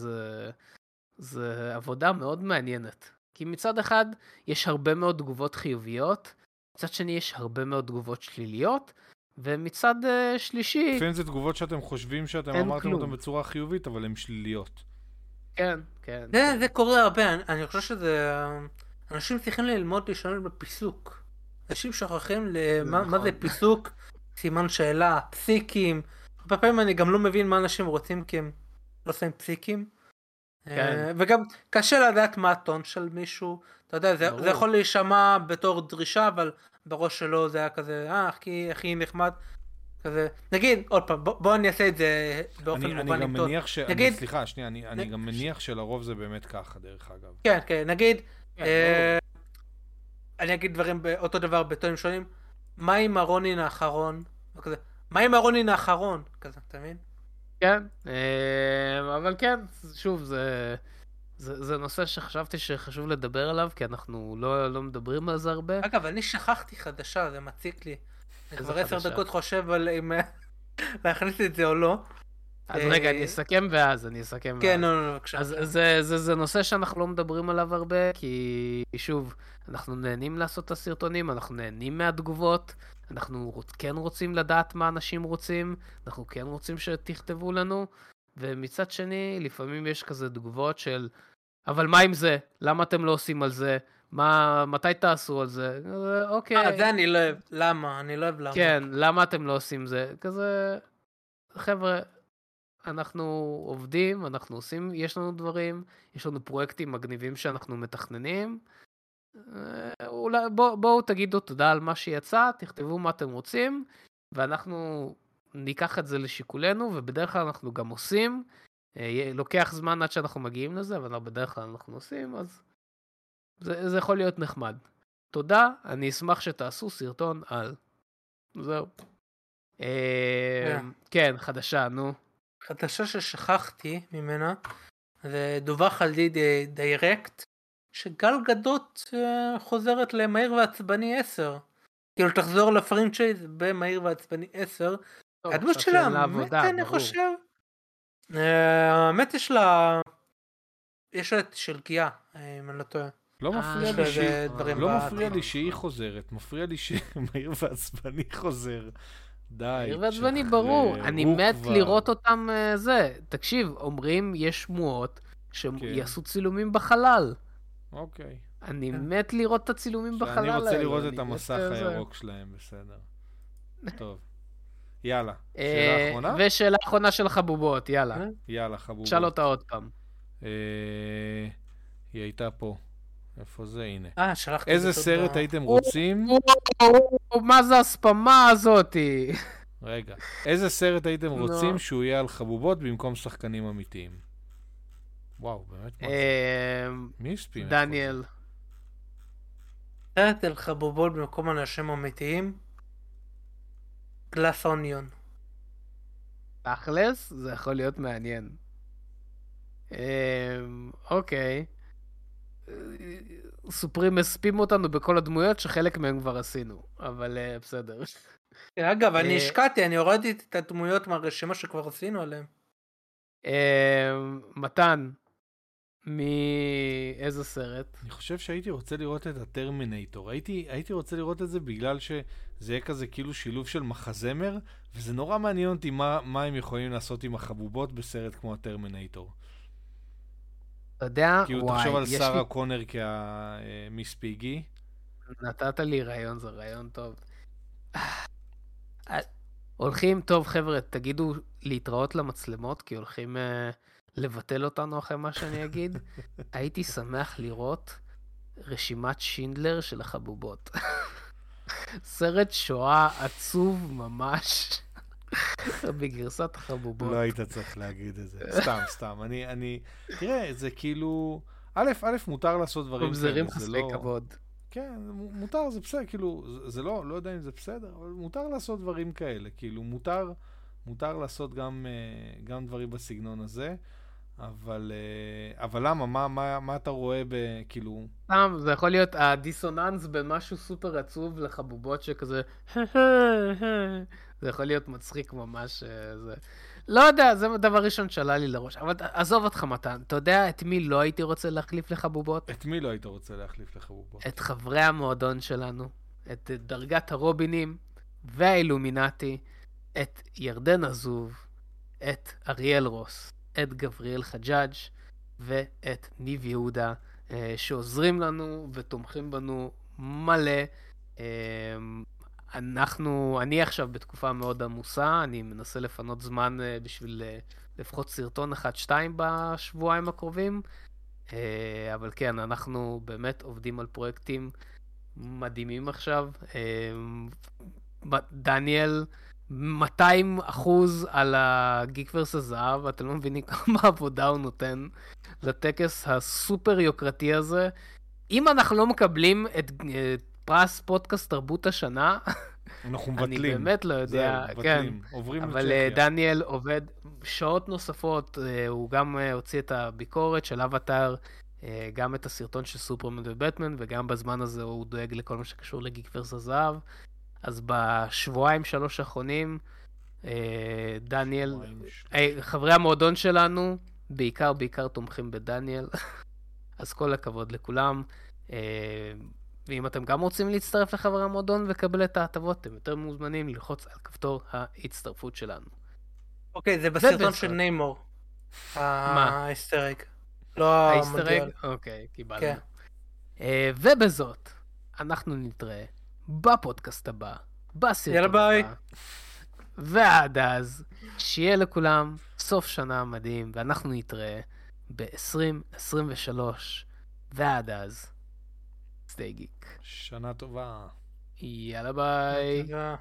A: זה עבודה מאוד מעניינת. כי מצד אחד, יש הרבה מאוד תגובות חיוביות, מצד שני יש הרבה מאוד תגובות שליליות, ומצד שלישי...
B: לפעמים זה תגובות שאתם חושבים שאתם אמרתם אותם בצורה חיובית, אבל הן שליליות.
A: כן, כן.
C: זה קורה הרבה, אני חושב שזה... אנשים צריכים ללמוד להשתמש בפיסוק. אנשים שוכחים מה זה פיסוק, סימן שאלה, פסיקים. הרבה פעמים אני גם לא מבין מה אנשים רוצים כי הם לא שמים פסיקים. וגם קשה לדעת מה הטון של מישהו. אתה יודע, זה יכול להישמע בתור דרישה, אבל בראש שלו זה היה כזה, הכי נחמד. כזה, נגיד, עוד פעם, בוא אני אעשה את זה באופן מובן עם טוב.
B: סליחה, שנייה, אני גם מניח שלרוב זה באמת ככה, דרך אגב.
C: כן, כן, נגיד, אני אגיד דברים באותו דבר בטונים שונים, מה עם הרונין האחרון? מה עם הרונין האחרון? כזה, אתה מבין?
A: כן, אבל כן, שוב, זה נושא שחשבתי שחשוב לדבר עליו, כי אנחנו לא מדברים על זה הרבה.
C: אגב, אני שכחתי חדשה, זה מציק לי. אני כבר 10
A: חדשה?
C: דקות חושב על אם להכניס את זה או לא.
A: אז רגע, אני אסכם ואז.
C: כן, לא, בבקשה.
A: אז זה נושא שאנחנו לא מדברים עליו הרבה, כי שוב, אנחנו נהנים לעשות את הסרטונים, אנחנו נהנים מהתגובות, אנחנו כן רוצים לדעת מה אנשים רוצים, אנחנו כן רוצים שתכתבו לנו, ומצד שני, לפעמים יש כזה תגובות של, אבל מה עם זה? למה אתם לא עושים על זה? מתי תעשו על זה? אוקיי.
C: זה אני לא אוהב. למה? אני לא אוהב למה.
A: כן, למה אתם לא עושים זה? כזה, חבר'ה, אנחנו עובדים, אנחנו עושים, יש לנו דברים, יש לנו פרויקטים מגניבים שאנחנו מתכננים. בואו תגידו תודה על מה שיצא, תכתבו מה אתם רוצים, ואנחנו ניקח את זה לשיקולנו, ובדרך כלל אנחנו גם עושים. לוקח זמן עד שאנחנו מגיעים לזה, אבל בדרך כלל אנחנו עושים, אז זה יכול להיות נחמד. תודה, אני אשמח שתעשו סרטון על. זהו. כן, חדשה, נו.
C: חדשה ששכחתי ממנה, זה דווח על דיירקט, שגל גדות חוזרת למהיר ועצבני 10. כאילו תחזור לפרנצ'ייז במהיר ועצבני 10. הדמות שלה, באמת אני חושב. האמת יש לה של גיאה, אם אני לא טועה.
B: לא מפריע לי שהיא חוזרת, מפריע לי שמהיר ועצבני חוזר. די.
A: מהיר ועצבני ברור, אני מת לראות אותם זה. תקשיב, אומרים יש שמועות שיעשו צילומים בחלל.
B: אוקיי.
A: אני מת לראות את הצילומים בחלל האלה.
B: אני רוצה לראות את המסך הירוק שלהם, בסדר. טוב. יאללה. שאלה אחרונה?
A: ושאלה אחרונה של חבובות, יאללה.
B: יאללה, חבובות.
A: שאל אותה עוד פעם.
B: היא הייתה פה. איפה זה? הנה.
C: שלחתי.
B: איזה סרט הייתם רוצים?
A: מה זה הספמה הזאתי?
B: רגע. איזה סרט הייתם רוצים שהוא יהיה על חבובות במקום שחקנים אמיתיים? וואו, באמת מה זה? מי הספים?
A: דניאל.
C: סרט על חבובות במקום אנשים אמיתיים? גלאס אוניון.
A: תכלס, זה יכול להיות מעניין. אוקיי. סופרים הספים אותנו בכל הדמויות שחלק מהם כבר עשינו, אבל בסדר.
C: אגב, אני השקעתי, אני הורדתי את הדמויות מהרשימה שכבר עשינו עליהם.
A: מתן, מאיזה סרט?
B: אני חושב שהייתי רוצה לראות את הטרמינטור. הייתי רוצה לראות את זה בגלל שזה יהיה כזה כאילו שילוב של מחזמר, וזה נורא מעניין אותי מה הם יכולים לעשות עם החבובות בסרט כמו הטרמינטור.
A: אתה יודע,
B: כאילו תחשוב על שרה קונר כמיס פיגי.
A: נתת לי רעיון, זה רעיון טוב. הולכים, טוב חבר'ה, תגידו להתראות למצלמות, כי הולכים לבטל אותנו אחרי מה שאני אגיד. הייתי שמח לראות רשימת שינדלר של החבובות. סרט שואה עצוב ממש. בגרסת החבובות.
B: לא היית צריך להגיד את זה. סתם. תראה, זה כאילו... א', מותר לעשות דברים.
A: מבזרים חסרי כבוד.
B: כן, מותר, זה בסדר, כאילו, זה לא יודע אם זה בסדר, אבל מותר לעשות דברים כאלה, כאילו, מותר לעשות גם דברים בסגנון הזה, אבל למה? מה אתה רואה כאילו...
A: זה יכול להיות הדיסוננס בין משהו סופר עצוב לחבובות שכזה, זה יכול להיות מצחיק ממש, לא יודע, זה דבר ראשון שעלה לי לראש, אבל עזוב אותך מתן, אתה יודע את מי לא הייתי רוצה להחליף לחבובות?
B: את מי לא היית רוצה להחליף לחבובות?
A: את חברי המועדון שלנו, את דרגת הרובינים והאילומינטי, את ירדן עזוב, את אריאל רוס, את גבריאל חג'אג' ואת ניב יהודה, שעוזרים לנו ותומכים בנו מלא. אני עכשיו בתקופה מאוד עמוסה, אני מנסה לפנות זמן בשביל לפחות סרטון 1-2 בשבועיים הקרובים, אבל כן, אנחנו באמת עובדים על פרויקטים מדהימים עכשיו. דניאל 200% על הגיק ורס הזהב, אתם לא מבינים כמה עבודה הוא נותן לטקס הסופר יוקרתי הזה. אם אנחנו לא מקבלים את פרס פודקאסט תרבות השנה,
B: אנחנו
A: אני
B: מבטלים.
A: באמת לא יודע,
B: זהו,
A: כן.
B: מבטלים. עוברים
A: אבל
B: לצ'כיה.
A: דניאל עובד שעות נוספות, הוא גם הוציא את הביקורת של אבטאר, גם את הסרטון של סופרמן ובטמן, וגם בזמן הזה הוא דואג לכל מה שקשור לגיק ורס הזהב. אז בשבועיים 3 האחרונים, דניאל, חברי המועדון שלנו, בעיקר תומכים בדניאל, אז כל הכבוד לכולם. ואם אתם גם רוצים להצטרף לחברי המועדון ולקבל את ההטבות, אתם יותר מוזמנים ללחוץ על כפתור ההצטרפות שלנו.
C: אוקיי, זה בסרטון של ניימור. האיסטרג. לא
A: האיסטרג? אוקיי, קיבלנו. ובזאת, אנחנו נתראה בפודקאסט הבא, בסרטון הבא. ועד אז, שיהיה לכולם סוף שנה מדהים, ואנחנו נתראה ב-2023, ועד אז, stay geek.
B: שנה טובה.
A: יאללה ביי.
C: תודה.